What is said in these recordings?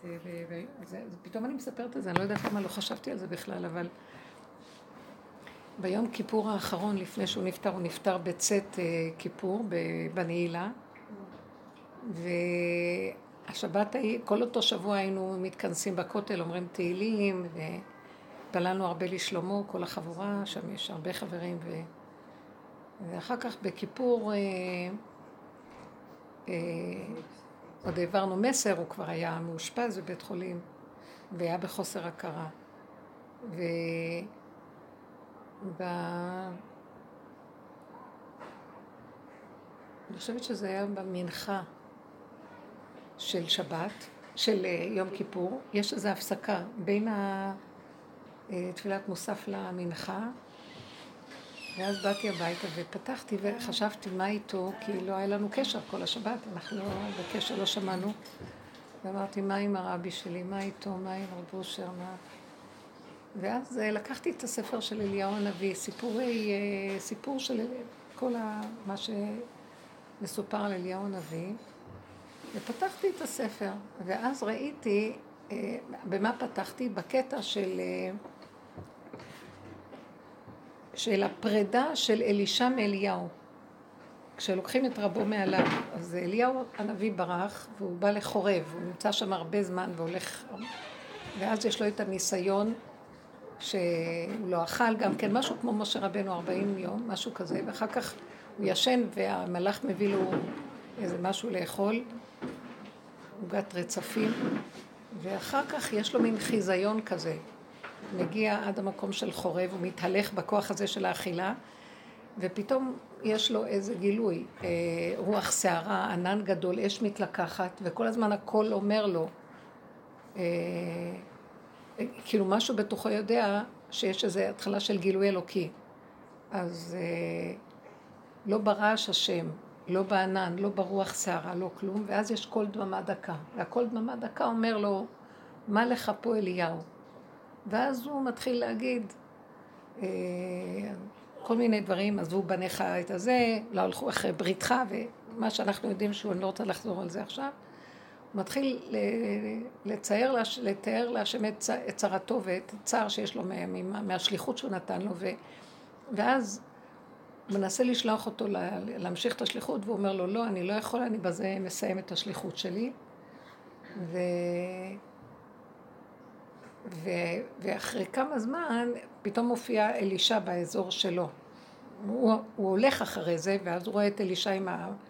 פתאום אני מספרת את זה, אני לא יודעת למה לא חשבתי על זה בכלל, אבל ביום כיפור האחרון, לפני שהוא נפטר, הוא נפטר בצאת כיפור, בנעילה, והשבת ההיא, כל אותו שבוע היינו מתכנסים בכותל, אומרים תהילים, ופללנו הרבה לשלמה, כל החבורה, שם יש הרבה חברים, ואחר כך בכיפור עוד העברנו מסר, הוא כבר היה מאושפז בבית חולים, והיה בחוסר הכרה. אני חושבת שזה היה במנחה של שבת, של יום כיפור. יש איזו הפסקה בין תפילת מוסף למנחה, ואז באתי הביתה ופתחתי וחשבתי מה איתו, כי לא היה לנו קשר כל השבת, אנחנו לא בקשר, לא שמענו. ואמרתי, מה עם הרבי שלי, מה איתו, מה עם רב אושר, מה... ואז לקחתי את הספר של אליהו הנביא, סיפור של כל מה שמסופר על אליהו הנביא, ופתחתי את הספר, ואז ראיתי, במה פתחתי? בקטע של הפרידה של אלישע מאליהו. כשלוקחים את רבו מעליו, אז אליהו הנביא ברח, והוא בא לחורב, הוא נמצא שם הרבה זמן והולך, ואז יש לו את הניסיון, שהוא לא אכל גם כן, משהו כמו משה רבנו 40 יום, משהו כזה, ואחר כך הוא ישן והמלאך מביא לו איזה משהו לאכול, עוגת רצפים, ואחר כך יש לו מין חיזיון כזה, מגיע עד המקום של חורב, הוא מתהלך בכוח הזה של האכילה, ופתאום יש לו איזה גילוי, רוח שערה, ענן גדול, אש מתלקחת, וכל הזמן הכל אומר לו, כאילו משהו בתוכו יודע שיש איזו התחלה של גילוי אלוקי. אז לא ברעש השם, לא בענן, לא ברוח שערה, לא כלום, ואז יש קול דממה דקה. והקול דממה דקה אומר לו, מה לך פה אליהו? ואז הוא מתחיל להגיד כל מיני דברים, עזבו בניך את הזה, לא הלכו אחרי בריתך, ומה שאנחנו יודעים שהוא, אני לא רוצה לחזור על זה עכשיו, הוא מתחיל לתאר להשם את צרתו ואת צער שיש לו מהשליחות שהוא נתן לו, ואז הוא מנסה לשלוח אותו להמשיך את השליחות, והוא אומר לו, לא, אני לא יכול, אני בזה מסיים את השליחות שלי. ואחרי כמה זמן, פתאום מופיע אלישע באזור שלו. הוא הולך אחרי זה, ואז הוא רואה את אלישע עם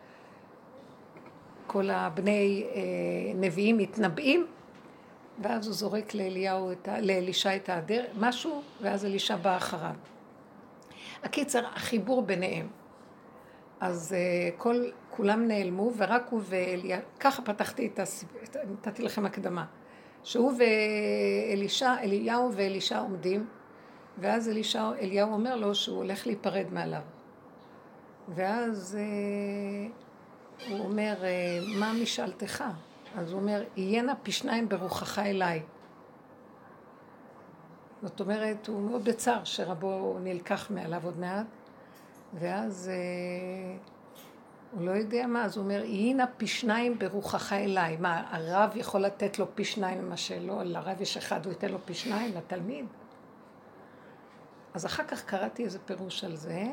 כל הבני נביאים מתנבאים, ואז הוא זורק לאלישע את הדרך, משהו, ואז אלישע בא אחריו. הקיצר, החיבור ביניהם. אז כולם נעלמו, ורק הוא ככה פתחתי נתתי לכם הקדמה. שהוא אליהו ואלישע עומדים, ואז אליהו אומר לו שהוא הולך להיפרד מעליו. ואז הוא אומר, מה משאלתך? אז הוא אומר, יהיינה פי שניים ברוחך אליי. זאת אומרת, הוא מאוד בצער שרבו נלקח מעליו עוד מעט, ואז הוא לא יודע מה, אז הוא אומר, יהיינה פי שניים ברוחך אליי. מה, הרב יכול לתת לו פי שניים ממה שלא? לרב יש אחד, הוא ייתן לו פי שניים לתלמיד? אז אחר כך קראתי איזה פירוש על זה,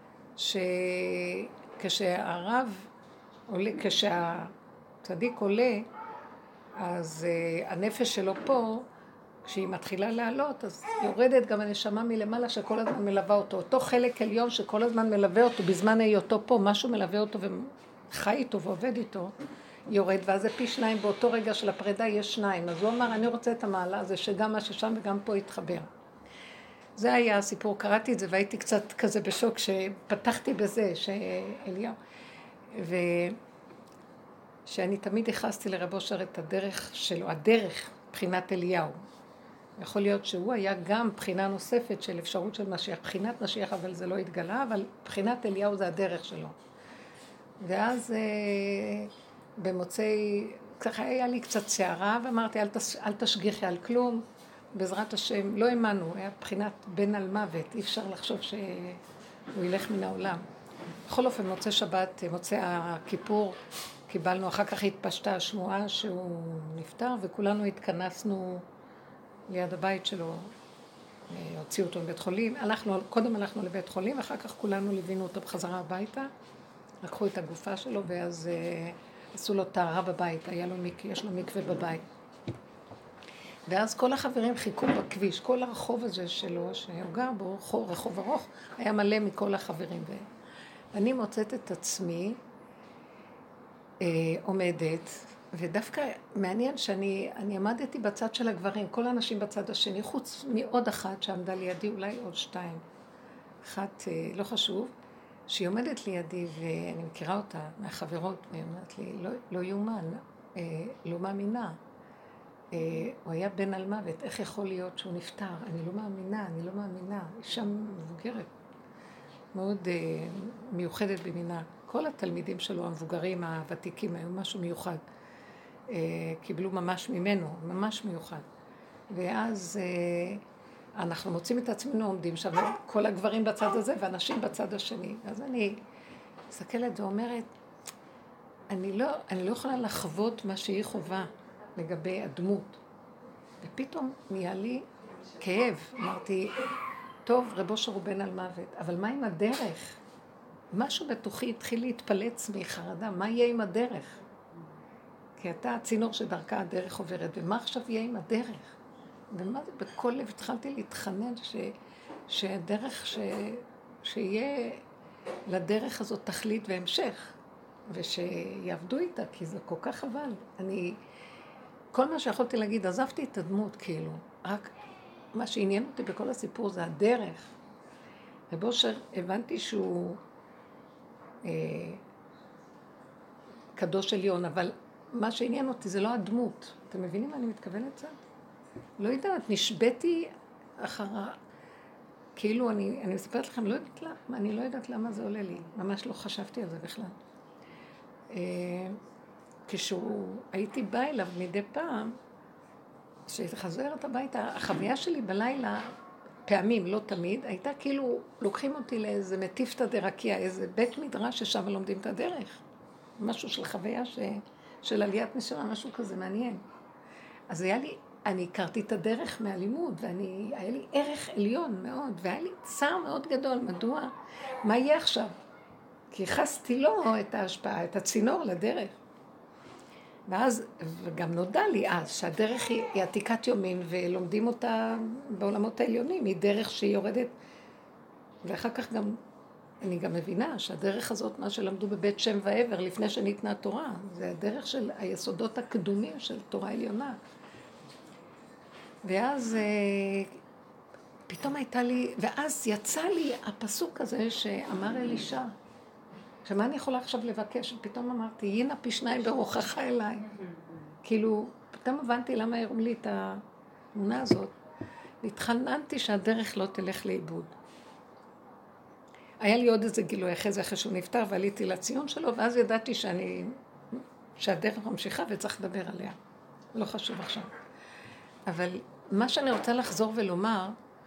שכשהרב עולה, כשהצדיק עולה, אז הנפש שלו פה, כשהיא מתחילה לעלות, אז יורדת גם הנשמה מלמעלה שכל הזמן מלווה אותו. אותו חלק עליון שכל הזמן מלווה אותו, בזמן היותו פה, משהו מלווה אותו וחי איתו ועובד איתו, יורד, ואז זה פי שניים, באותו רגע של הפרידה יש שניים. אז הוא אמר, אני רוצה את המעלה הזה, שגם מה ששם וגם פה יתחבר. זה היה הסיפור, קראתי את זה והייתי קצת כזה בשוק שפתחתי בזה, שאליהו, שאני תמיד הכנסתי לרב אושר את הדרך שלו, הדרך בחינת אליהו. יכול להיות שהוא היה גם בחינה נוספת של אפשרות של משיח, בחינת משיח, אבל זה לא התגלה, אבל בחינת אליהו זה הדרך שלו. ואז במוצאי, ככה היה לי קצת שערה, ואמרתי, אל תשגיחי על כלום, בעזרת השם, לא האמנו, היה בחינת בן על מוות, אי אפשר לחשוב שהוא ילך מן העולם. בכל אופן, מוצא שבת, מוצא הכיפור, קיבלנו, אחר כך התפשטה השמועה שהוא נפטר, וכולנו התכנסנו ליד הבית שלו, הוציאו אותו מבית חולים. קודם הלכנו לבית חולים, ואחר כך כולנו ליווינו אותו בחזרה הביתה, לקחו את הגופה שלו, ואז עשו לו טהרה בבית, יש לו מקווה בבית. ואז כל החברים חיכו בכביש, כל הרחוב הזה שלו, שהוא גר בו, רחוב ארוך, היה מלא מכל החברים. ואני מוצאת את עצמי עומדת, ודווקא מעניין שאני עמדתי בצד של הגברים, כל האנשים בצד השני, חוץ מעוד אחת שעמדה לידי, אולי עוד שתיים. אחת, לא חשוב, שהיא עומדת לידי, ואני מכירה אותה מהחברות, והיא אומרת לי, לא יאומן, לא מאמינה. הוא היה בן על מוות, איך יכול להיות שהוא נפטר? אני לא מאמינה. אישה מבוגרת, מאוד מיוחדת במינה. כל התלמידים שלו, המבוגרים, הוותיקים, היו משהו מיוחד. קיבלו ממש ממנו, ממש מיוחד. ואז אנחנו מוצאים את עצמנו עומדים שם, כל הגברים בצד הזה ואנשים בצד השני. אז אני מסתכלת ואומרת, אני לא יכולה לחוות מה שהיא חובה לגבי הדמות. ופתאום נהיה לי כאב. אמרתי, טוב, רב אושר הוא בן על מוות, אבל מה עם הדרך? משהו בתוכי התחיל להתפלץ מחרדה, מה יהיה עם הדרך? כי אתה הצינור שדרכה הדרך עוברת, ומה עכשיו יהיה עם הדרך? ומה זה? בכל לב התחלתי להתחנן שהדרך, שיהיה לדרך הזאת תכלית והמשך, ושיעבדו איתה, כי זה כל כך חבל. כל מה שיכולתי להגיד, עזבתי את הדמות כאילו, רק מה שעניין אותי בכל הסיפור זה הדרך. רב אושר, הבנתי שהוא קדוש עליון, אבל מה שעניין אותי זה לא הדמות. אתם מבינים מה אני מתכוונת קצת? לא יודעת, נשבתי אחרה. כאילו אני מספרת לכם, אני לא יודעת למה זה עולה לי. ממש לא חשבתי על זה בכלל. הייתי באה אליו מדי פעם, כשהייתי חזרת הביתה, החוויה שלי בלילה, פעמים, לא תמיד, הייתה כאילו, לוקחים אותי לאיזה מטיפתא דרקיע, איזה בית מדרש ששם לומדים את הדרך. משהו של חוויה של עליית נשמה, משהו כזה מעניין. אז אני הכרתי את הדרך מהלימוד, והיה לי ערך עליון מאוד, והיה לי צער מאוד גדול. מדוע? מה יהיה עכשיו? כי חסתי לו את ההשפעה, את הצינור לדרך. ואז, וגם נודע לי אז, שהדרך היא עתיקת יומין, ולומדים אותה בעולמות העליונים, היא דרך שהיא יורדת. ואחר כך אני גם מבינה שהדרך הזאת, מה שלמדו בבית שם ועבר, לפני שניתנה התורה, זה הדרך של היסודות הקדומים של תורה עליונה. ואז פתאום ואז יצא לי הפסוק הזה שאמר אלישע, שמה אני יכולה עכשיו לבקש? פתאום אמרתי, הנה פי שניים ברוחך אליי. כאילו, פתאום הבנתי למה הראו לי את התמונה הזאת. והתחננתי שהדרך לא תלך לאיבוד. היה לי עוד איזה גילוי אחרי שהוא נפטר, ועליתי לציון שלו, ואז ידעתי שהדרך ממשיכה וצריך לדבר עליה. לא חשוב עכשיו. אבל מה שאני רוצה לחזור ולומר,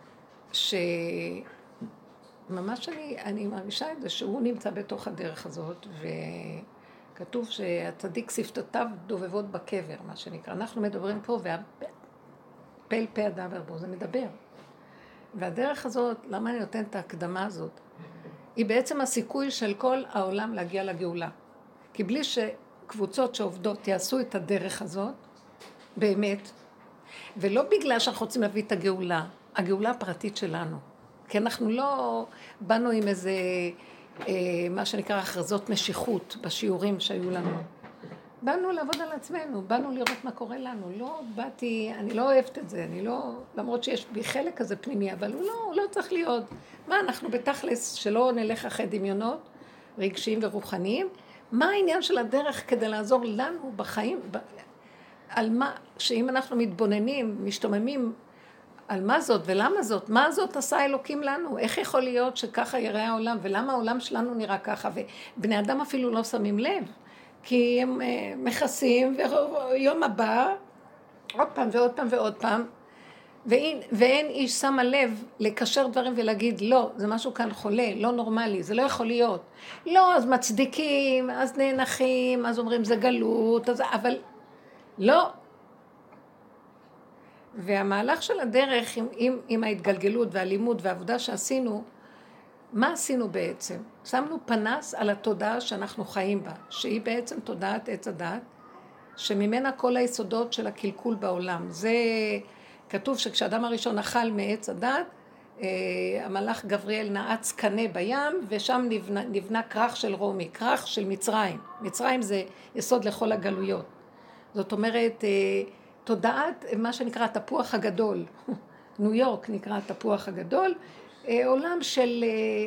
ממש אני מרגישה את זה שהוא נמצא בתוך הדרך הזאת, וכתוב שהצדיק שפתותיו דובבות בקבר, מה שנקרא. אנחנו מדברים פה, והפל פה הדבר בו, זה מדבר. והדרך הזאת, למה אני נותנת את ההקדמה הזאת? היא בעצם הסיכוי של כל העולם להגיע לגאולה. כי בלי שקבוצות שעובדות יעשו את הדרך הזאת, באמת, ולא בגלל שאנחנו רוצים להביא את הגאולה הפרטית שלנו. כי אנחנו לא באנו עם איזה, מה שנקרא, הכרזות משיכות בשיעורים שהיו לנו. באנו לעבוד על עצמנו, באנו לראות מה קורה לנו. אני לא אוהבת את זה, למרות שיש בי חלק כזה פנימי, אבל הוא לא צריך להיות. מה, אנחנו בתכלס שלא נלך אחרי דמיונות רגשיים ורוחניים? מה העניין של הדרך כדי לעזור לנו בחיים? על מה, שאם אנחנו מתבוננים, משתוממים, על מה זאת ולמה זאת, מה זאת עשה אלוקים לנו, איך יכול להיות שככה יראה העולם, ולמה העולם שלנו נראה ככה, ובני אדם אפילו לא שמים לב, כי הם מכסים, ויום הבא, עוד פעם ועוד פעם ועוד פעם, ואין איש שמה לב לקשר דברים ולהגיד, לא, זה משהו כאן חולה, לא נורמלי, זה לא יכול להיות. לא, אז מצדיקים, אז נאנחים, אז אומרים זה גלות, אבל לא. והמהלך של הדרך עם ההתגלגלות והלימוד והעבודה שעשינו, מה עשינו בעצם? שמנו פנס על התודעה שאנחנו חיים בה, שהיא בעצם תודעת עץ הדת, שממנה כל היסודות של הקלקול בעולם. זה כתוב שכשאדם הראשון אכל מעץ הדת, המלאך גבריאל נעץ קנה בים, ושם נבנה כרך של רומי, כרך של מצרים. מצרים זה יסוד לכל הגלויות. זאת אומרת, תודעת מה שנקרא התפוח הגדול, ניו יורק נקרא התפוח הגדול, עולם של,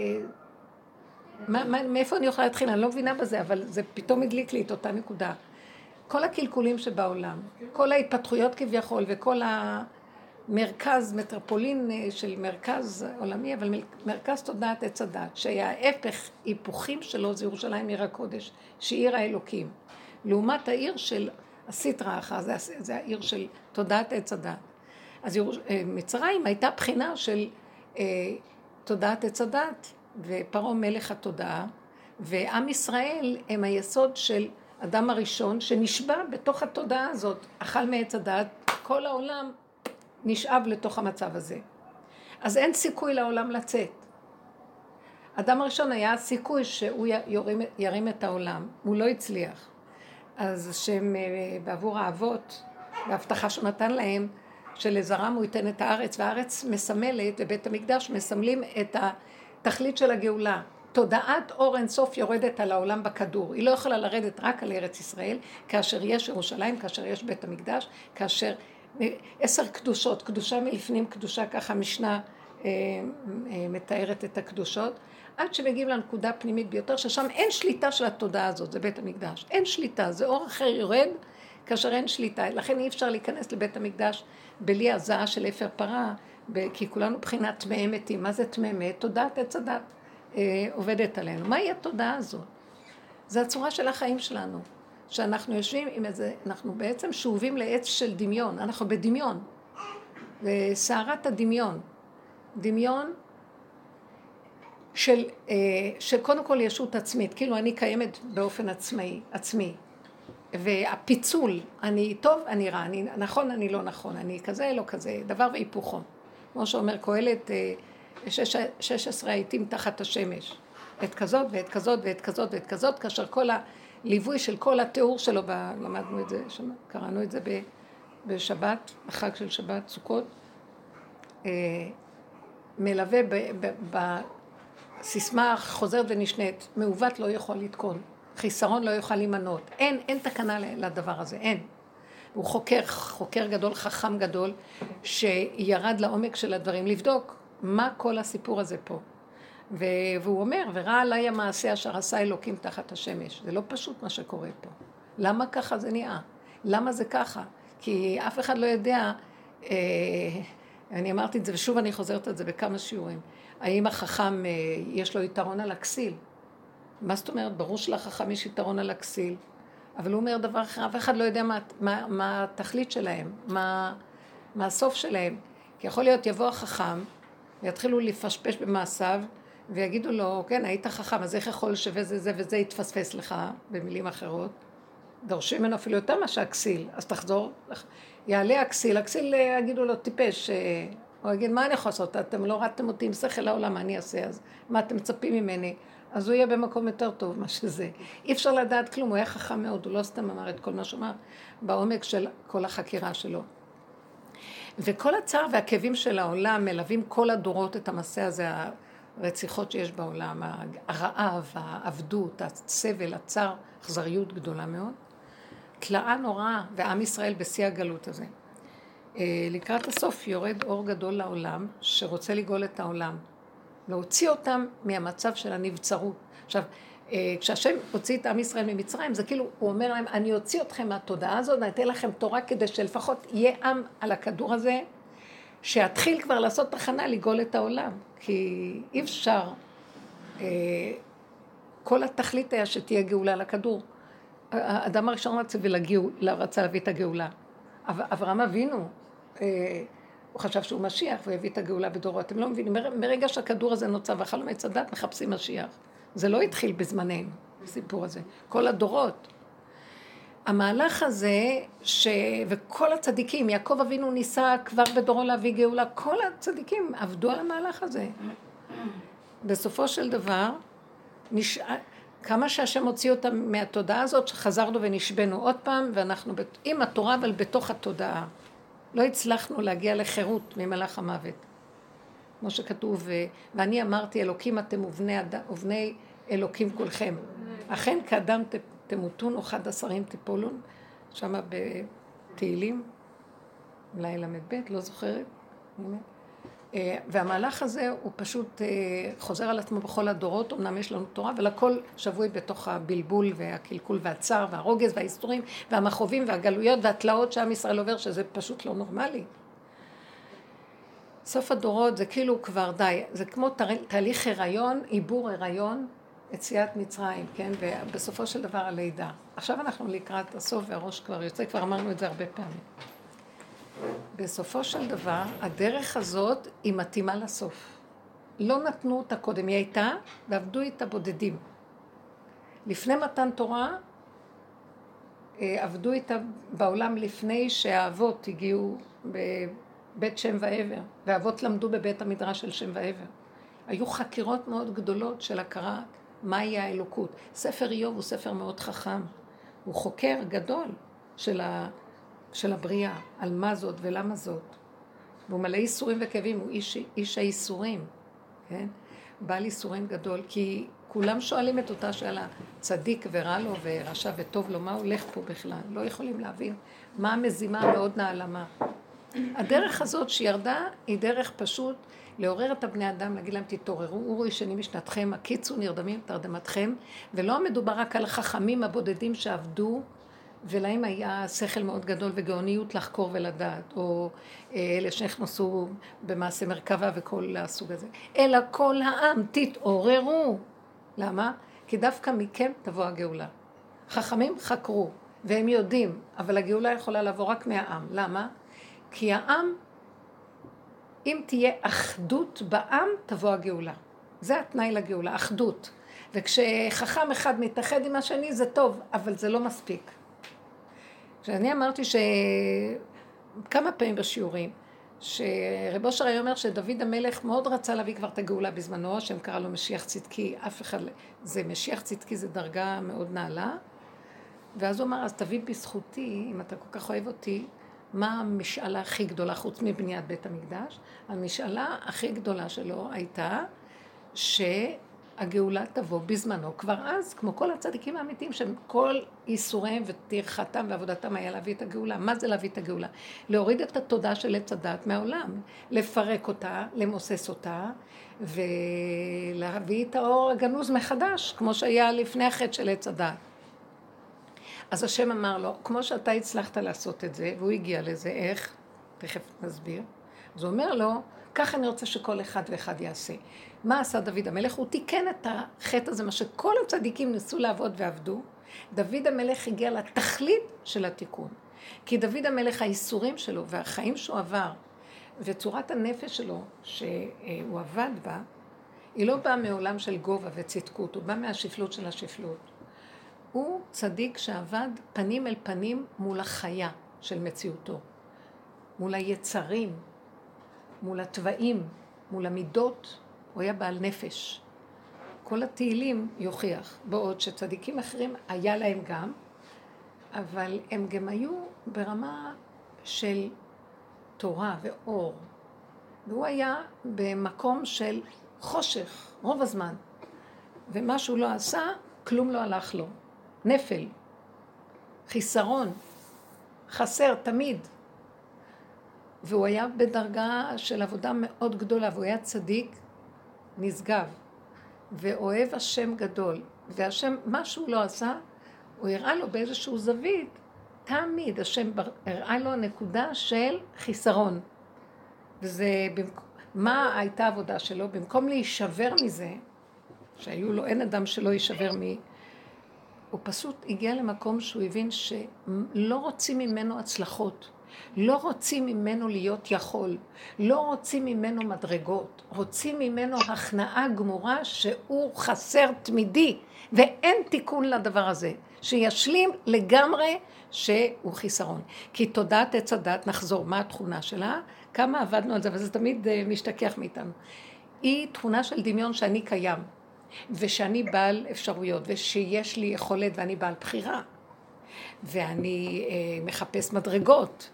מאיפה אני יכולה להתחיל? אני לא מבינה בזה, אבל זה פתאום הדליק לי את אותה נקודה. כל הקלקולים שבעולם, כל ההתפתחויות כביכול, וכל המרכז, מטרופולין של מרכז עולמי, אבל מרכז תודעת עץ הדת, שההפך היפוכים שלו זה ירושלים עיר הקודש, שהיא עיר האלוקים. לעומת העיר של הסיטרא אחרא, זה העיר של תודעת עץ הדת. אז מצרים הייתה בחינה של תודעת עץ הדת, ופרעה מלך התודעה, ועם ישראל הם היסוד של אדם הראשון שנשבע בתוך התודעה הזאת, אכל מעץ הדת, כל העולם נשאב לתוך המצב הזה. אז אין סיכוי לעולם לצאת. אדם הראשון היה סיכוי שהוא ירים את העולם, הוא לא הצליח. אז שהם בעבור האבות, בהבטחה שהוא נתן להם, שלזרם הוא ייתן את הארץ, והארץ מסמלת, ובית המקדש מסמלים את התכלית של הגאולה. תודעת אור אינסוף יורדת על העולם בכדור. היא לא יכולה לרדת רק על ארץ ישראל, כאשר יש ירושלים, כאשר יש בית המקדש, כאשר 10 קדושות, קדושה מלפנים, קדושה ככה משנה מתארת את הקדושות, עד שמגיעים לנקודה פנימית ביותר, ששם אין שליטה של התודעה הזאת, זה בית המקדש. אין שליטה, זה אור אחר יורד, כאשר אין שליטה. לכן אי אפשר להיכנס לבית המקדש בלי הזעה של אפר פרה, כי כולנו בחינת טמאי מתים. מה זה טמאי מת? תודעת עץ הדת עובדת עלינו. מהי התודעה הזאת? זה הצורה של החיים שלנו. שאנחנו יושבים עם איזה, אנחנו בעצם שאובים לעץ של דמיון. אנחנו בדמיון. וסערת הדמיון. דמיון של קודם כל ישות עצמית. כאילו אני קיימת באופן עצמי. והפיצול, אני טוב, אני רע, אני נכון, אני לא נכון, אני כזה, לא כזה, דבר והיפוכו. כמו שאומר קהלת, 16 העיתים תחת השמש. את כזאת ואת כזאת ואת כזאת ואת כזאת, כאשר כל הליווי של כל התיאור שלו, למדנו את זה, קראנו את זה בשבת, בחג של שבת, סוכות, מלווה בסיסמה חוזרת ונשנית, מעוות לא יכול לתקון. חיסרון לא יוכל להימנות. אין תקנה לדבר הזה, אין. הוא חוקר גדול, חכם גדול, שירד לעומק של הדברים, לבדוק מה כל הסיפור הזה פה. והוא אומר, וראה עליי המעשה אשר עשה אלוקים תחת השמש. זה לא פשוט מה שקורה פה. למה ככה זה נראה? למה זה ככה? כי אף אחד לא יודע, אני אמרתי את זה, ושוב אני חוזרת את זה בכמה שיעורים. האם החכם יש לו יתרון על הכסיל? מה זאת אומרת? ברור שלחכם יש יתרון על הכסיל, אבל הוא אומר דבר אחר, אף אחד לא יודע מה התכלית שלהם, מה הסוף שלהם. כי יכול להיות יבוא החכם, ויתחילו לפשפש במעשיו, ויגידו לו, כן, היית חכם, אז איך יכול שזה זה וזה יתפספס לך, במילים אחרות? דורשים ממנו אפילו יותר מה שהכסיל, אז תחזור, יעלה הכסיל יגידו לו טיפש, הוא יגיד, מה אני יכול לעשות? אתם לא ראיתם אותי עם שכל העולם, מה אני אעשה? אז מה אתם מצפים ממני? אז הוא יהיה במקום יותר טוב, מה שזה. אי אפשר לדעת כלום, הוא היה חכם מאוד, הוא לא סתם אמר את כל מה שאומר, בעומק של כל החקירה שלו. וכל הצער והכאבים של העולם מלווים כל הדורות את המסע הזה, הרציחות שיש בעולם, הרעב, העבדות, הסבל, הצער, אכזריות גדולה מאוד. תלאה נוראה, ועם ישראל בשיא הגלות הזה. לקראת הסוף יורד אור גדול לעולם, שרוצה לגאול את העולם. להוציא אותם מהמצב של הנבצרות. עכשיו, כשהשם הוציא את עם ישראל ממצרים, זה כאילו, הוא אומר להם, אני אוציא אתכם מהתודעה הזאת, אני אתן לכם תורה כדי שלפחות יהיה עם על הכדור הזה, שיתחיל כבר לעשות תחנה לגאול את העולם. כי אי אפשר, כל התכלית היה שתהיה גאולה לכדור. האדם הראשון רצה להביא את הגאולה. אברהם אבינו, הוא חשב שהוא משיח, והוא הביא את הגאולה בדורו. אתם לא מבינים, מרגע שהכדור הזה נוצר ואכל עץ הדת, מחפשים משיח. זה לא התחיל בזמננו, הסיפור הזה. כל הדורות. המהלך הזה, וכל הצדיקים, יעקב אבינו ניסה כבר בדורו להביא גאולה, כל הצדיקים עבדו על המהלך הזה. בסופו של דבר, כמה שהשם הוציא אותם מהתודעה הזאת, שחזרנו ונשבנו עוד פעם, ואנחנו עם התורה, אבל בתוך התודעה. לא הצלחנו להגיע לחירות ממלאך המוות. כמו שכתוב, ואני אמרתי, אלוקים אתם ובני אלוקים כולכם. אכן כאדם תמותון או 11 תיפולון, שם בתהילים, לילה מ"ב, לא זוכרת. והמהלך הזה הוא פשוט חוזר על עצמו בכל הדורות, אמנם יש לנו תורה, אבל הכל שבוי בתוך הבלבול והקלקול והצער והרוגז והאיסורים והמחובים והגלויות והתלאות שעם ישראל עובר, שזה פשוט לא נורמלי. סוף הדורות זה כאילו כבר די, זה כמו תהליך הריון, עיבור הריון, יציאת מצרים, כן? ובסופו של דבר הלידה. עכשיו אנחנו לקראת הסוף והראש כבר יוצא, כבר אמרנו את זה הרבה פעמים. בסופו של דבר, הדרך הזאת היא מתאימה לסוף. לא נתנו אותה קודם, היא הייתה, ועבדו איתה בודדים. לפני מתן תורה, עבדו איתה בעולם לפני שהאבות הגיעו בבית שם ועבר, והאבות למדו בבית המדרש של שם ועבר. היו חקירות מאוד גדולות של הכרה מהי האלוקות. ספר איוב הוא ספר מאוד חכם, הוא חוקר גדול של הבריאה, על מה זאת ולמה זאת. והוא מלא איסורים וכאבים, הוא איש האיסורים, כן? בעל איסורים גדול, כי כולם שואלים את אותה שאלה, צדיק ורע לו ורשע וטוב לו, מה הולך פה בכלל? לא יכולים להבין מה המזימה המאוד נעלמה. הדרך הזאת שירדה היא דרך פשוט לעורר את הבני אדם, להגיד להם תתעוררו, אורו ישנים משנתכם, הקיצו נרדמים תרדמתכם, ולא מדובר רק על החכמים הבודדים שעבדו, ולהם היה שכל מאוד גדול וגאוניות לחקור ולדעת, או אלה שנכנסו במעשה מרכבה וכל הסוג הזה, אלא כל העם תתעוררו. למה? כי דווקא מכם תבוא הגאולה. חכמים חקרו, והם יודעים, אבל הגאולה יכולה לבוא רק מהעם. למה? כי העם, אם תהיה אחדות בעם, תבוא הגאולה. זה התנאי לגאולה, אחדות. וכשחכם אחד מתאחד עם השני זה טוב, אבל זה לא מספיק. כשאני אמרתי כמה פעמים בשיעורים, שרב אושר היה אומר שדוד המלך מאוד רצה להביא כבר את הגאולה בזמנו, השם קרא לו משיח צדקי, אף אחד, זה משיח צדקי, זה דרגה מאוד נעלה, ואז הוא אמר, אז תביא בזכותי, אם אתה כל כך אוהב אותי, מה המשאלה הכי גדולה חוץ מבניית בית המקדש? המשאלה הכי גדולה שלו הייתה שהגאולה תבוא בזמנו. כבר אז, כמו כל הצדיקים האמיתיים, שכל איסוריהם וטרחתם ועבודתם היה להביא את הגאולה. מה זה להביא את הגאולה? להוריד את התודעה של עץ הדת מהעולם, לפרק אותה, למוסס אותה, ולהביא את האור הגנוז מחדש, כמו שהיה לפני החטא של עץ הדת. אז השם אמר לו, כמו שאתה הצלחת לעשות את זה, והוא הגיע לזה, איך? תכף נסביר. אז הוא אומר לו, ככה אני רוצה שכל אחד ואחד יעשה. מה עשה דוד המלך? הוא תיקן את החטא הזה, מה שכל הצדיקים ניסו לעבוד ועבדו. דוד המלך הגיע לתכלית של התיקון. כי דוד המלך, האיסורים שלו והחיים שהוא עבר, וצורת הנפש שלו שהוא עבד בה, היא לא באה מעולם של גובה וצדקות, הוא בא מהשפלות של השפלות. הוא צדיק שעבד פנים אל פנים מול החיה של מציאותו, מול היצרים, מול הטבעים, מול המידות, הוא היה בעל נפש. כל התהילים יוכיח, בעוד שצדיקים אחרים היה להם גם, אבל הם גם היו ברמה של תורה ואור, והוא היה במקום של חושך רוב הזמן, ומה שהוא לא עשה, כלום לא הלך לו. נפל, חיסרון, חסר תמיד. והוא היה בדרגה של עבודה מאוד גדולה, והוא היה צדיק נשגב, ואוהב השם גדול. והשם, מה שהוא לא עשה, הוא הראה לו באיזשהו זווית, תמיד השם הראה לו נקודה של חיסרון. וזה, מה הייתה העבודה שלו? במקום להישבר מזה, שהיו לו, אין אדם שלא יישבר הוא פשוט הגיע למקום שהוא הבין שלא רוצים ממנו הצלחות. לא רוצים ממנו להיות יכול, לא רוצים ממנו מדרגות, רוצים ממנו הכנעה גמורה שהוא חסר תמידי, ואין תיקון לדבר הזה, שישלים לגמרי שהוא חיסרון. כי תודעת עץ הדת, נחזור, מה התכונה שלה? כמה עבדנו על זה, וזה תמיד משתכח מאיתנו. היא תכונה של דמיון שאני קיים, ושאני בעל אפשרויות, ושיש לי יכולת ואני בעל בחירה, ואני מחפש מדרגות,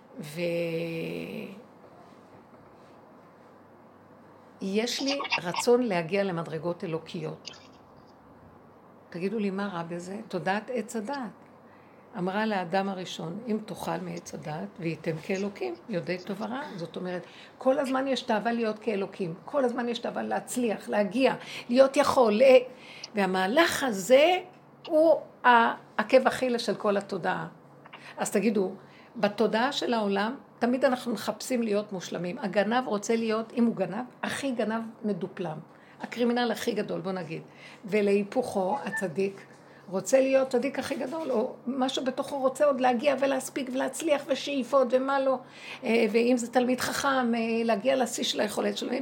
ויש לי רצון להגיע למדרגות אלוקיות. תגידו לי מה רע בזה? תודעת עץ הדעת. אמרה לאדם הראשון, אם תאכל מעץ הדעת וייתם כאלוקים, יודעי טוב ורע. זאת אומרת, כל הזמן יש תאווה להיות כאלוקים, כל הזמן יש תאווה להצליח, להגיע, להיות יכול. והמהלך הזה הוא העקב אכילס של כל התודעה. אז תגידו, בתודעה של העולם, תמיד אנחנו מחפשים להיות מושלמים. הגנב רוצה להיות, אם הוא גנב, הכי גנב מדופלם. הקרימינל הכי גדול, בוא נגיד. ולהיפוכו, הצדיק, רוצה להיות צדיק הכי גדול, או משהו בתוכו רוצה עוד להגיע ולהספיק ולהצליח ושאיפות ומה לא. ואם זה תלמיד חכם, להגיע לשיא של היכולת שלו.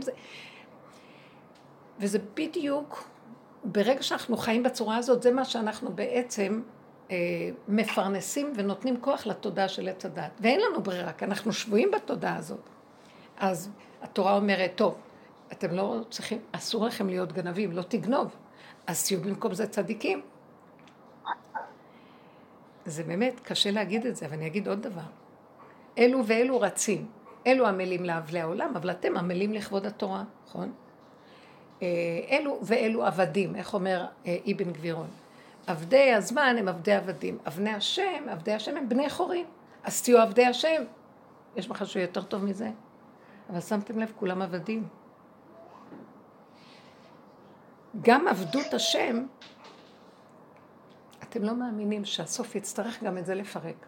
וזה בדיוק, ברגע שאנחנו חיים בצורה הזאת, זה מה שאנחנו בעצם מפרנסים ונותנים כוח לתודעה של עץ הדת. ואין לנו ברירה, כי אנחנו שבויים בתודעה הזאת. אז התורה אומרת, טוב, אתם לא צריכים, אסור לכם להיות גנבים, לא תגנוב. אז תהיו במקום זה צדיקים. זה באמת קשה להגיד את זה, אבל אני אגיד עוד דבר. אלו ואלו רצים, אלו עמלים לאבלי העולם, אבל אתם עמלים לכבוד התורה, נכון? אלו ואלו עבדים, איך אומר אבן גבירון? עבדי הזמן הם עבדי עבדים, עבדי השם הם בני חורים, אז תהיו עבדי השם. יש משהו יותר טוב מזה? אבל שמתם לב, כולם עבדים. גם עבדות השם, אתם לא מאמינים שהסוף יצטרך גם את זה לפרק.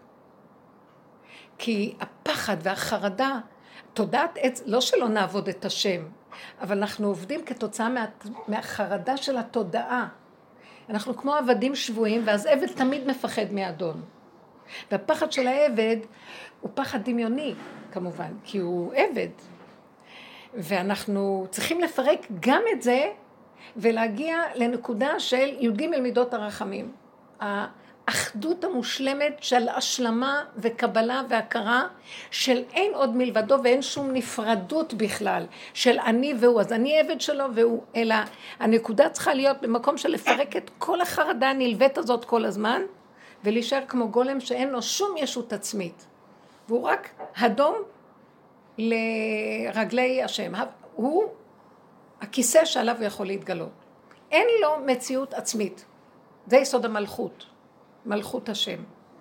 כי הפחד והחרדה, תודעת עץ, לא שלא נעבוד את השם, אבל אנחנו עובדים כתוצאה מהחרדה של התודעה. אנחנו כמו עבדים שבויים, ואז עבד תמיד מפחד מאדון. והפחד של העבד הוא פחד דמיוני, כמובן, כי הוא עבד. ואנחנו צריכים לפרק גם את זה, ולהגיע לנקודה של י"ג מידות הרחמים. האחדות המושלמת של השלמה וקבלה והכרה, של אין עוד מלבדו ואין שום נפרדות בכלל, של אני והוא. אז אני עבד שלו והוא, אלא הנקודה צריכה להיות במקום של לפרק את כל החרדה הנלווית הזאת כל הזמן, ולהישאר כמו גולם שאין לו שום ישות עצמית. והוא רק אדום לרגלי השם. הוא הכיסא שעליו הוא יכול להתגלות. אין לו מציאות עצמית. זה יסוד המלכות, מלכות השם.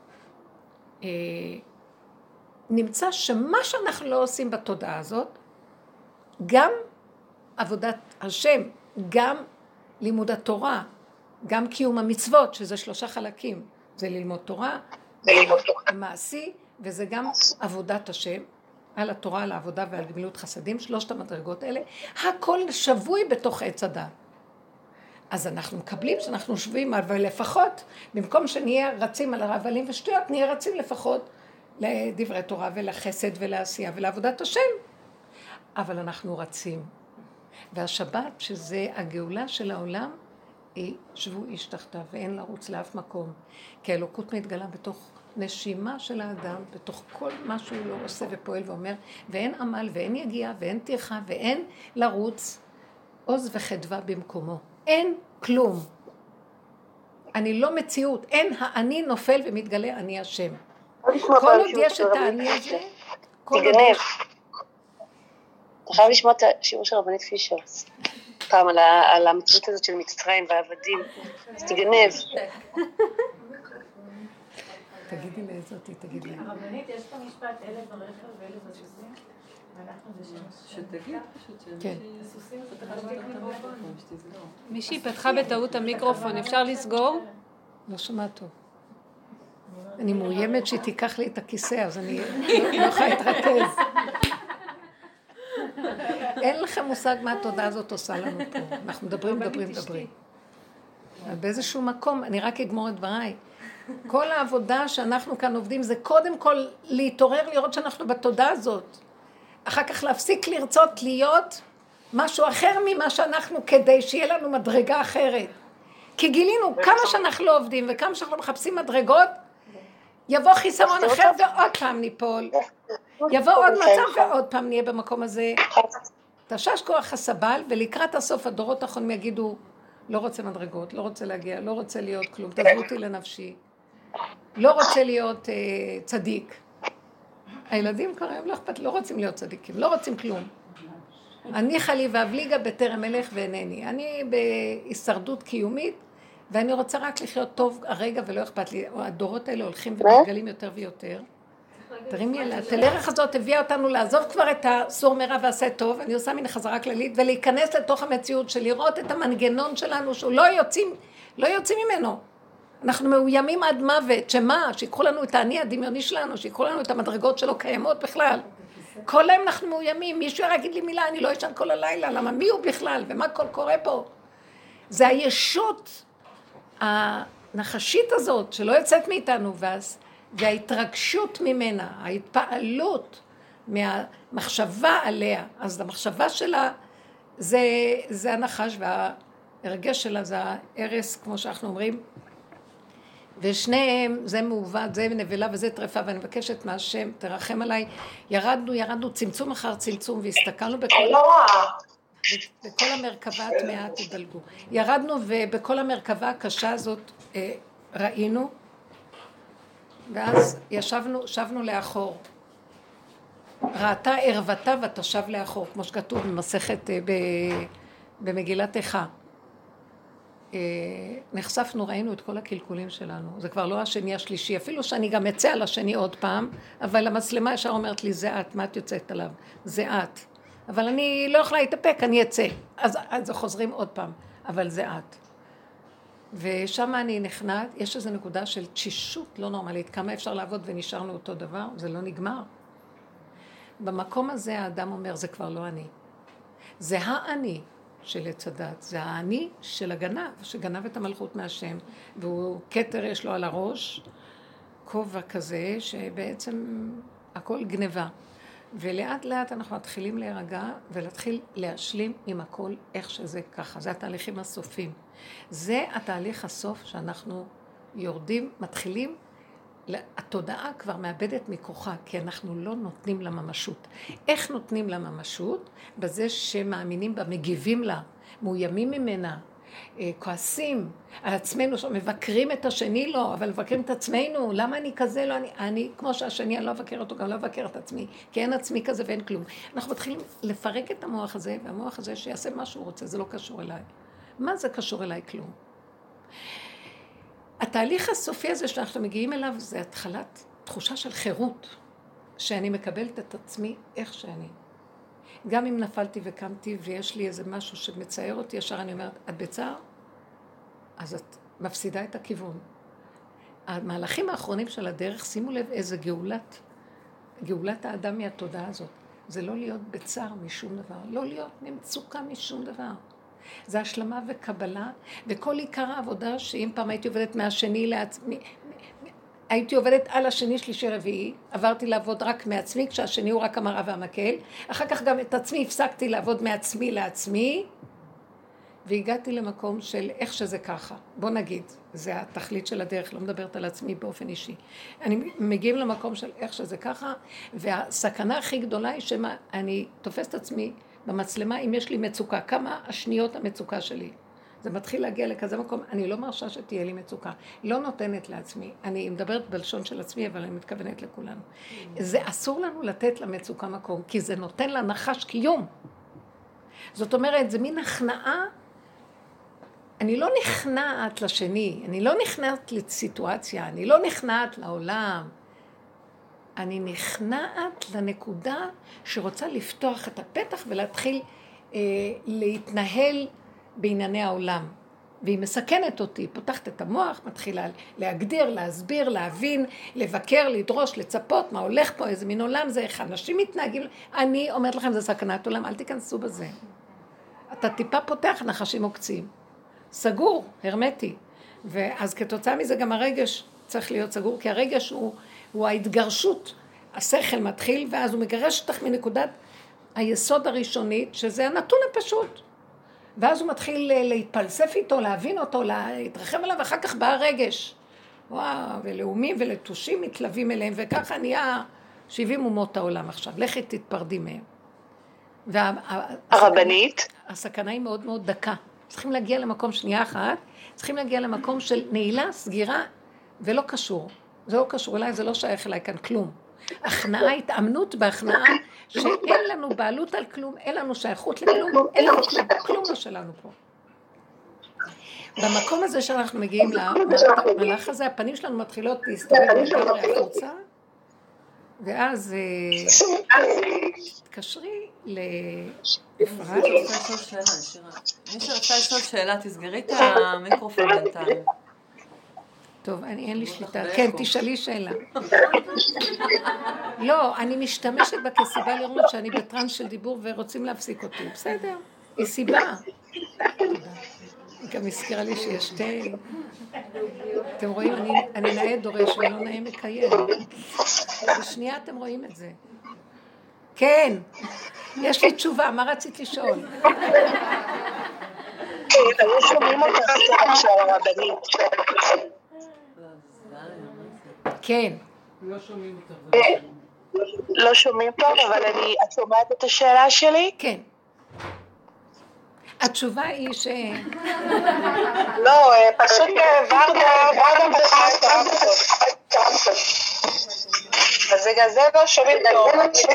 נמצא שמה שאנחנו לא עושים בתודעה הזאת, גם עבודת השם, גם לימוד התורה, גם קיום המצוות, שזה 3 חלקים. זה ללמוד תורה, מעשי, וזה גם עבודת השם, על התורה, על העבודה ועל גמילות חסדים, 3 המדרגות האלה, הכל שבוי בתוך עץ הדת. אז אנחנו מקבלים שאנחנו שבויים, אבל לפחות, במקום שנהיה רצים על הרעבלים ושטויות, נהיה רצים לפחות לדברי תורה ולחסד ולעשייה ולעבודת השם. אבל אנחנו רצים. והשבת, שזה הגאולה של העולם, היא שבו איש תחתיו, ואין לרוץ לאף מקום. כי האלוקות מתגלה בתוך נשימה של האדם, בתוך כל מה שהוא לא עושה ופועל ואומר, ואין עמל ואין יגיע ואין תיכה ואין לרוץ, עוז וחדווה במקומו. אין כלום. אני לא מציאות, אין האני נופל ומתגלה אני השם. כל עוד יש את האני הזה, תגנב. אתה חייב לשמוע את השיעור של רבנית פישר, פעם על המציאות הזאת של מצרים והעבדים, אז תגנב. תגידי לאיזותי, תגידי. הרבנית, יש פה משפט, אלה ברכב ואלה בסוסים? שתגיד פשוט כן. מישהי פתחה בטעות המיקרופון, אפשר לסגור? לא שומעת טוב. אני מאוימת שהיא תיקח לי את הכיסא, אז אני לא יכולה להתרכז. אין לכם מושג מה התודעה הזאת עושה לנו פה. אנחנו מדברים. באיזשהו מקום, אני רק אגמור את דבריי. כל העבודה שאנחנו כאן עובדים זה קודם כל להתעורר, לראות שאנחנו בתודעה הזאת. אחר כך להפסיק לרצות להיות משהו אחר ממה שאנחנו, כדי שיהיה לנו מדרגה אחרת. כי גילינו כמה שאנחנו לא עובדים וכמה שאנחנו מחפשים מדרגות, יבוא חיסרון אחר ועוד פעם ניפול. יבוא עוד מצב ועוד פעם נהיה במקום הזה. תשש כוח הסבל, ולקראת הסוף הדורות האחרונים יגידו, לא רוצה מדרגות, לא רוצה להגיע, לא רוצה להיות כלום, תעזבו אותי לנפשי. לא רוצה להיות צדיק. הילדים כבר היום לא אכפת, לא רוצים להיות צדיקים, לא רוצים כלום. אני חלי ואבליגה בטרם מלך ואינני. אני בהישרדות קיומית, ואני רוצה רק לחיות טוב הרגע ולא אכפת לי. הדורות האלה הולכים ומתגלים יותר ויותר. תרימי אלה, התלרך הזאת הביאה אותנו לעזוב כבר את הסור מרע ועשה טוב, אני עושה מן חזרה כללית, ולהיכנס לתוך המציאות של לראות את המנגנון שלנו, שהוא לא יוצאים ממנו. אנחנו מאוימים עד מוות, שמה? שיקחו לנו את העני הדמיוני שלנו, שיקחו לנו את המדרגות שלו קיימות בכלל. כל היום אנחנו מאוימים, מישהו יגיד לי מילה, אני לא ישן כל הלילה, למה מי הוא בכלל, ומה כל קורה פה? זה הישות הנחשית הזאת, שלא יוצאת מאיתנו, וההתרגשות ממנה, ההתפעלות מהמחשבה עליה, אז המחשבה שלה זה הנחש, וההרגש שלה זה ההרס, כמו שאנחנו אומרים, ושניהם, זה מעוות, זה נבלה וזה טרפה, ואני מבקשת מהשם, תרחם עליי. ירדנו צמצום אחר צמצום, והסתכלנו בכל המרכבה הטמאה תדלגו. ירדנו ובכל המרכבה הקשה הזאת ראינו, ואז שבנו לאחור. ראתה ערוותה ותשב לאחור, כמו שכתוב במסכת במגילת איכה. נחשפנו, ראינו את כל הקלקולים שלנו. זה כבר לא השני השלישי, אפילו שאני גם אצא על השני עוד פעם, אבל המצלמה ישר אומרת לי, זה את, מה את יוצאת עליו? זה את. אבל אני לא יכולה להתאפק, אני אצא. אז חוזרים עוד פעם, אבל זה את. ושם אני נכנעת, יש איזו נקודה של תשישות לא נורמלית, כמה אפשר לעבוד ונשארנו אותו דבר, זה לא נגמר. במקום הזה האדם אומר, זה כבר לא אני. זה האני של עץ הדת, זה האני של הגנב, שגנב את המלכות מהשם, והוא כתר יש לו על הראש, כובע כזה, שבעצם הכל גניבה. ולאט לאט אנחנו מתחילים להירגע ולהתחיל להשלים עם הכל איך שזה ככה. זה התהליכים הסופים. זה התהליך הסוף שאנחנו יורדים, מתחילים, התודעה כבר מאבדת מכוחה, כי אנחנו לא נותנים לה ממשות. איך נותנים לה ממשות? בזה שמאמינים בה, מגיבים לה, מאוימים ממנה, כועסים על עצמנו, מבקרים את השני לא, אבל מבקרים את עצמנו, למה אני כזה לא, אני כמו שהשני אני לא אבקר אותו, גם לא אבקר את עצמי, כי אין עצמי כזה ואין כלום. אנחנו מתחילים לפרק את המוח הזה, והמוח הזה שיעשה מה שהוא רוצה, זה לא קשור אליי. מה זה קשור אליי? כלום. התהליך הסופי הזה שאנחנו מגיעים אליו, זה התחלת תחושה של חירות, שאני מקבלת את עצמי איך שאני. גם אם נפלתי וקמתי ויש לי איזה משהו שמצייר אותי, ישר אני אומרת, את בצער? אז את מפסידה את הכיוון. המהלכים האחרונים של הדרך, שימו לב איזה גאולת האדם מהתודעה הזאת. זה לא להיות בצער משום דבר, לא להיות ממצוקה משום דבר. זה השלמה וקבלה, וכל עיקר העבודה שאם פעם הייתי עובדת מהשני לעצמי, הייתי עובדת על השני, שלישי, רביעי, עברתי לעבוד רק מעצמי, כשהשני הוא רק המראה והמקל, אחר כך גם את עצמי הפסקתי לעבוד מעצמי לעצמי, והגעתי למקום של איך שזה ככה. בוא נגיד, זה התכלית של הדרך, לא מדברת על עצמי באופן אישי. אני מגיעים למקום של איך שזה ככה, והסכנה הכי גדולה היא שמה, אני תופס את עצמי במצלמה, אם יש לי מצוקה, כמה השניות המצוקה שלי. זה מתחיל להגיע לכזה מקום, אני לא מרשה שתהיה לי מצוקה, לא נותנת לעצמי, אני מדברת בלשון של עצמי, אבל אני מתכוונת לכולנו. זה אסור לנו לתת למצוקה מקום, כי זה נותן לה נחש קיום. זאת אומרת, זה מין הכנעה, אני לא נכנעת לשני, אני לא נכנעת לסיטואציה, אני לא נכנעת לעולם, אני נכנעת לנקודה שרוצה לפתוח את הפתח ולהתחיל להתנהל בענייני העולם. והיא מסכנת אותי, פותחת את המוח, מתחילה להגדיר, להסביר, להבין, לבקר, לדרוש, לצפות, מה הולך פה, איזה מין עולם זה, איך אנשים מתנהגים. אני אומרת לכם, זה סכנת עולם, אל תיכנסו בזה. אתה טיפה פותח, נחשים עוקצים. סגור, הרמטי. ואז כתוצאה מזה גם הרגש צריך להיות סגור, כי הרגש הוא ההתגרשות, השכל מתחיל, ואז הוא מגרש אותך מנקודת היסוד הראשונית, שזה הנתון הפשוט. ואז הוא מתחיל להתפלסף איתו, להבין אותו, להתרחב עליו, ואחר כך בא הרגש. וואו, ולאומים ולטושים מתלווים אליהם, וככה נהיה 70 אומות העולם עכשיו. לכי תתפרדי מהם. הרבנית? הסכנה היא מאוד מאוד דקה. צריכים להגיע למקום שנייה אחת, צריכים להגיע למקום של נעילה, סגירה, ולא קשור. זה לא קשור אליי, זה לא שייך אליי כאן כלום. הכנעה, התאמנות בהכנעה, שאין לנו בעלות על כלום, אין לנו שייכות לכלום, אין לנו כלום, כלום לא שלנו פה. במקום הזה שאנחנו מגיעים למהלך הזה, הפנים שלנו מתחילות להסתובב לגמרי החוצה, ואז תקשרי לאפרת. מי שרצה לשאול שאלה, תסגרי את המיקרופון בינתיים. טוב, אין לי שליטה. כן, תשאלי שאלה. לא, אני משתמשת בה כסיבה לראות שאני בטרנס של דיבור ורוצים להפסיק אותי. בסדר, היא סיבה. היא גם הזכירה לי שיש שתי... אתם רואים, אני נאה דורש ולא נאה מקיים. בשנייה אתם רואים את זה. כן, יש לי תשובה, מה רצית לשאול? היו שומעים אותך עכשיו הרבנית. כן. לא שומעים טוב, אבל את שומעת את השאלה שלי? כן. התשובה היא ש... לא, פשוט ורדה בוכה. אז בגלל זה לא שומעים טוב.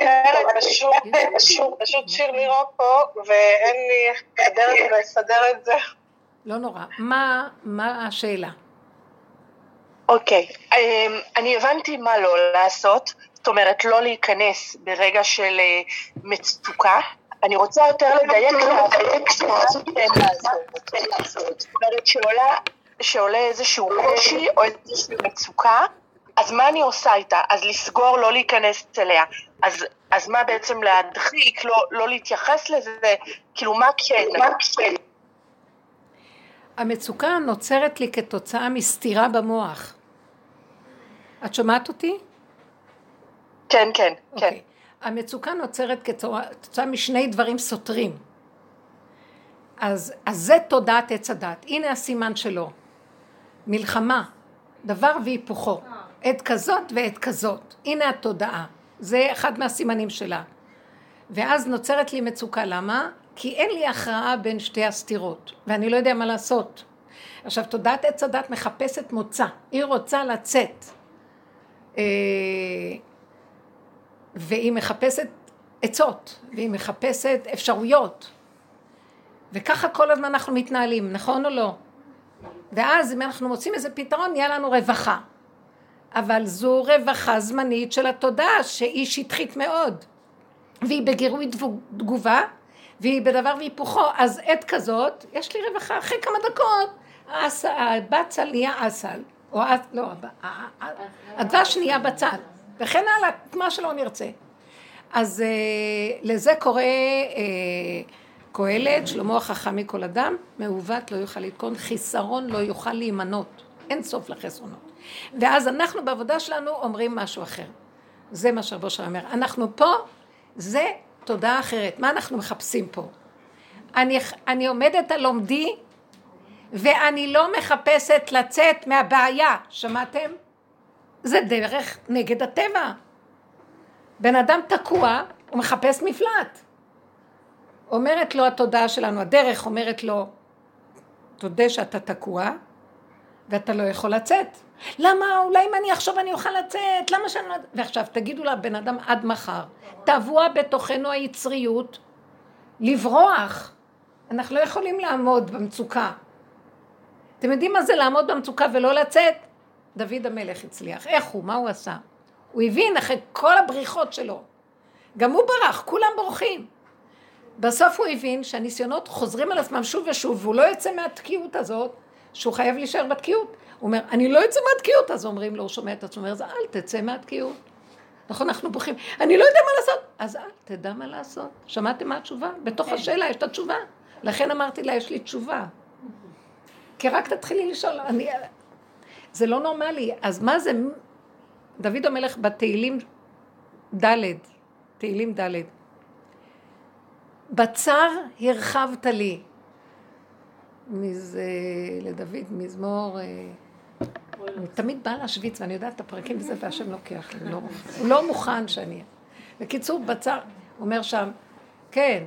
פשוט שיר לירו פה, ואין לי איך לסדר את זה. לא נורא. מה השאלה? אוקיי, אני הבנתי מה לא לעשות, זאת אומרת לא להיכנס ברגע של מצוקה, אני רוצה יותר לדייק זאת אומרת שעולה איזשהו קושי או איזושהי מצוקה, אז מה אני עושה איתה? אז לסגור, לא להיכנס אליה, אז מה בעצם להדחיק, לא להתייחס לזה, כאילו מה כן? המצוקה נוצרת לי כתוצאה מסתירה במוח. את שומעת אותי? כן, כן, כן. אוקיי. המצוקה נוצרת כתוצאה משני דברים סותרים. אז זה תודעת עץ הדת. הנה הסימן שלו. מלחמה, דבר והיפוכו. עת כזאת ועת כזאת. הנה התודעה. זה אחד מהסימנים שלה. ואז נוצרת לי מצוקה. למה? כי אין לי הכרעה בין שתי הסתירות, ואני לא יודע מה לעשות. עכשיו, תודעת עץ הדת מחפשת מוצא. היא רוצה לצאת. והיא מחפשת עצות, והיא מחפשת אפשרויות. וככה כל הזמן אנחנו מתנהלים, נכון או לא? ואז אם אנחנו מוצאים איזה פתרון, נהיה לנו רווחה. אבל זו רווחה זמנית של התודעה, שהיא שטחית מאוד. והיא בגירוי תגובה, והיא בדבר והיפוכו. אז עת כזאת, יש לי רווחה. אחרי כמה דקות, הבצל נהיה אסל. או לא, הדבש נהיה בצל. וכן הלאה, מה שלא נרצה. אז לזה קורא קהלת, שלמה החכם מכל אדם, מעוות לא יוכל לתקון, חיסרון לא יוכל להימנות. אין סוף לחסרונות. ואז אנחנו בעבודה שלנו אומרים משהו אחר. זה מה שרבו שלנו אומר. אנחנו פה, זה תודעה אחרת. מה אנחנו מחפשים פה? אני עומדת על עומדי, ואני לא מחפשת לצאת מהבעיה. שמעתם? זה דרך נגד הטבע. בן אדם תקוע, הוא מחפש מפלט. אומרת לו התודעה שלנו, הדרך אומרת לו, תודה שאתה תקוע, ואתה לא יכול לצאת. למה? אולי אם אני עכשיו אני אוכל לצאת, למה שאני לא... ועכשיו תגידו לבן אדם עד מחר, טבוע בתוכנו היצריות, לברוח. אנחנו לא יכולים לעמוד במצוקה. אתם יודעים מה זה לעמוד במצוקה ולא לצאת? דוד המלך הצליח. איך הוא? מה הוא עשה? הוא הבין אחרי כל הבריחות שלו. גם הוא ברח, כולם בורחים. בסוף הוא הבין שהניסיונות חוזרים על עצמם שוב ושוב, והוא לא יוצא מהתקיעות הזאת, שהוא חייב להישאר בתקיעות. הוא אומר, אני לא יוצא מהתקיעות, אז אומרים לו, הוא שומע את עצמו, אומר, אל תצא מהתקיעות. נכון, אנחנו בורחים, אני לא יודע מה לעשות. אז אל תדע מה לעשות. שמעתם מה התשובה? בתוך השאלה יש את התשובה. לכן אמרתי לה, יש לי תשובה. כי רק תתחילי לשאול, זה לא נורמלי. אז מה זה? דוד המלך בתהילים ד', תהילים ד', בצר הרחבת לי. מזה לדוד מזמור, הוא תמיד בא להשוויץ, ואני יודעת את הפרקים וזה, והשם לוקח לי, הוא לא מוכן שאני... בקיצור, בצר, אומר שם, כן,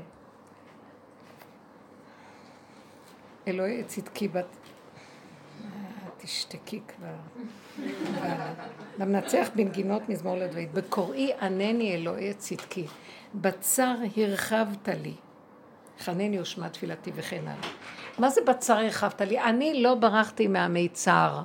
אלוהי צדקי בת... תשתקי כבר. למנצח בנגינות מזמור לדוד, בקוראי ענני אלוהי צדקי, בצר הרחבת לי, חנני ושמע תפילתי וכן הלאה. מה זה בצר הרחבת לי? אני לא ברחתי מהמיצר,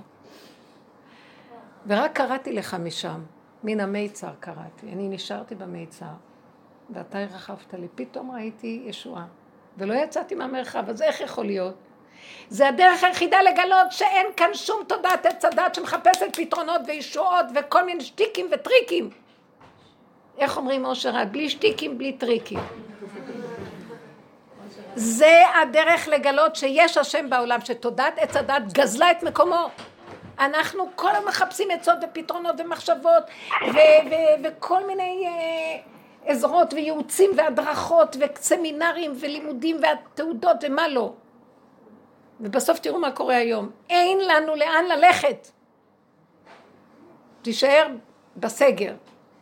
ורק קראתי לך משם, מן המיצר קראתי, אני נשארתי במיצר, ואתה הרחבת לי, פתאום ראיתי ישועה, ולא יצאתי מהמרחב, אז איך יכול להיות? זה הדרך היחידה לגלות שאין כאן שום תודעת עץ הדת שמחפשת פתרונות וישועות וכל מיני שטיקים וטריקים. איך אומרים אושר? בלי שטיקים, בלי טריקים. זה הדרך לגלות שיש השם בעולם, שתודעת עץ הדת גזלה את מקומו. אנחנו כל הזמן מחפשים עצות ופתרונות ומחשבות וכל מיני עזרות וייעוצים והדרכות וסמינרים ולימודים והתעודות ומה לא. ובסוף תראו מה קורה היום. אין לנו לאן ללכת. תישאר בסגר.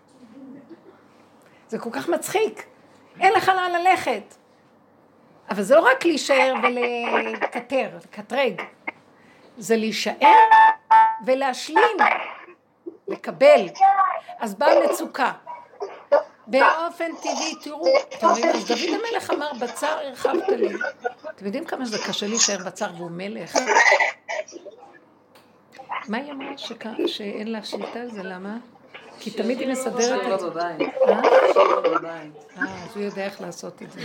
זה כל כך מצחיק. אין לך לאן ללכת. אבל זה לא רק להישאר לקטרג. זה להישאר ולהשלים, לקבל. אז באה מצוקה. באופן טבעי, תראו, אז דוד המלך אמר, בצר הרחבת לי. אתם יודעים כמה זה קשה להישאר בצר והוא מלך? מה היא אמרה שאין לה שליטה על זה? למה? כי תמיד היא מסדרת את זה. אז הוא יודע איך לעשות את זה.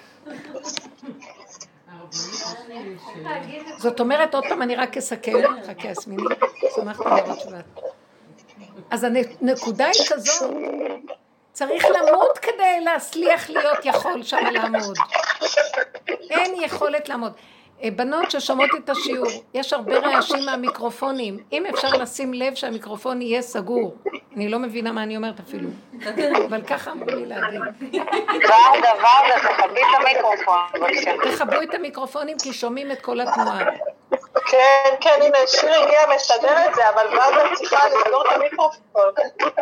זאת אומרת, עוד פעם אני רק אסכם, חכה אסמיני, שמחתי לראות שבאת. אז הנקודה היא כזאת, צריך למות כדי להצליח להיות יכול שם לעמוד. אין יכולת לעמוד. בנות ששומעות את השיעור, יש הרבה רעשים מהמיקרופונים. אם אפשר לשים לב שהמיקרופון יהיה סגור. אני לא מבינה מה אני אומרת אפילו. אבל ככה אמרו לי להגיד. דבר, תכבו את המיקרופון. תכבו את המיקרופונים כי שומעים את כל התנועה. כן, הנה, שיר הגיע מסדר את זה, אבל ואז אני צריכה לסגור את המיקרופון.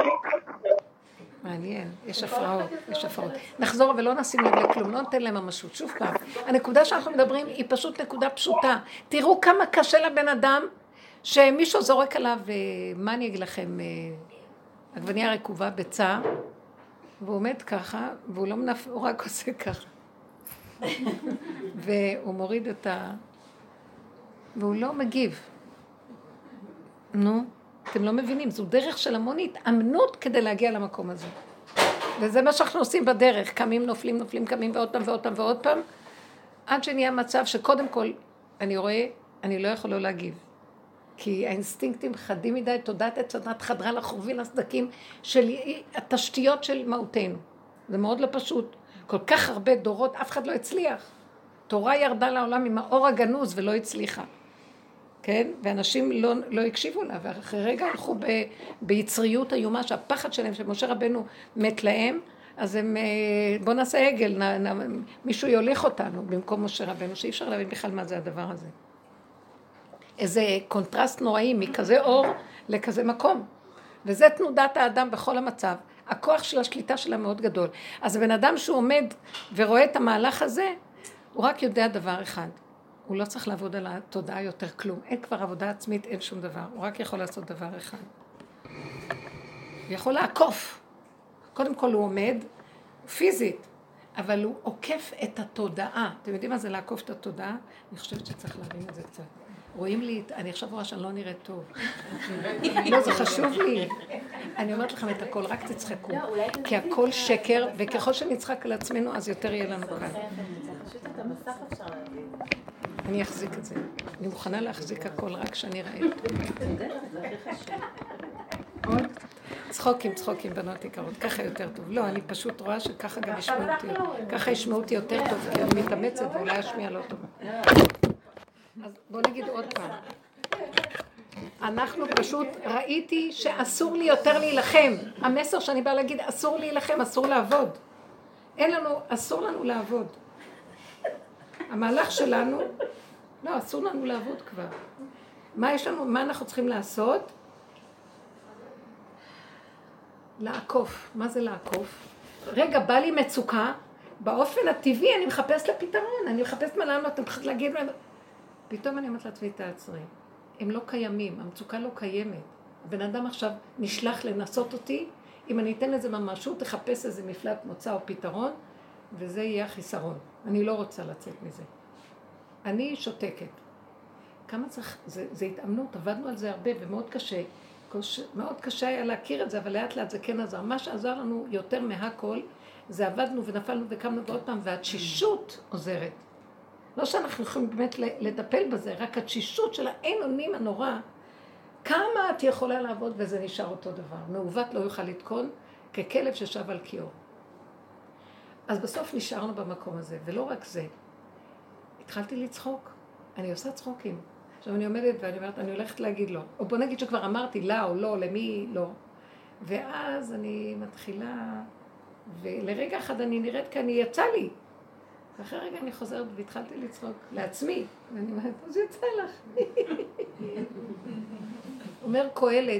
מעניין, יש הפרעות. נחזור ולא נשים לב לכלום, לא נותן להם ממשות. שוב פעם, הנקודה שאנחנו מדברים היא פשוט נקודה פשוטה. תראו כמה קשה לבן אדם שמישהו זורק עליו, מה אני אגיד לכם, עגבנייה רקובה בצער, והוא עומד ככה, והוא לא מנפ... הוא רק עושה ככה. והוא מוריד את והוא לא מגיב. נו. אתם לא מבינים, זו דרך של המון התאמנות כדי להגיע למקום הזה. וזה מה שאנחנו עושים בדרך, קמים, נופלים, קמים ועוד פעם ועוד פעם ועוד פעם, עד שנהיה מצב שקודם כל, אני רואה, אני לא יכול לא להגיב. כי האינסטינקטים חדים מדי, תודעת עץ הדת חדרה לחורבים לסדקים של התשתיות של מהותנו. זה מאוד לא פשוט. כל כך הרבה דורות, אף אחד לא הצליח. תורה ירדה לעולם עם האור הגנוז ולא הצליחה. כן? ואנשים לא הקשיבו לה, ואחרי רגע הלכו ביצריות איומה, שהפחד שלהם, שמשה רבנו מת להם, אז הם, בוא נעשה עגל, מישהו יוליך אותנו במקום משה רבנו, שאי אפשר להבין בכלל מה זה הדבר הזה. איזה קונטרסט נוראי מכזה אור לכזה מקום. וזה תנודת האדם בכל המצב. הכוח של השליטה שלה מאוד גדול. אז הבן אדם שהוא עומד ורואה את המהלך הזה, הוא רק יודע דבר אחד. הוא לא צריך לעבוד על התודעה יותר כלום. אין כבר עבודה עצמית, אין שום דבר. הוא רק יכול לעשות דבר אחד. הוא יכול לעקוף. קודם כל הוא עומד פיזית, אבל הוא עוקף את התודעה. אתם יודעים מה זה לעקוף את התודעה? אני חושבת שצריך להבין את זה קצת. רואים לי, אני עכשיו רואה שאני לא נראית טוב. לא, זה חשוב לי. אני אומרת לכם את הכל, רק תצחקו. כי הכל שקר, וככל שנצחק על עצמנו, אז יותר יהיה לנו כאן. אני אחזיק את זה. אני מוכנה להחזיק הכל רק שאני ראית. צחוקים, בנות יקרות. ככה יותר טוב. לא, אני פשוט רואה שככה גם ישמעו אותי. ככה ישמעו אותי יותר טוב, כי אני מתאמצת ואולי אשמיע לא טוב. אז בוא נגיד עוד פעם. אנחנו פשוט ראיתי שאסור לי יותר להילחם. המסר שאני באה להגיד, אסור להילחם, אסור לעבוד. אסור לנו לעבוד. המהלך שלנו, לא, אסור לנו לעבוד כבר. מה אנחנו צריכים לעשות? לעקוף. מה זה לעקוף? רגע, בא לי מצוקה, באופן הטבעי אני מחפש לפתרון, אני מחפשת מה לענות, אתם מחפשת להגיד להם. פתאום אני אומרת לעצמי, תעצרי. הם לא קיימים, המצוקה לא קיימת. הבן אדם עכשיו נשלח לנסות אותי, אם אני אתן לזה ממשות, תחפש איזה מפלט מוצא או פתרון, וזה יהיה החיסרון. אני לא רוצה לצאת מזה. אני שותקת. כמה צריך, זה התאמנות, עבדנו על זה הרבה ומאוד קשה. מאוד קשה היה להכיר את זה, אבל לאט לאט זה כן עזר. מה שעזר לנו יותר מהכל, זה עבדנו ונפלנו וקמנו ועוד פעם, והתשישות עוזרת. לא שאנחנו יכולים באמת לטפל בזה, רק התשישות של האין אונים הנורא, כמה את יכולה לעבוד וזה נשאר אותו דבר. מעוות לא יוכל לתקון ככלב ששב על קיאו. אז בסוף נשארנו במקום הזה, ולא רק זה. התחלתי לצחוק, אני עושה צחוקים. עכשיו אני עומדת ואני אומרת, אני הולכת להגיד לו, או בוא נגיד שכבר אמרתי לה או לא, למי לא. ואז אני מתחילה, ולרגע אחד אני נראית כי אני יצא לי. ואחרי רגע אני חוזרת והתחלתי לצחוק לעצמי, ואני אומרת, אז יצא לך. אומר קהלת,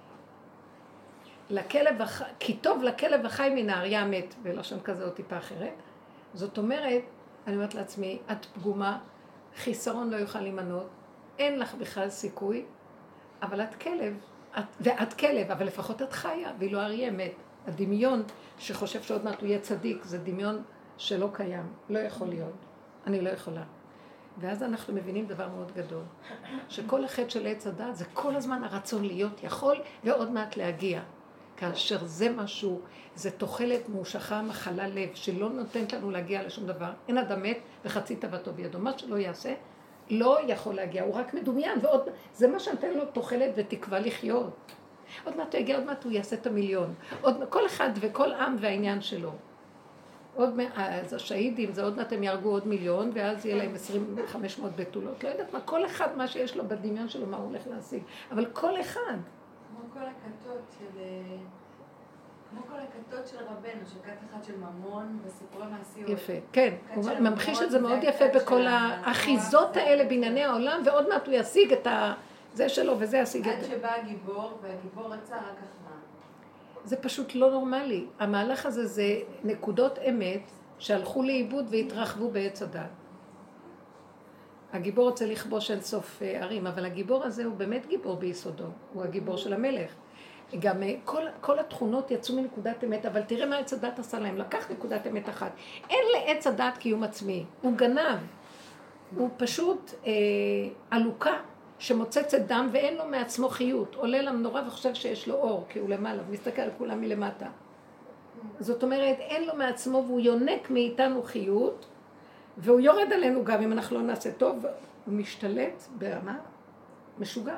כי טוב לכלב החי מן האריה המת, בלשון כזה או טיפה אחרת. זאת אומרת, אני אומרת לעצמי, את פגומה, חיסרון לא יוכל להימנות, אין לך בכלל סיכוי, אבל את כלב, ואת כלב, אבל לפחות את חיה, והיא לא אריה מת. הדמיון שחושב שעוד מעט הוא יהיה צדיק, זה דמיון שלא קיים, לא יכול להיות. אני לא יכולה. ואז אנחנו מבינים דבר מאוד גדול, שכל החטא של עץ הדת זה כל הזמן הרצון להיות יכול ועוד מעט להגיע. כאשר זה משהו, זה תוחלת מושכה מחלה לב, שלא נותנת לנו להגיע לשום דבר. אין אדם מת וחצי תאוותו בידו. מה שלא יעשה, לא יכול להגיע, הוא רק מדומיין, ועוד, זה מה שנותן לו תוחלת ותקווה לחיות. עוד מעט הוא יגיע, עוד מעט הוא יעשה את המיליון. כל אחד וכל עם והעניין שלו. אז השהידים, זה עוד מעט הם ירגו עוד מיליון, ואז יהיה להם 2500 בתולות. לא יודעת מה, כל אחד מה שיש לו בדמיון שלו, מה הוא הולך להשיג. אבל כל אחד. כמו כל הכתות של רבנו, של כת אחד של ממון וסיפורי מעשיות. יפה, כן. הוא ממחיש את זה מאוד יפה בכל האחיזות האלה בענייני העולם, ועוד מעט הוא ישיג את זה שלו, וזה ישיג את זה. עד שבא הגיבור, והגיבור רצה רק החמה. זה פשוט לא נורמלי. המהלך הזה זה נקודות אמת שהלכו לאיבוד והתרחבו בעץ הדת. הגיבור רוצה לכבוש אין סוף ערים, אבל הגיבור הזה הוא באמת גיבור ביסודו. הוא הגיבור של המלך. גם כל התכונות יצאו מנקודת אמת, אבל תראה מה עץ הדת עשה להם. לקח נקודת אמת אחת. אין לעץ הדת קיום עצמי. הוא גנב. הוא פשוט עלוקה. שמוצצת דם ואין לו מעצמו חיות, עולה למנורה וחושב שיש לו אור, כי הוא למעלה, ומסתכל על כולם מלמטה. זאת אומרת, אין לו מעצמו והוא יונק מאיתנו חיות, והוא יורד עלינו גם אם אנחנו לא נעשה טוב, הוא משתלט ברמה משוגע.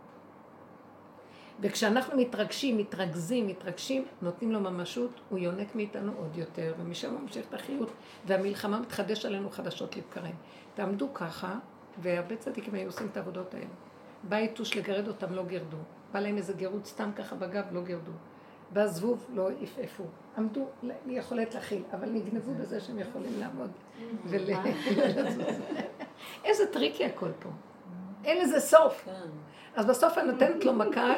וכשאנחנו מתרגשים, נותנים לו ממשות, הוא יונק מאיתנו עוד יותר, ומשם הוא ממשיך את החיות, והמלחמה מתחדש עלינו חדשות לבקרים. תעמדו ככה, והרבה צדיקים היו עושים את העבודות האלה. בא איתוש לגרד אותם, לא גרדו. בא להם איזה גירות סתם ככה בגב, לא גרדו. בא זבוב, לא יפעפו. עמדו, יכולת להכיל, אבל נגנבו בזה שהם יכולים לעמוד. איזה טריקי הכל פה. אין לזה סוף. אז בסוף אני נותנת לו מכה,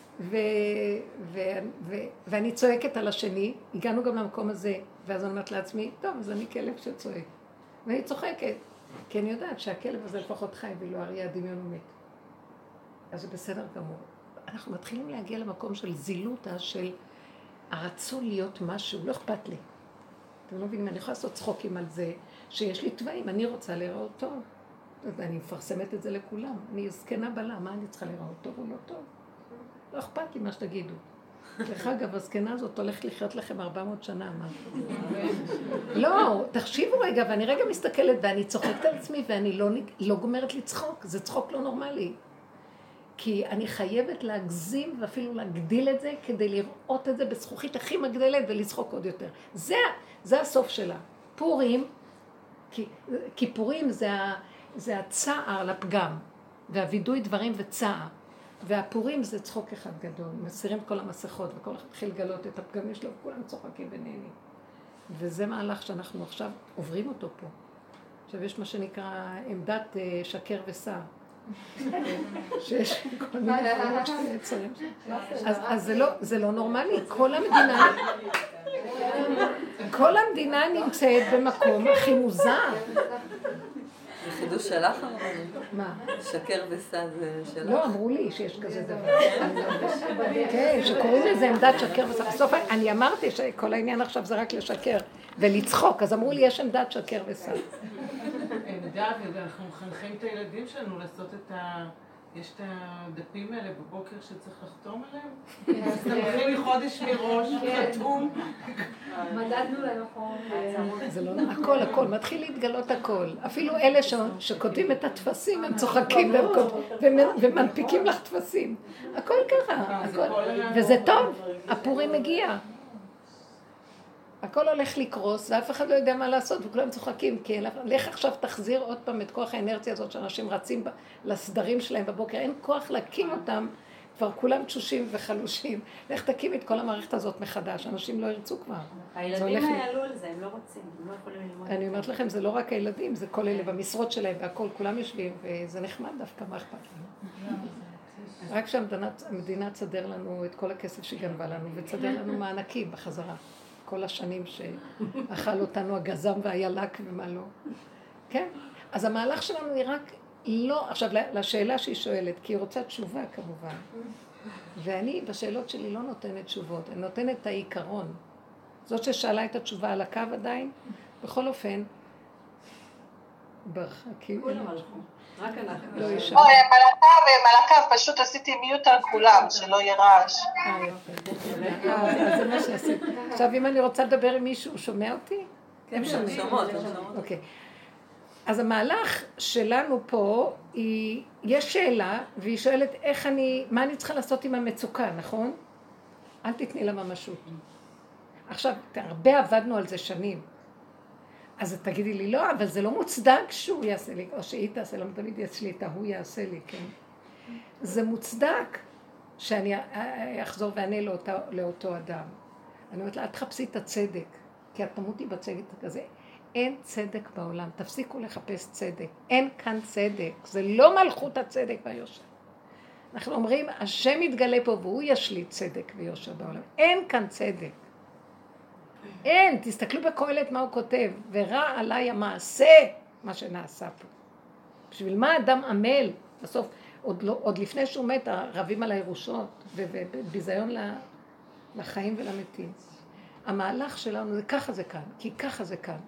ואני צועקת על השני. הגענו גם למקום הזה, ואז אני אומרת לעצמי, טוב, אז אני כלב שצועק. ואני צוחקת. כי אני יודעת שהכלב הזה לפחות חי, ואילו אריה הדמיון הוא מת. אז זה בסדר גמור. אנחנו מתחילים להגיע למקום של זילותה, של הרצון להיות משהו, לא אכפת לי. אתם לא מבינים, אני יכולה לעשות צחוקים על זה, שיש לי טבעים, אני רוצה להיראות טוב. אני מפרסמת את זה לכולם. אני זקנה בלה, מה אני צריכה להיראות טוב או לא טוב? לא אכפת לי מה שתגידו. דרך אגב, הזקנה הזאת הולכת לחיות לכם 400 שנה, מה? לא, תחשיבו רגע, ואני רגע מסתכלת, ואני צוחקת על עצמי, ואני לא גומרת לצחוק. זה צחוק לא נורמלי. כי אני חייבת להגזים, ואפילו להגדיל את זה, כדי לראות את זה בזכוכית הכי מגדלת, ולצחוק עוד יותר. זה הסוף שלה. פורים, כי פורים זה הצער לפגם, והווידוי דברים וצער. והפורים זה צחוק אחד גדול, מסירים כל המסכות, וכל אחד מתחיל לגלות את הפגמים שלו, וכולם צוחקים ונהנים. וזה מהלך שאנחנו עכשיו עוברים אותו פה. עכשיו יש מה שנקרא עמדת שקר ושר. שיש כל מיני דברים שנעצרים. אז זה לא נורמלי, כל המדינה נמצאת במקום הכי מוזר. זה חידוש שלך אמרנו? מה? שקר וסע זה שלך? לא, אמרו לי שיש כזה דבר. כן, שקוראים לזה עמדת שקר וסע. בסוף אני אמרתי שכל העניין עכשיו זה רק לשקר ולצחוק, אז אמרו לי יש עמדת שקר וסע. עמדה, ואנחנו מחנכים את הילדים שלנו לעשות יש את הדפים האלה בבוקר שצריך לחתום עליהם? אז אתה מתחיל מחודש מראש, חתום. מדדנו להם אחרון. זה לא, הכל, מתחיל להתגלות הכל. אפילו אלה שכותבים את התפסים, הם צוחקים ומנפיקים לך תפסים. הכל ככה, וזה טוב, הפורים מגיע. הכל הולך לקרוס, ואף אחד לא יודע מה לעשות, וכולם צוחקים, כי לך עכשיו תחזיר עוד פעם את כוח האנרציה הזאת, שאנשים רצים לסדרים שלהם בבוקר, אין כוח להקים אותם, כבר כולם תשושים וחלושים, לך תקים את כל המערכת הזאת מחדש, אנשים לא ירצו כבר. הילדים יעלו על זה, הם לא רוצים, הם לא יכולים ללמוד. אני אומרת לכם, זה לא רק הילדים, זה כל אלה במשרות שלהם והכל, כולם יושבים, וזה נחמד דווקא, מה אכפת לנו? רק שהמדינה תסדר לנו את כל הכסף שגנבה לנו, ותסדר לנו מענקים בחזרה. כל השנים שאכל אותנו הגזם והילק ומה לא. כן? אז המהלך שלנו היא רק לא, עכשיו לשאלה שהיא שואלת, כי היא רוצה תשובה כמובן. ואני בשאלות שלי לא נותנת תשובות, אני נותנת את העיקרון. זאת ששאלה את התשובה על הקו עדיין, בכל אופן, ברכה, כי... כולם הלכו, רק אנחנו. לא ישב. אוי, הם על הקו, פשוט עשיתי מיוט על כולם, שלא יהיה רעש. יפה. אז זה מה שעשית. עכשיו, אם אני רוצה לדבר עם מישהו, הוא שומע אותי? הם שומעות. אוקיי. אז המהלך שלנו פה, יש שאלה, והיא שואלת מה אני צריכה לעשות עם המצוקה, נכון? אל תתני לה ממשות. עכשיו, הרבה עבדנו על זה שנים. אז תגידי לי, לא, אבל זה לא מוצדק שהוא יעשה לי, או שהיא תעשה, לא תמיד יש לי את ההוא יעשה לי, כן? זה מוצדק שאני אחזור וענה לאותו אדם. אני אומרת לה, את תחפשי את הצדק, כי את תמותי בצדק כזה. אין צדק בעולם, תפסיקו לחפש צדק. אין כאן צדק, זה לא מלכות הצדק והיושר. אנחנו אומרים, השם יתגלה פה והוא ישליט צדק ויושר בעולם. אין כאן צדק. אין, תסתכלו בקהלת מה הוא כותב, ורע עליי המעשה, מה שנעשה פה. בשביל מה אדם עמל? בסוף, עוד לפני שהוא מת, רבים על הירושות, וביזיון לחיים ולמתים. המהלך שלנו, זה ככה זה כאן, כי ככה זה כאן.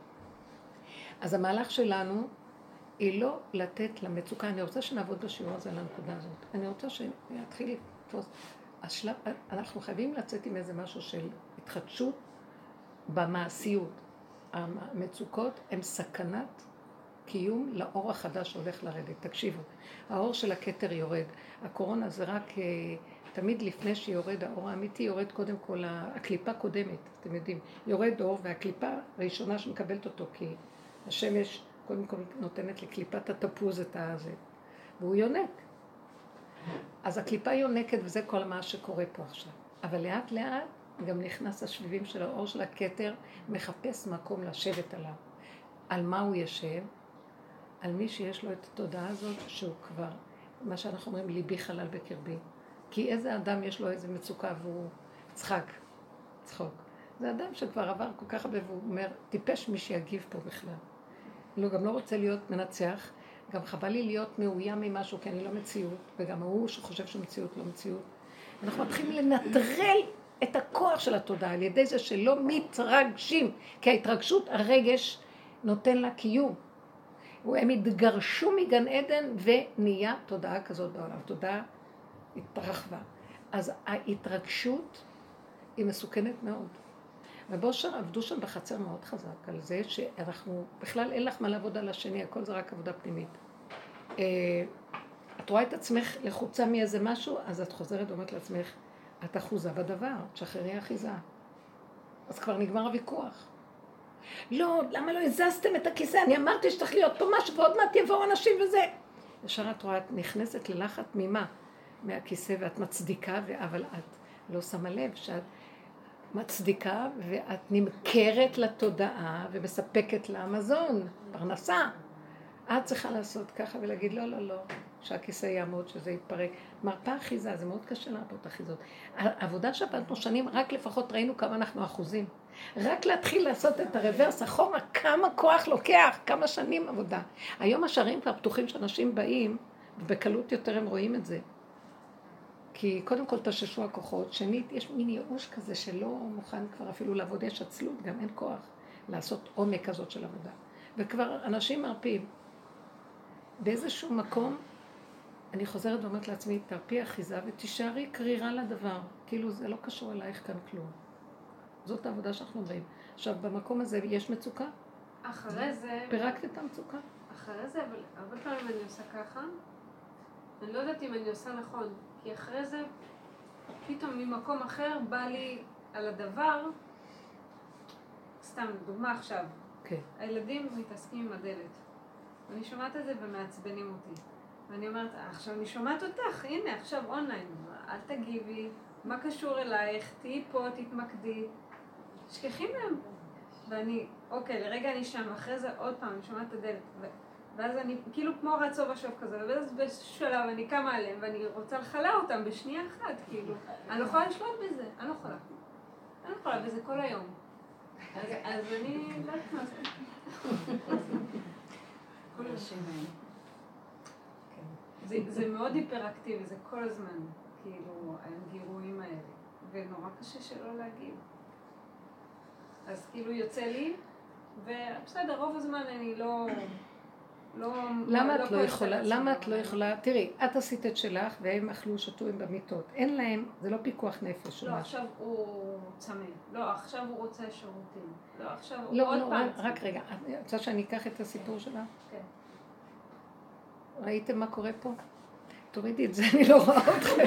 אז המהלך שלנו, היא לא לתת למצוקה, אני רוצה שנעבוד בשיעור הזה לנקודה הזאת. אני רוצה שנתחיל לתפוס. אנחנו חייבים לצאת עם איזה משהו של התחדשות, במעשיות. המצוקות הן סכנת קיום לאור החדש שהולך לרדת. תקשיבו, האור של הכתר יורד. הקורונה זה רק תמיד לפני שיורד, האור האמיתי יורד קודם כל, הקליפה קודמת, אתם יודעים. יורד אור והקליפה הראשונה שמקבלת אותו, כי השמש קודם כל נותנת לקליפת התפוז את הזה, והוא יונק. אז הקליפה יונקת וזה כל מה שקורה פה עכשיו. אבל לאט לאט גם נכנס השביבים של האור של הכתר, מחפש מקום לשבת עליו. על מה הוא ישב? על מי שיש לו את התודעה הזאת שהוא כבר, מה שאנחנו אומרים, ליבי חלל בקרבי. כי איזה אדם יש לו איזה מצוקה והוא צחוק. זה אדם שכבר עבר כל כך הרבה והוא אומר, טיפש מי שיגיב פה בכלל. הוא גם לא רוצה להיות מנצח, גם חבל לי להיות מאוים ממשהו, כי אני לא מציאות, וגם הוא שחושב שמציאות לא מציאות. אנחנו מתחילים לנטרל את הכוח של התודעה על ידי זה שלא מתרגשים, כי ההתרגשות, הרגש נותן לה קיום. הם התגרשו מגן עדן ונהיה תודעה כזאת בעולם, תודעה התרחבה. אז ההתרגשות היא מסוכנת מאוד. ובושר עבדו שם בחצר מאוד חזק על זה שאנחנו, בכלל אין לך מה לעבוד על השני, הכל זה רק עבודה פנימית. את רואה את עצמך לחוצה מאיזה משהו, אז את חוזרת ואומרת לעצמך, את אחוזה בדבר, תשחררי אחיזה. אז כבר נגמר הוויכוח. לא, למה לא הזזתם את הכיסא? אני אמרתי שצריך להיות פה משהו, ועוד מעט יבואו אנשים וזה. ישר את רואה, את נכנסת ללחץ ממה? מהכיסא ואת מצדיקה, אבל את לא שמה לב שאת מצדיקה ואת נמכרת לתודעה ומספקת לה מזון, פרנסה. את צריכה לעשות ככה ולהגיד לא, לא, לא, שהכיסא יעמוד, שזה יתפרק. מרפא אחיזה, זה מאוד קשה להרפות אחיזות. העבודה שעבדנו שנים, רק לפחות ראינו כמה אנחנו אחוזים. רק להתחיל לעשות את הרוורס אחורה, כמה כוח לוקח, כמה שנים עבודה. היום השערים כבר פתוחים שאנשים באים, ובקלות יותר הם רואים את זה. כי קודם כל תששו הכוחות, שנית יש מין ייאוש כזה שלא מוכן כבר אפילו לעבוד, יש עצלות, גם אין כוח לעשות עומק כזאת של עבודה. וכבר אנשים מרפים. באיזשהו מקום, אני חוזרת ואומרת לעצמי, תרפי אחיזה ותישארי קרירה לדבר. כאילו זה לא קשור אלייך כאן כלום. זאת העבודה שאנחנו אומרים. עכשיו, במקום הזה יש מצוקה? אחרי זה... פירקת את המצוקה? אחרי זה, אבל הרבה פעמים אני עושה ככה. אני לא יודעת אם אני עושה נכון, כי אחרי זה, פתאום ממקום אחר בא לי על הדבר, סתם, דוגמה עכשיו. כן. הילדים מתעסקים עם הדלת. ואני שומעת את זה ומעצבנים אותי. ואני אומרת, עכשיו אני שומעת אותך, הנה, עכשיו אונליין. אל תגיבי, מה קשור אלייך, תהי פה, תתמקדי. שכחי מהם. ואני, אוקיי, לרגע אני שם, אחרי זה עוד פעם, אני שומעת את הדלת. ואז אני, כאילו כמו רצו בשוף כזה, ואז בשלב אני קמה עליהם, ואני רוצה לחלה אותם בשנייה אחת, כאילו. אני לא יכולה לשלוט בזה, אני לא יכולה. אני לא יכולה בזה כל היום. אז אני לא יודעת. זה מאוד היפראקטיבי, זה כל הזמן, כאילו, הגירויים האלה, ונורא קשה שלא להגיב. אז כאילו יוצא לי, ובסדר, רוב הזמן אני לא... למה את לא יכולה? למה את לא יכולה? תראי, את עשית את שלך, והם אכלו שטויים במיטות. אין להם, זה לא פיקוח נפש. לא, עכשיו הוא צמא. לא, עכשיו הוא רוצה שירותים. לא, עכשיו הוא עוד פעם. לא, רק רגע. את רוצה שאני אקח את הסיפור שלה? כן. ראיתם מה קורה פה? תורידי את זה, אני לא רואה אתכם.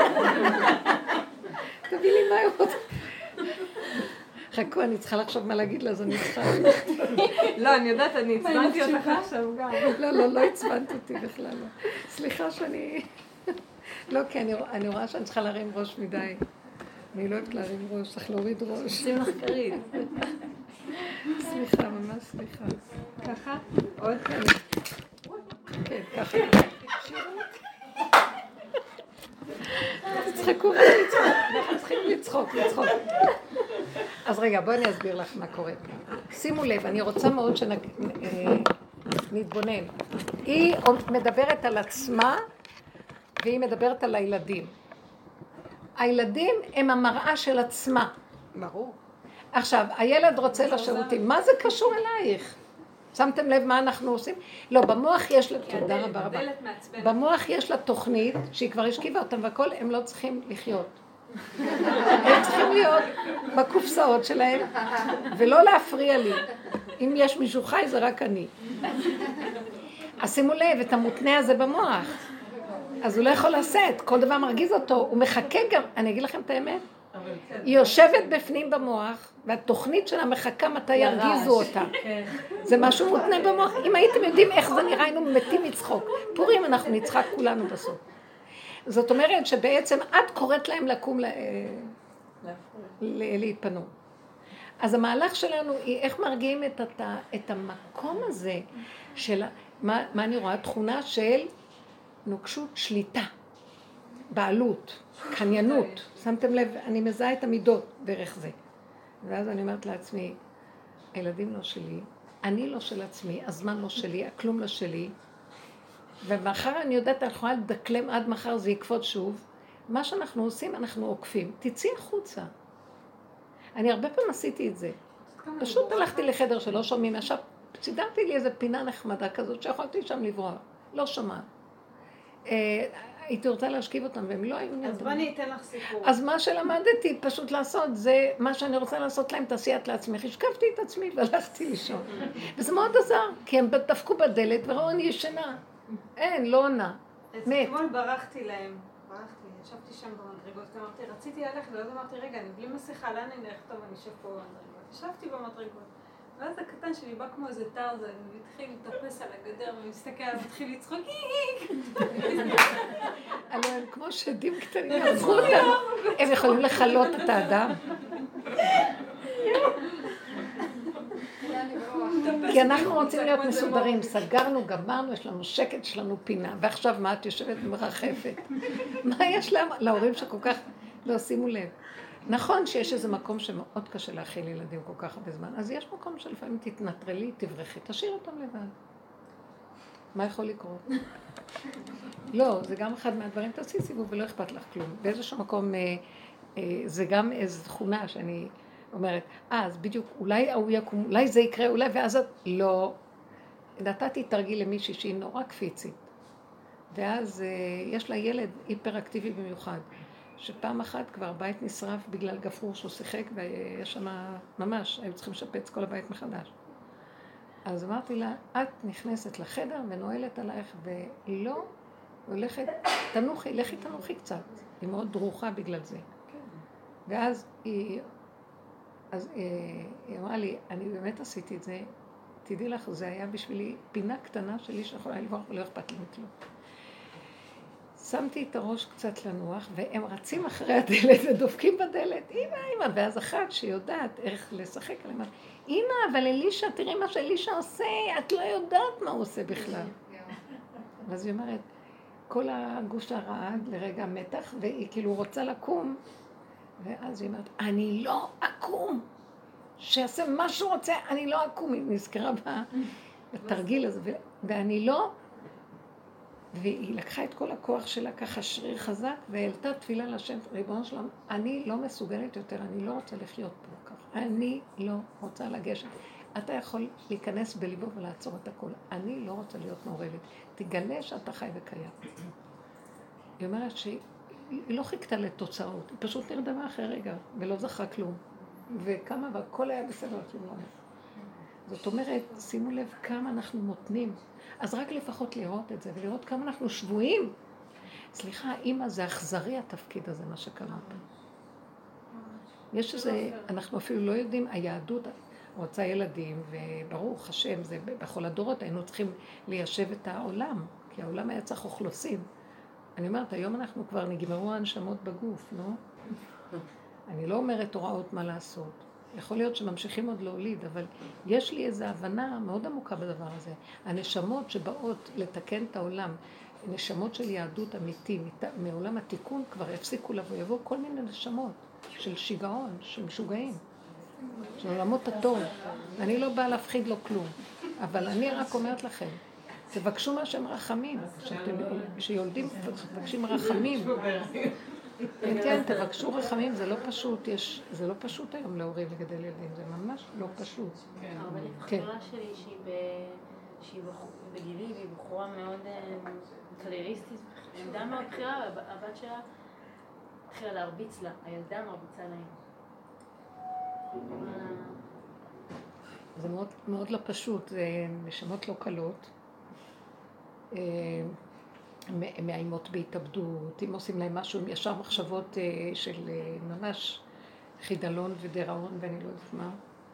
תביא לי מה עוד. חכו, אני צריכה לחשוב מה להגיד לה, אז אני צריכה... לא, אני יודעת, אני הצבנתי אותך עכשיו גם. לא הצבנת אותי בכלל. סליחה שאני... לא, כי אני רואה שאני צריכה להרים ראש מדי. אני לא אוהבת להרים ראש, צריך להוריד ראש. עושים לך כרית. סליחה, ממש סליחה. ככה? עוד כאן. כן, ככה. תצחקו, אנחנו צריכים לצחוק. אז רגע, בואי אני אסביר לך מה קורה פה. שימו לב, אני רוצה מאוד שנתבונן. היא מדברת על עצמה, והיא מדברת על הילדים. הילדים הם המראה של עצמה. ברור. עכשיו, הילד רוצה לשירותים. מה זה קשור אלייך? שמתם לב מה אנחנו עושים? לא, במוח יש לה... תודה רבה רבה. במוח יש לה תוכנית שהיא כבר השכיבה אותם והכל, הם לא צריכים לחיות. הם צריכים להיות בקופסאות שלהם ולא להפריע לי. אם יש מישהו חי זה רק אני. אז שימו לב, את המותנה הזה במוח. אז הוא לא יכול לשאת, כל דבר מרגיז אותו, הוא מחכה גם, אני אגיד לכם את האמת. היא יושבת בפנים במוח, והתוכנית שלה מחכה מתי ירגיזו אותה. זה משהו מותנה במוח. אם הייתם יודעים איך זה נראה, היינו מתים לצחוק. פורים אנחנו נצחק כולנו בסוף. זאת אומרת שבעצם את קוראת להם לקום להתפנות. אז המהלך שלנו היא איך מרגיעים את המקום הזה של, מה אני רואה? תכונה של נוקשות שליטה, בעלות, קניינות. שמתם לב, אני מזהה את המידות דרך זה. ואז אני אומרת לעצמי, הילדים לא שלי, אני לא של עצמי, הזמן לא שלי, הכלום לא שלי. ומחר אני יודעת, אני יכולה לדקלם עד מחר, זה יקפוץ שוב. מה שאנחנו עושים, אנחנו עוקפים. תצאי החוצה. אני הרבה פעמים עשיתי את זה. פשוט הלכתי לחדר שלא שומעים, עכשיו סידרתי לי איזו פינה נחמדה כזאת שיכולתי שם לברוח. לא שומעת. הייתי רוצה להשכיב אותם, והם לא היו נראים. אז בוא אני אתן לך סיפור. אז מה שלמדתי פשוט לעשות, זה מה שאני רוצה לעשות להם, תעשי את לעצמך. השכבתי את עצמי והלכתי לישון. וזה מאוד עזר, כי הם דפקו בדלת וראו אני ישנה. אין, לא עונה. אז אתמול ברחתי להם. ישבתי שם במדרגות, אמרתי, רציתי ללכת, ואז אמרתי, רגע, אני בלי מסכה, לאן אני אלך? טוב, אני אשב פה במדרגות. ישבתי במדרגות. ואז הקטן שלי בא כמו איזה טרזן, והתחיל לטפס על הגדר, ומסתכל עליו, והתחיל לצחוק, הלוא הם כמו שדים קטנים, יעזרו אותם. הם יכולים לחלות את האדם. כי אנחנו רוצים להיות מסודרים, סגרנו, גמרנו, יש לנו שקט, יש לנו פינה, ועכשיו מה את יושבת ומרחפת? מה יש להורים שכל כך לא שימו לב? נכון שיש איזה מקום שמאוד קשה להכיל ילדים כל כך הרבה זמן, אז יש מקום שלפעמים תתנטרלי, תברכי, תשאיר אותם לבד. מה יכול לקרות? לא, זה גם אחד מהדברים, תעשי סיבוב ולא אכפת לך כלום. באיזשהו מקום, זה גם איזו תכונה שאני אומרת, אז בדיוק, אולי הוא יקום, אולי זה יקרה, אולי, ואז את לא. נתתי תרגיל למישהי שהיא נורא קפיצית, ואז יש לה ילד היפראקטיבי במיוחד, שפעם אחת כבר בית נשרף בגלל גפרור שהוא שיחק, ויש שם ממש, היו צריכים לשפץ כל הבית מחדש. אז אמרתי לה, את נכנסת לחדר ונועלת עלייך, ולא הולכת, תנוחי, לכי תנוחי קצת. היא מאוד דרוכה בגלל זה. ואז היא אמרה לי, אני באמת עשיתי את זה, תדעי לך, זה היה בשבילי פינה קטנה שלי שיכולה לברוח ולא אכפת לי מכלום. שמתי את הראש קצת לנוח, והם רצים אחרי הדלת ודופקים בדלת, אמא, ואז אחת שיודעת איך לשחק עליהם, אמא, אבל אלישה, תראי מה שאלישה עושה, את לא יודעת מה הוא עושה בכלל. ואז היא אומרת, כל הגוש הרעד לרגע מתח, והיא כאילו רוצה לקום, ואז היא אומרת, אני לא אקום, שיעשה מה שהוא רוצה, אני לא אקום, היא נזכרה בתרגיל הזה, ואני לא, והיא לקחה את כל הכוח שלה ככה שריר חזק, והעלתה תפילה לשם, ריבונו שלום, אני לא מסוגלת יותר, אני לא רוצה לחיות פה ככה, אני לא רוצה לגשת. אתה יכול להיכנס בליבו ולעצור את הכל, אני לא רוצה להיות מעורבת, תגלה שאתה חי וקיים. היא אומרת שהיא לא חיכתה לתוצאות, היא פשוט נרדמה אחרי רגע, ולא זכה כלום. וכמה, והכל היה בסדר, כלום לא היה. זאת אומרת, שימו לב כמה אנחנו מותנים. אז רק לפחות לראות את זה, ולראות כמה אנחנו שבויים. סליחה, אמא, זה אכזרי התפקיד הזה, מה שקרה פה. יש איזה, אנחנו אפילו לא יודעים, היהדות רוצה ילדים, וברוך השם, זה בכל הדורות היינו צריכים ליישב את העולם, כי העולם היה צריך אוכלוסין. אני אומרת, היום אנחנו כבר נגמרו הנשמות בגוף, לא? אני לא אומרת הוראות מה לעשות. יכול להיות שממשיכים עוד להוליד, אבל יש לי איזו הבנה מאוד עמוקה בדבר הזה. הנשמות שבאות לתקן את העולם, נשמות של יהדות אמיתי, מעולם התיקון כבר הפסיקו לבוא, יבואו כל מיני נשמות של שיגעון, של משוגעים, של עולמות הטוב. אני לא באה להפחיד לו כלום, אבל אני רק אומרת לכם, תבקשו מה שהם רחמים, כשיולדים תבקשים רחמים. כן, תבקשו רחמים, זה לא פשוט, זה לא פשוט היום להורים לגדל ילדים, זה ממש לא פשוט. אבל החברה שלי שהיא בגילי והיא בחורה מאוד קרייריסטית, עמדה מאוד בחירה, הבת שלה התחילה להרביץ לה, הילדה מרביצה להם. זה מאוד, מאוד לא פשוט, זה נשמות לא קלות. מאיימות בהתאבדות, אם עושים להם משהו, ישר מחשבות של ממש חידלון ודיראון ואני לא יודעת מה.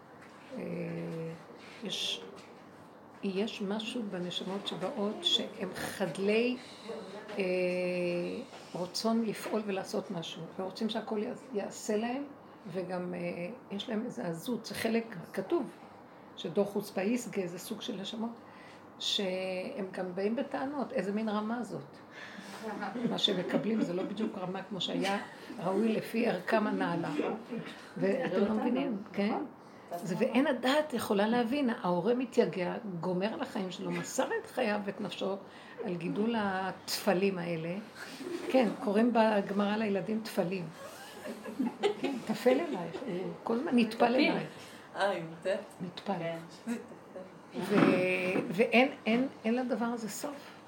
יש משהו בנשמות שבאות שהם חדלי רצון לפעול ולעשות משהו, ורוצים שהכל יעשה להם, וגם יש להם איזה עזות, זה חלק כתוב, שדור חוצפה יסגה, זה סוג של נשמות. שהם גם באים בטענות, איזה מין רמה זאת. מה שהם מקבלים זה לא בדיוק רמה כמו שהיה ראוי לפי ערכם הנעלה. ואתם לא מבינים, כן? ואין הדעת יכולה להבין, ההורה מתייגע, גומר על החיים שלו, מסר את חייו ואת נפשו על גידול התפלים האלה. כן, קוראים בגמרא לילדים תפלים. כן, תפל אלייך, הוא כל הזמן נטפל אלייך. נטפל. ואין לדבר הזה סוף.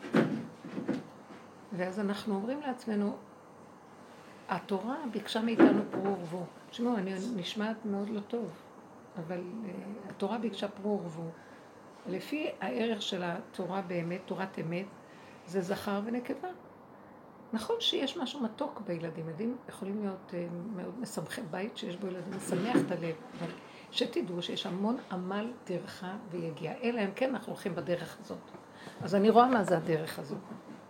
ואז אנחנו אומרים לעצמנו, התורה ביקשה מאיתנו פרו ורבו. תשמעו, אני נשמעת מאוד לא טוב, אבל התורה ביקשה פרו ורבו. לפי הערך של התורה באמת, תורת אמת, זה זכר ונקבה. נכון שיש משהו מתוק בילדים, ילדים יכולים להיות מאוד משמחי בית שיש בו ילדים, משמח את הלב, אבל שתדעו שיש המון עמל, טרחה ויגיע. אלא אם כן אנחנו הולכים בדרך הזאת. אז אני רואה מה זה הדרך הזאת.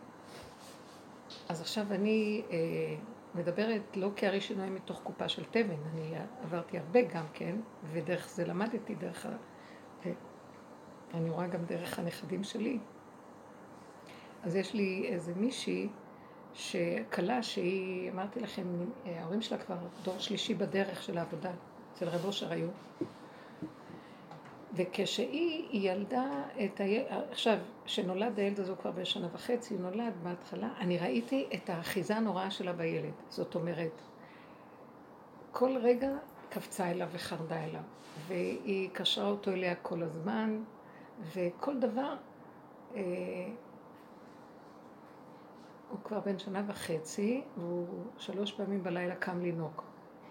אז עכשיו אני מדברת לא כהרי שינוי מתוך קופה של תבן, אני עברתי הרבה גם כן, ודרך זה למדתי, אני רואה גם דרך הנכדים שלי. אז יש לי איזה מישהי שקלה שהיא, אמרתי לכם, ההורים שלה כבר דור שלישי בדרך של העבודה, אצל רב אושר היו. וכשהיא ילדה את עכשיו, שנולד הילד הזו כבר בשנה וחצי, הוא נולד בהתחלה, אני ראיתי את האחיזה הנוראה שלה בילד. זאת אומרת, כל רגע קפצה אליו וחרדה אליו, והיא קשרה אותו אליה כל הזמן, וכל דבר, הוא כבר בן שנה וחצי, והוא 3 פעמים בלילה קם לנוק.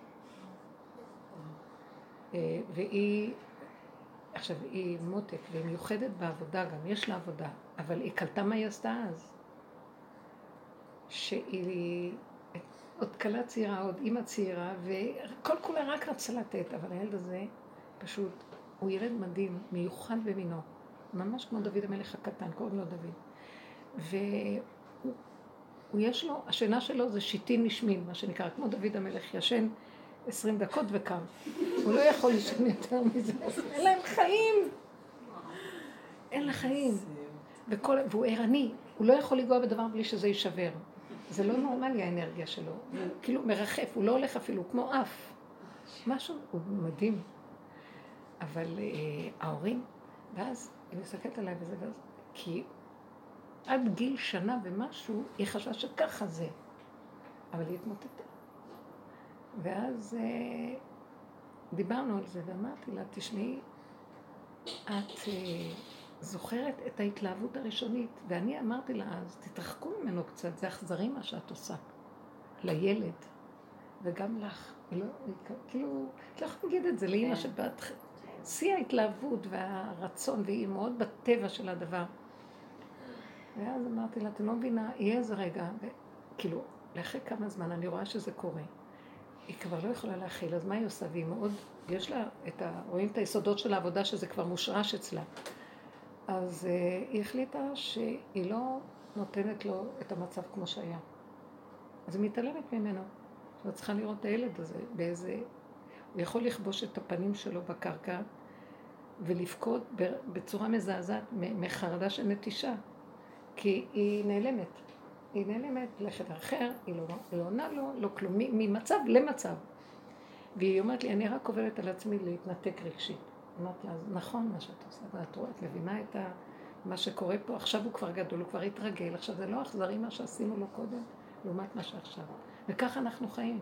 והיא, עכשיו, היא מותק, והיא מיוחדת בעבודה גם, יש לה עבודה, אבל היא קלטה מה היא עשתה אז. שהיא עוד קלה צעירה, עוד אימא צעירה, וכל כולה רק רצה לתת, אבל הילד הזה פשוט, הוא ילד מדהים, מיוחד במינו, ממש כמו דוד המלך הקטן, קוראים לו דוד. והוא יש לו, השינה שלו זה שיטין נשמין, מה שנקרא, כמו דוד המלך ישן 20 דקות וקם. הוא לא יכול לישון יותר מזה, אין להם חיים. אין לה חיים. והוא ערני, הוא לא יכול לגוע בדבר בלי שזה יישבר. זה לא נורמלי האנרגיה שלו. הוא כאילו מרחף, הוא לא הולך אפילו, כמו אף. משהו, הוא מדהים. אבל ההורים, ואז היא מסתכלת עליי וזה, כי עד גיל שנה ומשהו, היא חשבה שככה זה. אבל היא התמוטטה. ואז דיברנו על זה ואמרתי לה, תשמעי, את זוכרת את ההתלהבות הראשונית, ואני אמרתי לה אז, תתרחקו ממנו קצת, זה אכזרי מה שאת עושה, לילד, וגם לך, כאילו, את לא יכולה להגיד את זה לאמא שבת, שיא ההתלהבות והרצון, והיא מאוד בטבע של הדבר. ואז אמרתי לה, אתם לא מבינה, יהיה איזה רגע, כאילו, לאחרי כמה זמן אני רואה שזה קורה, היא כבר לא יכולה להכיל, אז מה היא עושה? והיא מאוד, יש לה רואים את היסודות של העבודה שזה כבר מושרש אצלה. אז היא החליטה שהיא לא נותנת לו את המצב כמו שהיה. אז היא מתעלמת ממנו. זאת צריכה לראות את הילד הזה, הוא יכול לכבוש את הפנים שלו בקרקע, ולבכות בצורה מזעזעת מחרדה של נטישה, כי היא נעלמת. היא נעלמת לחדר אחר, היא לא עונה לו, לא כלום, ממצב למצב. והיא אומרת לי, אני רק עוברת על עצמי להתנתק רגשית. אמרתי לה, אז נכון מה שאת עושה, ואת רואה, את מבינה את מה שקורה פה, עכשיו הוא כבר גדול, הוא כבר התרגל, עכשיו זה לא אכזרי מה שעשינו לו קודם, לעומת מה שעכשיו. וככה אנחנו חיים.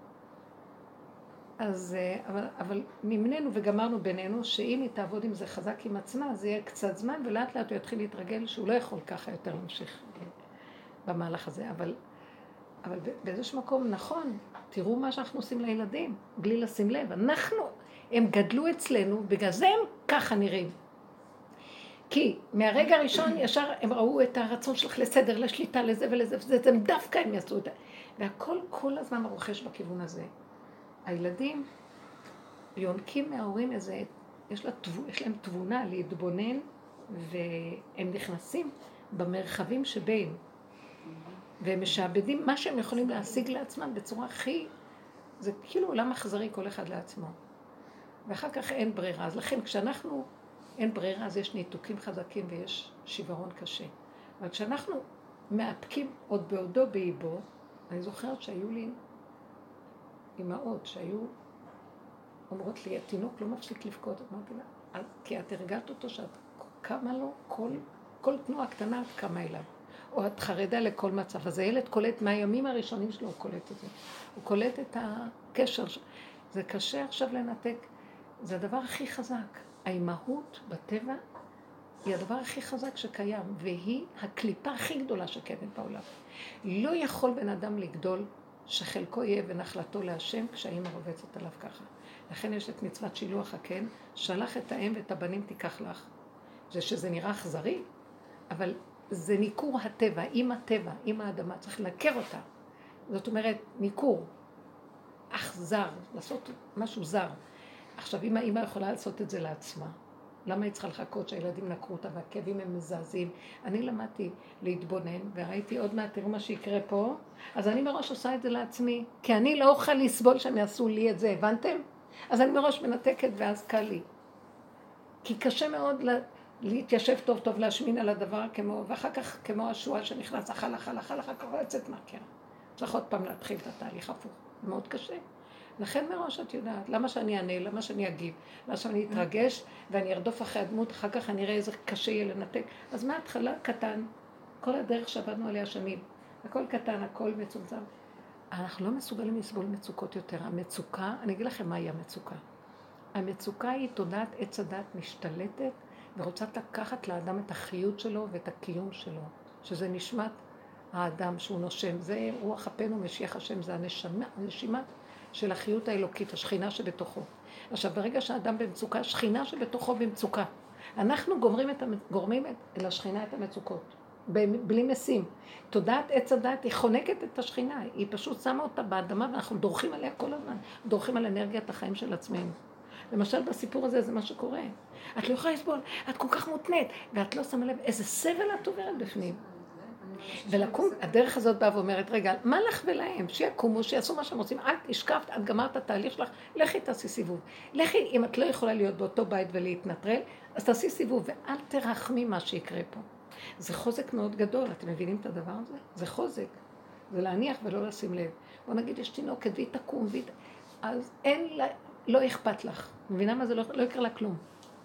אז, אבל ממננו וגמרנו בינינו, שאם היא תעבוד עם זה חזק עם עצמה, זה יהיה קצת זמן, ולאט לאט הוא יתחיל להתרגל שהוא לא יכול ככה יותר להמשיך במהלך הזה. אבל באיזשהו מקום, נכון, תראו מה שאנחנו עושים לילדים, בלי לשים לב. הם גדלו אצלנו, בגלל זה הם ככה נראים. כי מהרגע הראשון ישר הם ראו את הרצון שלך לסדר, לשליטה, לזה ולזה, וזה דווקא הם יעשו את זה. והכל כל הזמן מרוחש בכיוון הזה. הילדים יונקים מההורים איזה, יש להם תבונה להתבונן, והם נכנסים במרחבים שבין, והם משעבדים מה שהם יכולים להשיג לעצמם בצורה הכי, זה כאילו עולם אכזרי כל אחד לעצמו. ואחר כך אין ברירה. אז לכן כשאנחנו אין ברירה, אז יש ניתוקים חזקים ויש שברון קשה. אבל כשאנחנו מאפקים עוד בעודו באיבו, אני זוכרת שהיו לי אמהות שהיו אומרות לי, התינוק לא מפסיק לבכות. אמרתי לה, כי את הרגעת אותו שאת קמה לו, כל תנועה קטנה את קמה אליו. או את חרדה לכל מצב. אז הילד קולט מהימים הראשונים שלו, הוא קולט את זה. הוא קולט את הקשר. זה קשה עכשיו לנתק. זה הדבר הכי חזק. האימהות בטבע היא הדבר הכי חזק שקיים, והיא הקליפה הכי גדולה שקיימת בעולם. לא יכול בן אדם לגדול שחלקו יהיה ונחלתו להשם כשהאימא רובצת עליו ככה. לכן יש את מצוות שילוח הקן, שלח את האם ואת הבנים תיקח לך. זה שזה נראה אכזרי, אבל זה ניכור הטבע, עם הטבע, עם האדמה, צריך לנקר אותה. זאת אומרת, ניכור, אכזר, לעשות משהו זר. עכשיו, אם האמא יכולה לעשות את זה לעצמה, למה היא צריכה לחכות שהילדים נקרו אותה והכאבים הם מזעזעים? אני למדתי להתבונן וראיתי עוד מעט, תראו מה שיקרה פה, אז אני מראש עושה את זה לעצמי, כי אני לא אוכל לסבול שהם יעשו לי את זה, הבנתם? אז אני מראש מנתקת ואז קל לי. כי קשה מאוד להתיישב טוב טוב להשמין על הדבר כמו, ואחר כך כמו השועל שנכנס, אכל, אחר כך לצאת מהקרע. צריך עוד פעם להתחיל את התהליך הפוך, מאוד קשה. לכן מראש את יודעת, למה שאני אענה, למה שאני אגיב, למה שאני אתרגש ואני ארדוף אחרי הדמות, אחר כך אני אראה איזה קשה יהיה לנתק. אז מההתחלה קטן, כל הדרך שעבדנו עליה שנים, הכל קטן, הכל מצומצם. אנחנו לא מסוגלים לסבול מצוקות יותר. המצוקה, אני אגיד לכם מהי המצוקה. המצוקה היא תודעת עץ הדת משתלטת ורוצה לקחת לאדם את החיות שלו ואת הקיום שלו, שזה נשמת האדם שהוא נושם. זה רוח אפנו משיח השם, זה הנשימה של החיות האלוקית, השכינה שבתוכו. עכשיו, ברגע שהאדם במצוקה, שכינה שבתוכו במצוקה. אנחנו גורמים אל השכינה את המצוקות, בלי משים. תודעת עץ הדת היא חונקת את השכינה, היא פשוט שמה אותה באדמה ואנחנו דורכים עליה כל הזמן, דורכים על אנרגיית החיים של עצמנו. למשל בסיפור הזה זה מה שקורה. את לא יכולה לסבול, את כל כך מותנית, ואת לא שמה לב איזה סבל את עוברת בפנים. ולקום, הדרך הזאת באה ואומרת, רגע, מה לך ולהם? שיקומו, שיעשו מה שהם רוצים, את השקפת, את גמרת את התהליך שלך, לכי תעשי סיבוב. לכי, אם את לא יכולה להיות באותו בית ולהתנטרל, אז תעשי סיבוב, ואל תרחמי מה שיקרה פה. זה חוזק מאוד גדול, אתם מבינים את הדבר הזה? זה חוזק, זה להניח ולא לשים לב. בוא נגיד, יש תינוקת והיא תקום, אז אין לה, לא אכפת לך. מבינה מה זה? לא יקרה לה כלום.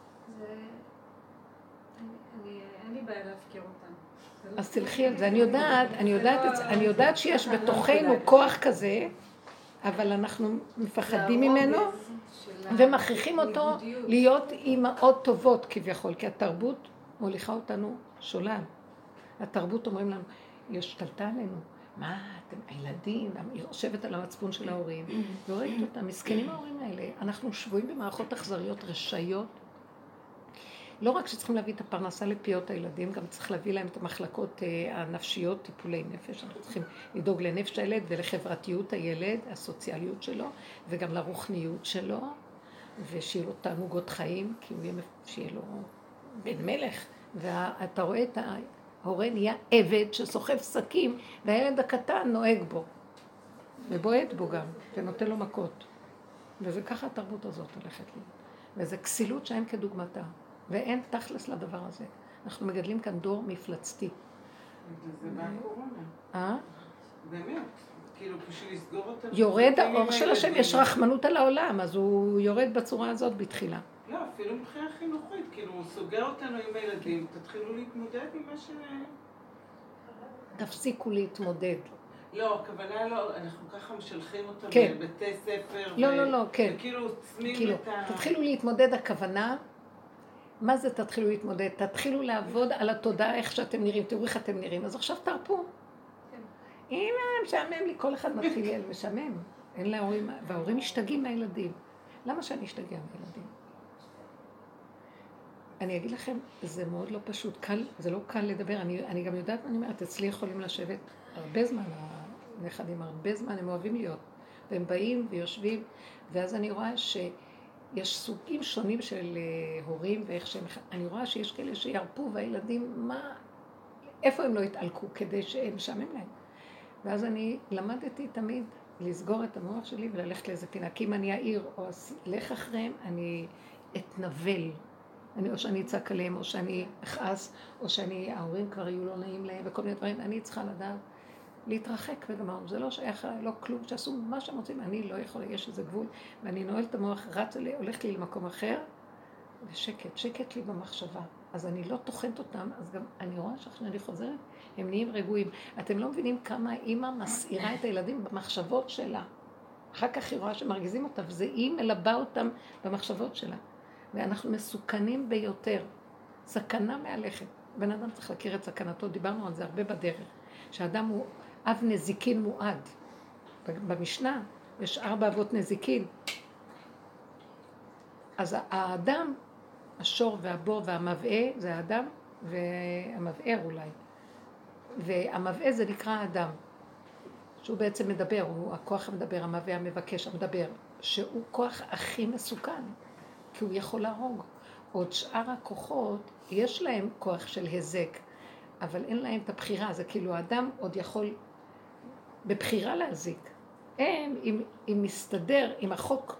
אין לי בעיה להפקיר אותם. אז תלכי על זה. אני יודעת שיש בתוכנו כוח כזה, אבל אנחנו מפחדים ממנו ומכריחים אותו להיות אימהות טובות כביכול, כי התרבות מוליכה אותנו שולל. התרבות אומרים לנו, היא השתלטה עלינו. מה, אתם הילדים, היא יושבת על המצפון של ההורים, והורגת אותם, מסכנים ההורים האלה. אנחנו שבויים במערכות אכזריות, רשעיות. לא רק שצריכים להביא את הפרנסה לפיות הילדים, גם צריך להביא להם את המחלקות הנפשיות, טיפולי נפש. אנחנו צריכים לדאוג לנפש הילד ולחברתיות הילד, הסוציאליות שלו, וגם לרוחניות שלו, ושיהיה לו תענוגות חיים, כי הוא שיהיה לו בן מלך. ואתה רואה את ההורה נהיה עבד שסוחב שקים, והילד הקטן נוהג בו, ובועט בו גם, ונותן לו מכות. וזה ככה התרבות הזאת הולכת לי. וזה כסילות שאין כדוגמתה. ואין תכלס לדבר הזה. אנחנו מגדלים כאן דור מפלצתי. זה בקורונה. באמת. כאילו, בשביל לסגור אותם... יורד האור של השם, יש רחמנות על העולם, אז הוא יורד בצורה הזאת בתחילה. לא, אפילו מבחינה חינוכית, כאילו, הוא סוגר אותנו עם הילדים, תתחילו להתמודד עם מה ש... תפסיקו להתמודד. לא, הכוונה לא, אנחנו ככה משלחים אותם בבתי ספר. לא, כן. וכאילו, צמים את ה... תתחילו להתמודד, הכוונה... מה זה תתחילו להתמודד? תתחילו לעבוד על התודעה איך שאתם נראים, תראו איך אתם נראים, אז עכשיו תרפו. הנה, משעמם לי, כל אחד מתחיל לי על משעמם. אין להורים, וההורים משתגעים מהילדים. למה שאני אשתגע מהילדים? אני אגיד לכם, זה מאוד לא פשוט, זה לא קל לדבר, אני גם יודעת מה אני אומרת, אצלי יכולים לשבת הרבה זמן, הנכדים, הרבה זמן, הם אוהבים להיות, והם באים ויושבים, ואז אני רואה יש סוגים שונים של הורים ואיך שהם... אני רואה שיש כאלה שירפו והילדים, איפה הם לא יתעלקו כדי שהם משעמם להם. ואז אני למדתי תמיד לסגור את המוח שלי וללכת לאיזה פינה. כי אם אני אעיר או אלך אחריהם, אני אתנבל. או שאני אצעק עליהם, או שאני אכעס, או ההורים כבר יהיו לא נעים להם וכל מיני דברים. אני צריכה לדעת להתרחק וגמר. זה לא שייך, לא כלום, שעשו מה שהם רוצים, אני לא יכולה, יש איזה גבול, ואני נועל את המוח, רצה לי, הולכת לי למקום אחר, שקט לי במחשבה. אז אני לא תוכנת אותם, אז גם אני רואה שאני חוזרת, הם נהיים רגועים. אתם לא מבינים כמה האמא מסעירה את הילדים במחשבות שלה. אחר כך היא רואה שמרגיזים אותה, וזה היא מלבה אותם במחשבות שלה. ואנחנו מסוכנים ביותר. סכנה מהלכת. בן אדם צריך להכיר את סכנתו, דיברנו על זה הרבה בדרך. שהאדם הוא אב נזיקין מועד. במשנה יש 4 אבות נזיקין. אז האדם, השור והבור והמבעה זה האדם והמבער אולי. והמבעה זה נקרא האדם. שהוא בעצם מדבר, הוא הכוח המדבר, המבעה המבקש, המדבר. שהוא כוח הכי מסוכן, כי הוא יכול להרוג. עוד שאר הכוחות, יש להם כוח של הזק, אבל אין להם את הבחירה, זה כאילו האדם עוד יכול בבחירה להזיק. אם מסתדר, אם החוק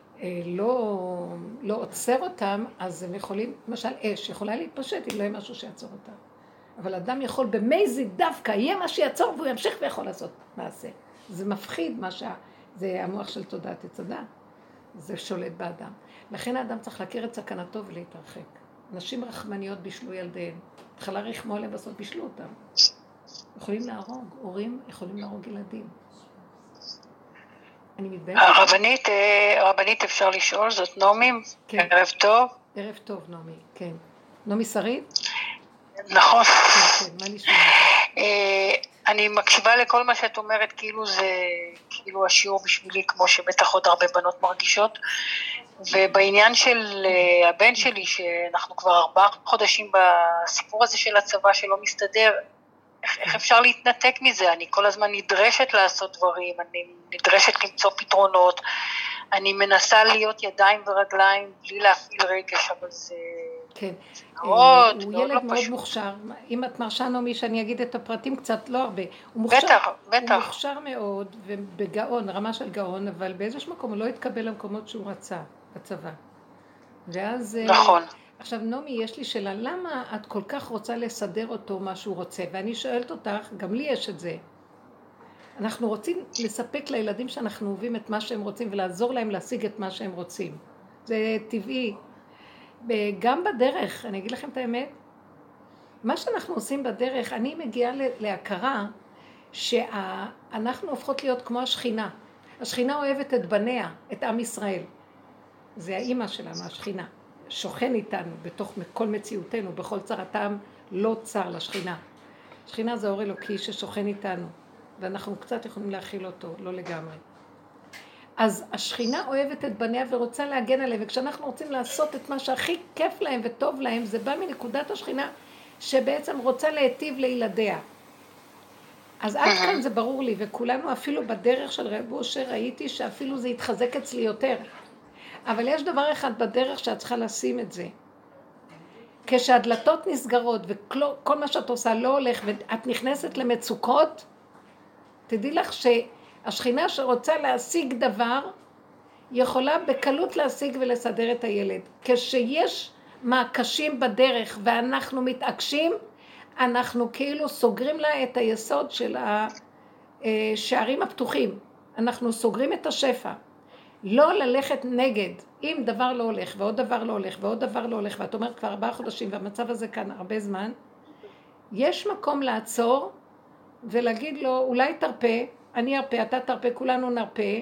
לא עוצר אותם, אז הם יכולים, למשל אש, יכולה להתפשט אם לא יהיה משהו שיעצור אותם. אבל אדם יכול במייזי דווקא, יהיה מה שיעצור והוא ימשיך ויכול לעשות מעשה. זה מפחיד זה המוח של תודעת עץ הדת. זה שולט באדם. לכן האדם צריך להכיר את סכנתו ולהתרחק. נשים רחמניות בישלו ילדיהן. התחלה רחמו עליהם בסוף בישלו אותם. יכולים להרוג, הורים יכולים להרוג ילדים. אני מתביישת. רבנית אפשר לשאול, זאת נעמי? כן. ערב טוב. ערב טוב נעמי, כן. נעמי שריד? נכון. כן, כן, מה נשמע? אני מקשיבה לכל מה שאת אומרת, כאילו זה, כאילו השיעור בשבילי, כמו שבטח עוד הרבה בנות מרגישות. ובעניין של הבן שלי, שאנחנו כבר 4 חודשים בסיפור הזה של הצבא שלא מסתדר, איך אפשר להתנתק מזה? אני כל הזמן נדרשת לעשות דברים, אני נדרשת למצוא פתרונות, אני מנסה להיות ידיים ורגליים בלי להפעיל רגש, אבל זה... כן, מאוד, הוא מאוד ילד לא מאוד פשוט. מוכשר. אם את מרשה נעמי שאני אגיד את הפרטים קצת, לא הרבה. הוא בטח. מוכשר מאוד ובגאון, רמה של גאון, אבל באיזשהו מקום הוא לא התקבל למקומות שהוא רצה בצבא. ואז... נכון. עכשיו נעמי, יש לי שאלה, למה את כל כך רוצה לסדר אותו מה שהוא רוצה? ואני שואלת אותך, גם לי יש את זה. אנחנו רוצים לספק לילדים שאנחנו אוהבים את מה שהם רוצים ולעזור להם להשיג את מה שהם רוצים. זה טבעי. גם בדרך, אני אגיד לכם את האמת, מה שאנחנו עושים בדרך, אני מגיעה להכרה שאנחנו הופכות להיות כמו השכינה. השכינה אוהבת את בניה, את עם ישראל. זה האימא שלנו, השכינה. שוכן איתנו בתוך כל מציאותנו, בכל צרתם לא צר לשכינה. שכינה זה אור אלוקי ששוכן איתנו, ואנחנו קצת יכולים להכיל אותו, לא לגמרי. אז השכינה אוהבת את בניה ורוצה להגן עליהם, וכשאנחנו רוצים לעשות את מה שהכי כיף להם וטוב להם, זה בא מנקודת השכינה שבעצם רוצה להיטיב לילדיה. אז עד כאן זה ברור לי, וכולנו אפילו בדרך של רב אושר ראיתי שאפילו זה יתחזק אצלי יותר. אבל יש דבר אחד בדרך שאת צריכה לשים את זה. כשהדלתות נסגרות וכל מה שאת עושה לא הולך ואת נכנסת למצוקות, תדעי לך שהשכינה שרוצה להשיג דבר, יכולה בקלות להשיג ולסדר את הילד. כשיש מעקשים בדרך ואנחנו מתעקשים, אנחנו כאילו סוגרים לה את היסוד של השערים הפתוחים. אנחנו סוגרים את השפע. לא ללכת נגד, אם דבר לא הולך ועוד דבר לא הולך ועוד דבר לא הולך, ואת אומרת כבר 4 חודשים והמצב הזה כאן הרבה זמן, יש מקום לעצור ולהגיד לו, אולי תרפה, אני ארפה, אתה תרפה, כולנו נרפה,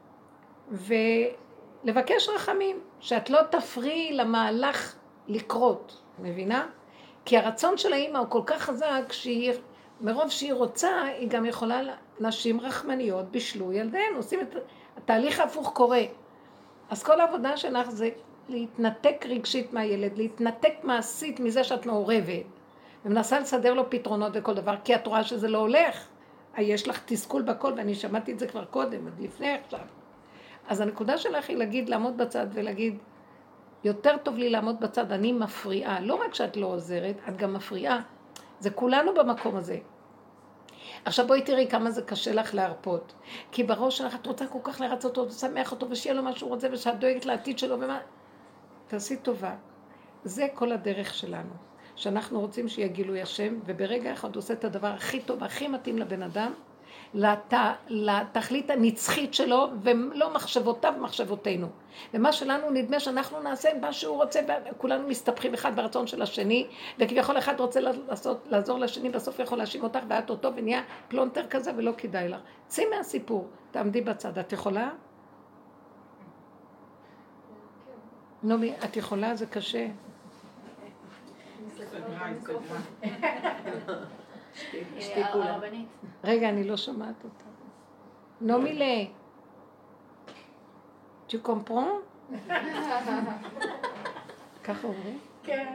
ולבקש רחמים, שאת לא תפריעי למהלך לקרות, מבינה? כי הרצון של האמא הוא כל כך חזק, מרוב שהיא רוצה, היא גם יכולה, נשים רחמניות בשלו ילדיהן, עושים את התהליך ההפוך קורה. אז כל העבודה שלך זה להתנתק רגשית מהילד, להתנתק מעשית מזה שאת מעורבת, ומנסה לסדר לו פתרונות וכל דבר, כי את רואה שזה לא הולך. יש לך תסכול בכל, ואני שמעתי את זה כבר קודם, עד לפני עכשיו. אז הנקודה שלך היא להגיד, לעמוד בצד ולהגיד, יותר טוב לי לעמוד בצד, אני מפריעה. לא רק שאת לא עוזרת, את גם מפריעה. זה כולנו במקום הזה. עכשיו בואי תראי כמה זה קשה לך להרפות. כי בראש שלך את רוצה כל כך לרצות אותו, לשמח אותו, ושיהיה לו מה שהוא רוצה, ושאת דואגת לעתיד שלו, ומה... תעשי טובה. זה כל הדרך שלנו. שאנחנו רוצים שיהיה גילוי השם, וברגע אחד עושה את הדבר הכי טוב, הכי מתאים לבן אדם, לתכלית הנצחית שלו, ולא מחשבותיו ומחשבותינו. ומה שלנו נדמה שאנחנו נעשה מה שהוא רוצה, וכולנו מסתבכים אחד ברצון של השני, וכביכול אחד רוצה לעזור לשני, בסוף יכול להאשים אותך, ואת אותו ונהיה פלונטר כזה, ולא כדאי לך. צאי מהסיפור, תעמדי בצד. את יכולה? נעמי, את יכולה? זה קשה. הרבנית. רגע, אני לא שומעת אותה. נעמי לה. Tu comprends? ככה אומרים? כן.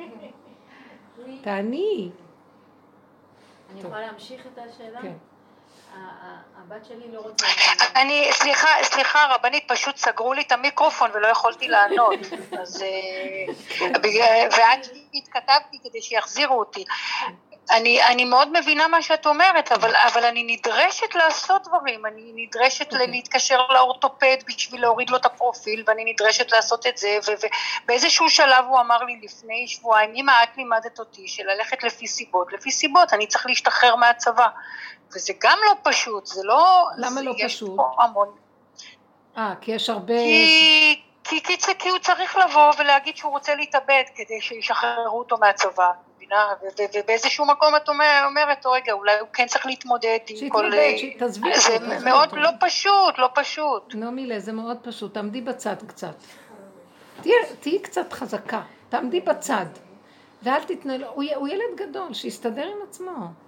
תעני. אני יכולה להמשיך את השאלה? כן. הבת שלי לא רוצה... סליחה רבנית, פשוט סגרו לי את המיקרופון ולא יכולתי לענות, אז ואז התכתבתי כדי שיחזירו אותי. אני מאוד מבינה מה שאת אומרת, אבל אני נדרשת לעשות דברים, אני נדרשת להתקשר לאורתופד בשביל להוריד לו את הפרופיל, ואני נדרשת לעשות את זה, ובאיזשהו שלב הוא אמר לי לפני שבועיים, אמא את לימדת אותי שללכת לפי סיבות, אני צריך להשתחרר מהצבא, וזה גם לא פשוט, זה לא... למה לא פשוט? כי יש הרבה... כי הוא צריך לבוא ולהגיד שהוא רוצה להתאבד כדי שישחררו אותו מהצבא, ובאיזשהו מקום את אומרת, רגע, אולי הוא כן צריך להתמודד עם כל... תעזבי. זה מאוד לא פשוט. נעמי, זה מאוד פשוט, תעמדי בצד קצת. תהיי קצת חזקה, תעמדי בצד, ואל תתנה לו, הוא ילד גדול, שיסתדר עם עצמו.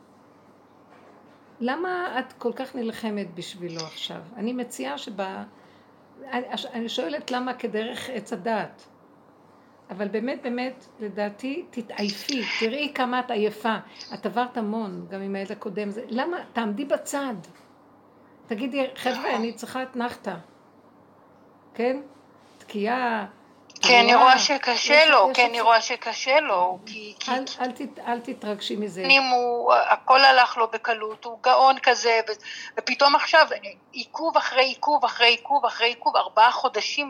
למה את כל כך נלחמת בשבילו עכשיו? אני מציעה אני שואלת למה כדרך עץ הדעת. אבל באמת, לדעתי, תתעייפי, תראי כמה את עייפה. את עברת המון, גם עם הילד הקודם. למה? תעמדי בצד. תגידי, חבר'ה, אני צריכה את נחתה. כן? תקיעה. כן, אני רואה שקשה לו, אל תתרגשי מזה. הכל הלך לו בקלות, הוא גאון כזה, ופתאום עכשיו, עיכוב אחרי עיכוב, 4 חודשים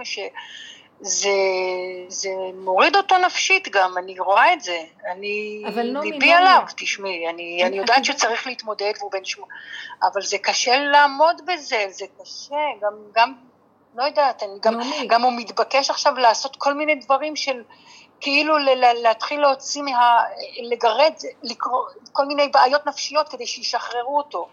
זה מוריד אותו נפשית גם, אני רואה את זה, ליבי עליו, תשמעי, אני יודעת שצריך להתמודד, אבל זה קשה לעמוד בזה, זה קשה, גם לא יודעת, גם הוא מתבקש עכשיו לעשות כל מיני דברים של, כאילו להתחיל להוציא לגרד, כל מיני בעיות נפשיות כדי שישחררו אותו,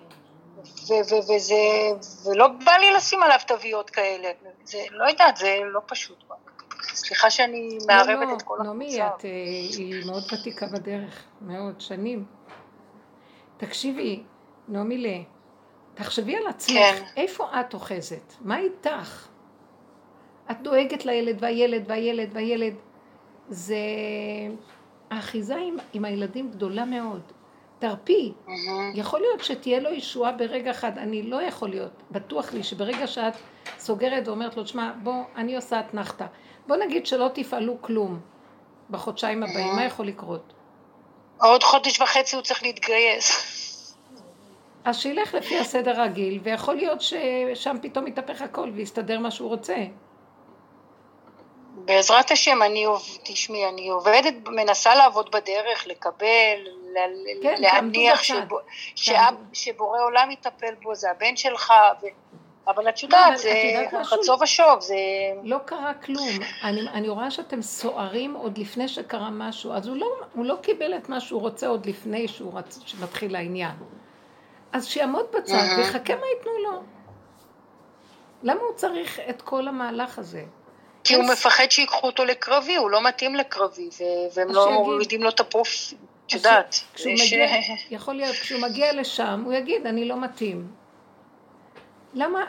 ולא בא לי לשים עליו תוויות כאלה, זה לא יודעת, זה לא פשוט. סליחה שאני מערבת את כל המצב. נעמי, היא מאוד ותיקה בדרך, מאוד שנים. תקשיבי, נעמי, תחשבי על עצמך, איפה את אוחזת? מה איתך? את דואגת לילד והילד, זה... האחיזה עם הילדים גדולה מאוד. תרפי. יכול להיות שתהיה לו ישועה ברגע אחד, אני לא יכול להיות, בטוח לי שברגע שאת סוגרת ואומרת לו, תשמע, בוא, אני עושה את נחתה. בוא נגיד שלא תפעלו כלום בחודשיים הבאים, מה יכול לקרות? עוד 1.5 חודש הוא צריך להתגייס. אז שילך לפי הסדר רגיל, ויכול להיות ששם פתאום יתהפך הכל ויסתדר מה שהוא רוצה. בעזרת השם, תשמעי, אני עובדת, מנסה לעבוד בדרך, לקבל, להניח שבורא עולם יטפל בו, זה הבן שלך, אבל את יודעת, זה חצוב ושוב, זה... לא קרה כלום, אני רואה שאתם סוערים עוד לפני שקרה משהו, אז הוא לא קיבל את מה שהוא רוצה עוד לפני שמתחיל העניין. אז שיעמוד בצד ויחכה מה ייתנו לו. למה הוא צריך את כל המהלך הזה? כי הוא מפחד שיקחו אותו לקרבי, הוא לא מתאים לקרבי, והם לא מורידים לו את הפרופיל, את יודעת. יכול להיות, כשהוא מגיע לשם, הוא יגיד, אני לא מתאים. למה?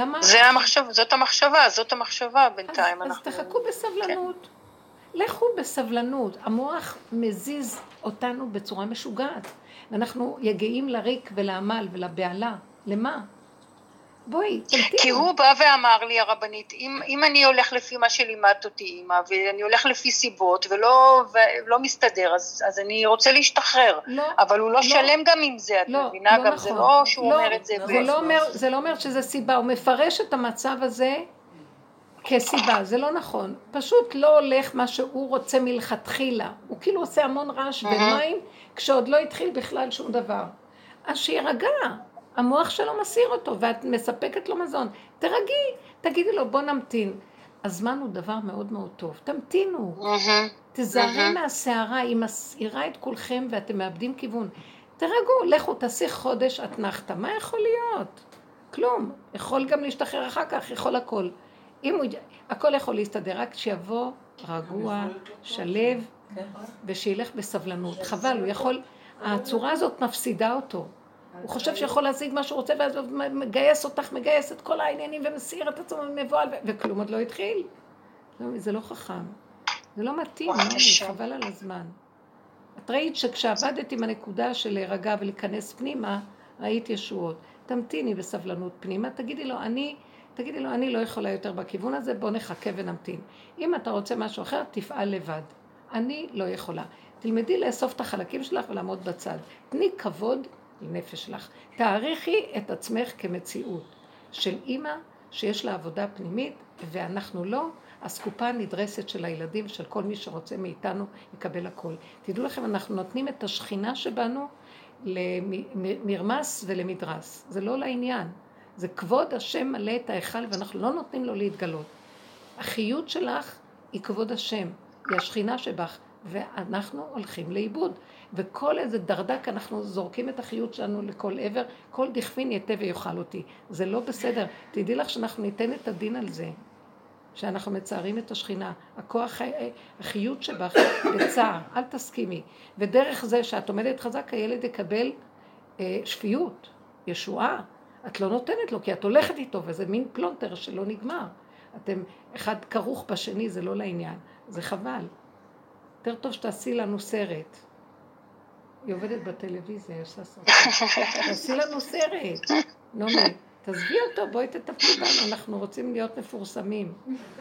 זאת המחשבה בינתיים. אז תחכו בסבלנות. לכו בסבלנות. המוח מזיז אותנו בצורה משוגעת. ואנחנו יגעים לריק ולעמל ולבעלה. למה? בואי, תמתינו. כי הוא בא ואמר לי, הרבנית, אם אני הולך לפי מה שלימדת אותי, אמא, ואני הולך לפי סיבות, ולא מסתדר, אז אני רוצה להשתחרר. אבל הוא לא שלם גם עם זה, את מבינה? גם זה לא שהוא אומר את זה. זה לא אומר שזה סיבה, הוא מפרש את המצב הזה כסיבה, זה לא נכון. פשוט לא הולך מה שהוא רוצה מלכתחילה. הוא כאילו עושה המון רעש ומים, כשעוד לא התחיל בכלל שום דבר. אז שירגע. המוח שלו מסיר אותו, ואת מספקת לו מזון. תרגי, תגידי לו, בוא נמתין. הזמן הוא דבר מאוד מאוד טוב. תמתינו. תזהרי מהסערה, היא מסעירה את כולכם, ואתם מאבדים כיוון. תרגעו, לכו, תעשי חודש, את נחתה. מה יכול להיות? כלום. יכול גם להשתחרר אחר כך, יכול הכל. הכל יכול להסתדר, רק שיבוא רגוע, שלב, ושילך בסבלנות. חבל, הוא יכול... הצורה הזאת מפסידה אותו. הוא חושב שיכול להשיג מה שהוא רוצה, ואז הוא מגייס את כל העניינים, ומסיר את עצמו מבועל, וכלום עוד לא התחיל. זה לא חכם. זה לא מתאים, חבל על הזמן. את ראית שכשעבדת עם הנקודה של להירגע ולהיכנס פנימה, ראית ישועות. תמתיני בסבלנות פנימה, תגידי לו, אני לא יכולה יותר בכיוון הזה, בוא נחכה ונמתין. אם אתה רוצה משהו אחר, תפעל לבד. אני לא יכולה. תלמדי לאסוף את החלקים שלך ולעמוד בצד. תני כבוד לנפש שלך. תעריכי את עצמך כמציאות של אימא שיש לה עבודה פנימית, ואנחנו לא, הסקופה הנדרסת של הילדים, של כל מי שרוצה מאיתנו, יקבל הכל. תדעו לכם, אנחנו נותנים את השכינה שבנו למרמס ולמדרס. זה לא לעניין. זה כבוד השם מלא את ההיכל, ואנחנו לא נותנים לו להתגלות. החיות שלך היא כבוד השם, היא השכינה שבך, ואנחנו הולכים לאיבוד. וכל איזה דרדק אנחנו זורקים את החיות שלנו לכל עבר, כל דכפין יתה ויאכל אותי. זה לא בסדר. תדעי לך שאנחנו ניתן את הדין על זה, שאנחנו מצערים את השכינה. הכוח, החיות שבך בצער, אל תסכימי. ודרך זה שאת עומדת חזק, הילד יקבל שפיות, ישועה. את לא נותנת לו, כי את הולכת איתו, וזה מין פלונטר שלא נגמר. אתם אחד כרוך בשני, זה לא לעניין. זה חבל. יותר טוב שתעשי לנו סרט. היא עובדת בטלוויזיה, יש לה סרט. תעשי לנו סרט. נעמי, תעזבי אותו, בואי תטפלי בנו, אנחנו רוצים להיות מפורסמים.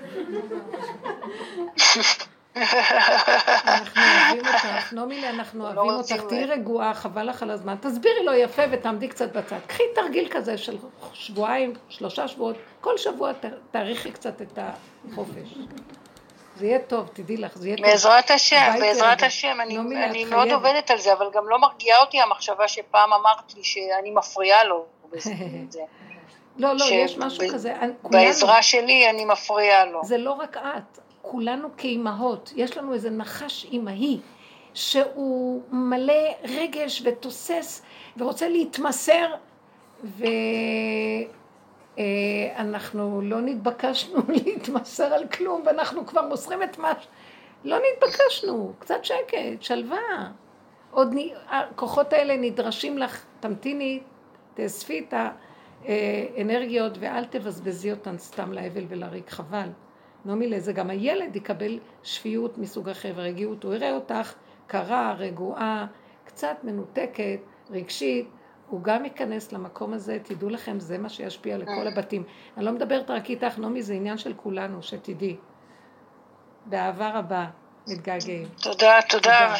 אנחנו אוהבים אותך, נעמי, אנחנו אוהבים אותך, תהיי רגועה, חבל לך על הזמן, תסבירי לו יפה ותעמדי קצת בצד. קחי תרגיל כזה של שבועיים, 3 שבועות, כל שבוע תאריכי קצת את החופש. זה יהיה טוב, תדעי לך, זה יהיה טוב. בעזרת השם, אני מאוד עובדת על זה, אבל גם לא מרגיעה אותי המחשבה שפעם אמרת לי שאני מפריעה לו. לא, יש משהו כזה. בעזרה שלי אני מפריעה לו. זה לא רק את, כולנו כאימהות, יש לנו איזה נחש אימהי, שהוא מלא רגש ותוסס, ורוצה להתמסר, ואנחנו לא נתבקשנו להתמסר על כלום, ואנחנו כבר מוסרים את מה... לא נתבקשנו, קצת שקט, שלווה. עוד הכוחות האלה נדרשים לך, תמתיני, תאספי את האנרגיות, ואל תבזבזי אותן סתם להבל ולריק, חבל. נעמי, זה גם הילד יקבל שפיות מסוג אחר ורגיעות, הוא יראה אותך קרה, רגועה, קצת מנותקת, רגשית, הוא גם ייכנס למקום הזה, תדעו לכם, זה מה שישפיע לכל הבתים. אני לא מדברת רק איתך, נעמי, זה עניין של כולנו, שתדעי. באהבה רבה, מתגעגעים. תודה.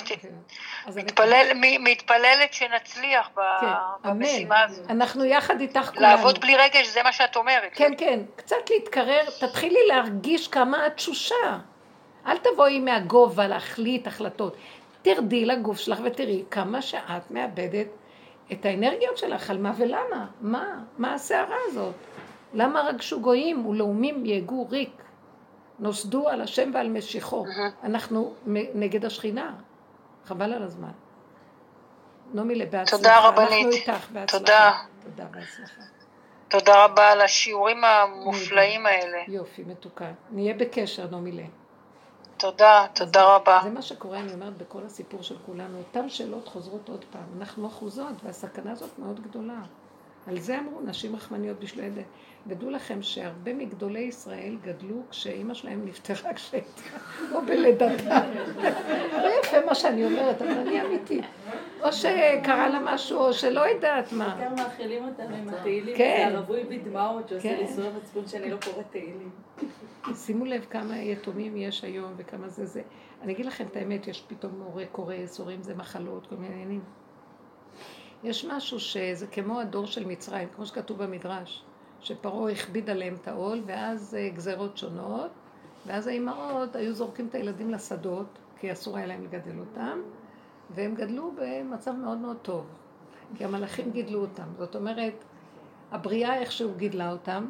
מתפללת שנצליח במשימה הזאת. אנחנו יחד איתך כולנו. לעבוד בלי רגש, זה מה שאת אומרת. כן, קצת להתקרר, תתחילי להרגיש כמה את תשושה. אל תבואי מהגובה להחליט החלטות. תרדי לגוף שלך ותראי כמה שאת מאבדת את האנרגיות שלך, על מה ולמה? מה הסערה הזאת? למה רגשו גויים ולאומים יהגו ריק? נוסדו על השם ועל משיחו. אנחנו נגד השכינה. חבל על הזמן. נעמי, בהצלחה. תודה רבנית. אנחנו איתך בהצלחה. תודה בהצלחה. תודה רבה על השיעורים המופלאים האלה. יופי, מתוקה. נהיה בקשר, נעמי. תודה רבה. זה מה שקורה, אני אומרת, בכל הסיפור של כולנו. אותן שאלות חוזרות עוד פעם. אנחנו אחוזות, והסכנה הזאת מאוד גדולה. על זה אמרו נשים רחמניות בשביל ידע. ודעו לכם שהרבה מגדולי ישראל גדלו כשאימא שלהם נפטרה כשהייתה, או בלידתה. לא יפה מה שאני אומרת, אבל אני אמיתית. או שקרה לה משהו, או שלא יודעת מה. בעיקר מאכילים אותנו עם התהילים, כן. זה הרבוי בדמעות שעושה לי סוף עצבון שאני לא קוראת תהילים. שימו לב כמה יתומים יש היום וכמה זה. אני אגיד לכם את האמת, יש פתאום מורה קורא, סורים זה מחלות, כל מיני עניינים. יש משהו שזה כמו הדור של מצרים, כמו שכתוב במדרש, שפרעה הכביד עליהם את העול, ואז גזרות שונות, ואז האימהות היו זורקים את הילדים לשדות, כי אסור היה להם לגדל אותם, והם גדלו במצב מאוד מאוד טוב, כי המלאכים גידלו אותם. זאת אומרת, הבריאה איכשהו גידלה אותם,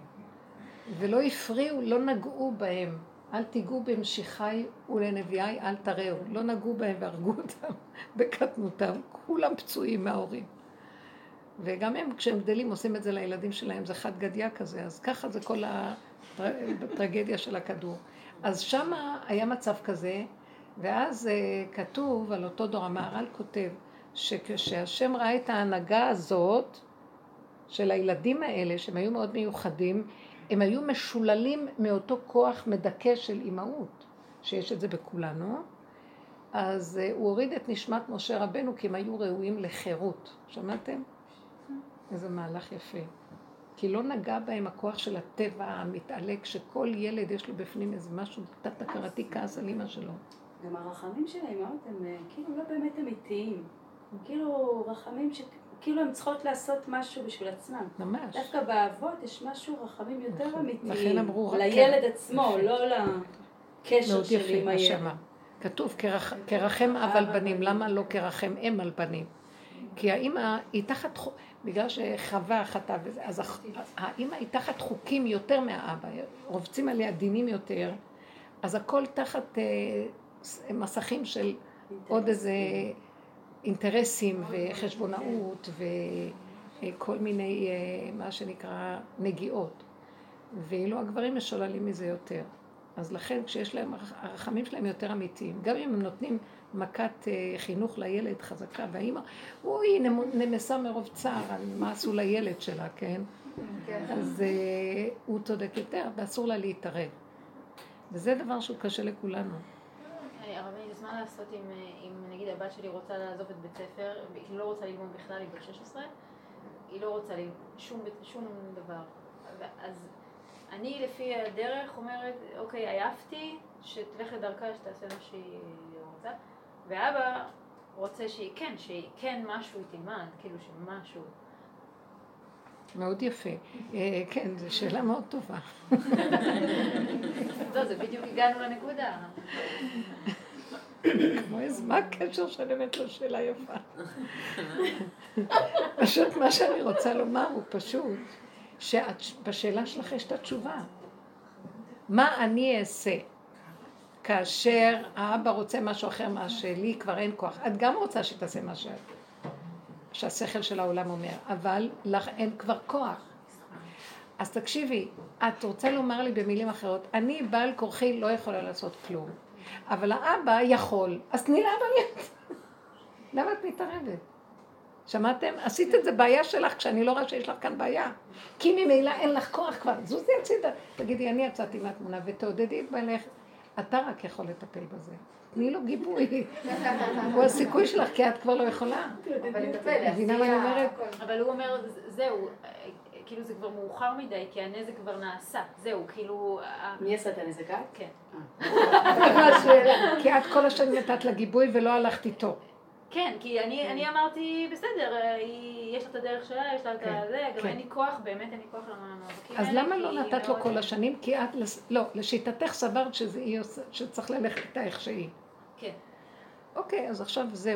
ולא הפריעו, לא נגעו בהם. אל תיגעו במשיחי ולנביאי, אל תראו. לא נגעו בהם והרגו אותם בקטנותם. כולם פצועים מההורים. וגם הם, כשהם גדלים, עושים את זה לילדים שלהם. זה חד גדיה כזה. אז ככה זה כל הטרגדיה של הכדור. אז שמה היה מצב כזה, ואז כתוב על אותו דור, המהר"ל כותב, שכשהשם ראה את ההנהגה הזאת, של הילדים האלה, שהם היו מאוד מיוחדים, הם היו משוללים מאותו כוח מדכא של אימהות, שיש את זה בכולנו, אז הוא הוריד את נשמת משה רבנו, כי הם היו ראויים לחירות. שמעתם? איזה מהלך יפה. כי לא נגע בהם הכוח של הטבע המתעלק, שכל ילד יש לו בפנים איזה משהו תת-הכרתי כעס על אמא שלו. גם הרחמים של האימהות הם כאילו לא באמת אמיתיים. כאילו רחמים כאילו הן צריכות לעשות משהו בשביל עצמם. ממש. דווקא באבות יש משהו רחמים יותר אמיתיים. לכן אמרו, לילד עצמו, לא לקשר של עם הילד. כתוב כרחם אב על בנים, למה לא כרחם אם על בנים? כי האמא היא תחת, בגלל שחווה חטא וזה, אז האמא היא תחת חוקים יותר מהאבא, רובצים עליה דינים יותר, אז הכל תחת מסכים של עוד איזה אינטרסים וחשבונאות וכל מיני, מה שנקרא, נגיעות. ואילו הגברים משוללים מזה יותר. אז לכן כשיש להם, הרחמים שלהם יותר אמיתיים, גם אם הם נותנים מכת חינוך לילד חזקה, והאמא, היא נמסה מרוב צער על מה עשו לילד שלה, כן? אז הוא צודק יותר, ואסור לה להתערב. וזה דבר שהוא קשה לכולנו. אבל יש מה לעשות אם נגיד הבת שלי רוצה לעזוב את בית ספר, היא לא רוצה ללמוד בכלל, היא בת 16, היא לא רוצה שום דבר. אז אני לפי הדרך אומרת, אוקיי, עייפתי, שתלך לדרכה, שתעשה מה שהיא רוצה, ואבא רוצה שהיא כן משהו היא תלמד, כאילו שמשהו. מאוד יפה. כן, זו שאלה מאוד טובה. לא, זה בדיוק הגענו לנקודה. מה הקשר של אמת לשאלה יפה? פשוט מה שאני רוצה לומר הוא פשוט, שבשאלה שלך יש את התשובה. מה אני אעשה כאשר האבא רוצה משהו אחר מה שלי כבר אין כוח? את גם רוצה שתעשה מה שהשכל של העולם אומר, אבל לך אין כבר כוח. אז תקשיבי, את רוצה לומר לי במילים אחרות, אני בעל כורחי לא יכולה לעשות כלום, אבל האבא יכול, אז תני לאבא להיות. למה את מתערבת? שמעתם? עשית את זה בעיה שלך כשאני לא רואה שיש לך כאן בעיה. כי ממילא אין לך כוח כבר. זוזי הצידה. תגידי, אני יצאתי מהתמונה ותעודדי את בעלך. אתה רק יכול לטפל בזה. תני לו גיבוי. הוא הסיכוי שלך, כי את כבר לא יכולה. מבינה מה אני אומרת? אבל הוא אומר, זהו, כאילו זה כבר מאוחר מדי, כי הנזק כבר נעשה. זהו, כאילו... מי עשה את הנזק? כן. כי את כל השנים נתת לה גיבוי ולא הלכת איתו. כן, כי אני אמרתי, בסדר, יש לה את הדרך שלה, יש לה את זה, גם אין לי כוח, באמת אין לי כוח למאבקים האלה. אז למה לא נתת לו כל השנים? כי את, לא, לשיטתך סברת שצריך ללכת איתה איך שהיא. כן. אוקיי, אז עכשיו זהו.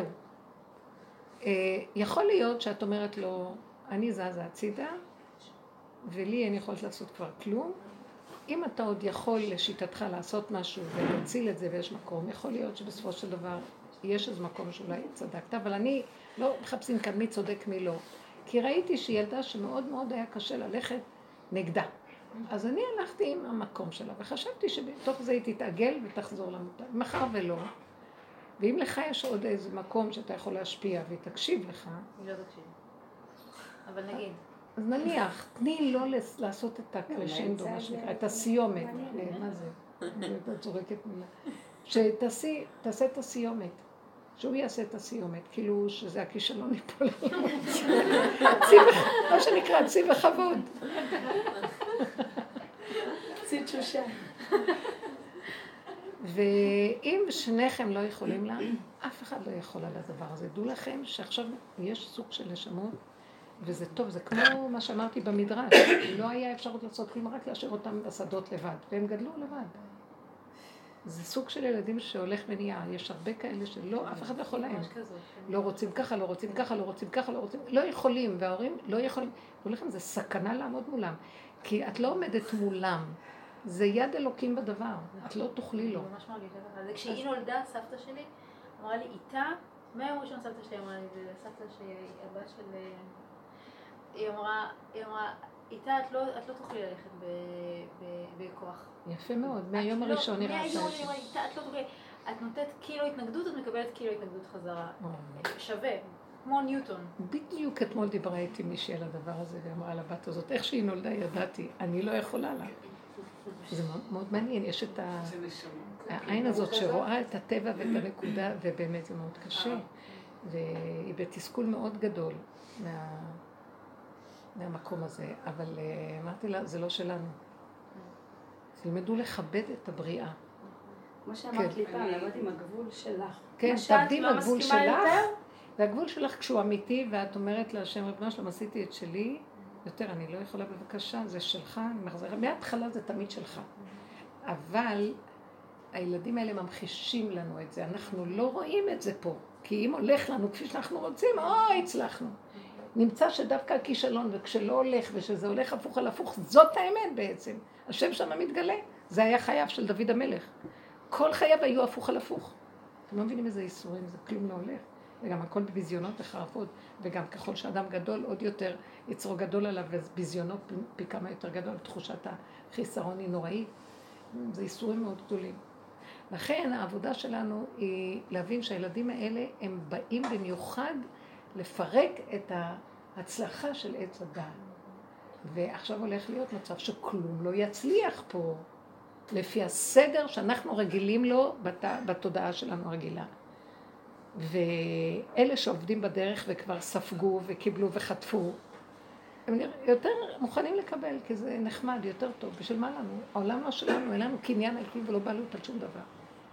יכול להיות שאת אומרת לו, אני זזה הצידה, ולי אני יכולת לעשות כבר כלום. אם אתה עוד יכול לשיטתך לעשות משהו ולהציל את זה ויש מקום, יכול להיות שבסופו של דבר יש איזה מקום שאולי צדקת, אבל אני לא מחפשים כאן מי צודק מי לא. כי ראיתי שהיא ילדה שמאוד מאוד היה קשה ללכת נגדה. אז אני הלכתי עם המקום שלה וחשבתי שבתוך זה היא תתעגל ותחזור למותה. מחר ולא. ואם לך יש עוד איזה מקום שאתה יכול להשפיע והיא תקשיב לך. היא לא תקשיב. אבל נגיד. אז נניח, תני לא לעשות את הקרשנדו, מה שנקרא, את הסיומת. מה זה? את זורקת מילה. שתעשה את הסיומת. שהוא יעשה את הסיומת, כאילו שזה הכישלון ייפול עליו. מה שנקרא, צי וכבוד. צי תשושה. ואם שניכם לא יכולים לה, אף אחד לא יכול על הדבר הזה. דעו לכם שעכשיו יש סוג של נשמות, וזה טוב, זה כמו מה שאמרתי במדרש. לא היה אפשרות לעשות כלום, רק להשאיר אותם בשדות לבד, והם גדלו לבד. זה סוג של ילדים שהולך ונהיה, יש הרבה כאלה שלא, אף אחד לא יכול להם. לא רוצים ככה, לא רוצים ככה, לא רוצים ככה, לא רוצים, לא יכולים, וההורים לא יכולים. תראו לכם, זה סכנה לעמוד מולם, כי את לא עומדת מולם, זה יד אלוקים בדבר, את לא תוכלי לו. אני ממש מרגישה ככה, זה כשהיא נולדה, סבתא שלי אמרה לי, איתה, מהיום ראשון סבתא שלי אמרה לי, זה סבתא שהיא הבת של... היא אמרה, איתה את לא תוכלי ללכת בכוח. יפה מאוד, מהיום הראשון נראה את זה. איתה את לא תוכלי, את נותנת קילו התנגדות, את מקבלת קילו התנגדות חזרה. שווה, כמו ניוטון. בדיוק אתמול דיברה איתי מישהי על הדבר הזה, ואמרה על הבת הזאת, איך שהיא נולדה ידעתי, אני לא יכולה לה. זה מאוד מעניין, יש את העין הזאת שרואה את הטבע ואת הנקודה, ובאמת זה מאוד קשה. והיא בתסכול מאוד גדול מהמקום הזה, אבל אמרתי לה, זה לא שלנו. תלמדו לכבד את הבריאה. כמו שאמרת לי פעם, לעבוד עם הגבול שלך. כן, תעבדי עם הגבול שלך, והגבול שלך כשהוא אמיתי, ואת אומרת להשם, ריבונו שלום, עשיתי את שלי, יותר אני לא יכולה בבקשה, זה שלך, אני מחזירה, מההתחלה זה תמיד שלך. אבל הילדים האלה ממחישים לנו את זה, אנחנו לא רואים את זה פה, כי אם הולך לנו כפי שאנחנו רוצים, הצלחנו. נמצא שדווקא הכישלון, וכשלא הולך, ושזה הולך הפוך על הפוך, זאת האמת בעצם. השם שם מתגלה. זה היה חייו של דוד המלך. כל חייו היו הפוך על הפוך. אתם לא מבינים איזה איסורים, זה כלום לא הולך. וגם הכל בביזיונות וחרפות, וגם ככל שאדם גדול, עוד יותר יצרו גדול עליו, וביזיונות פי כמה יותר גדול, תחושת החיסרון היא נוראית. זה איסורים מאוד גדולים. לכן העבודה שלנו היא להבין שהילדים האלה הם באים במיוחד לפרק את ההצלחה של עץ הדעת. ועכשיו הולך להיות מצב שכלום לא יצליח פה, לפי הסדר שאנחנו רגילים לו בתודעה שלנו הרגילה. ואלה שעובדים בדרך וכבר ספגו וקיבלו וחטפו, הם יותר מוכנים לקבל, כי זה נחמד, יותר טוב. בשביל מה לנו? העולם לא שלנו, אין לנו קניין על כלום ולא בעלות על שום דבר.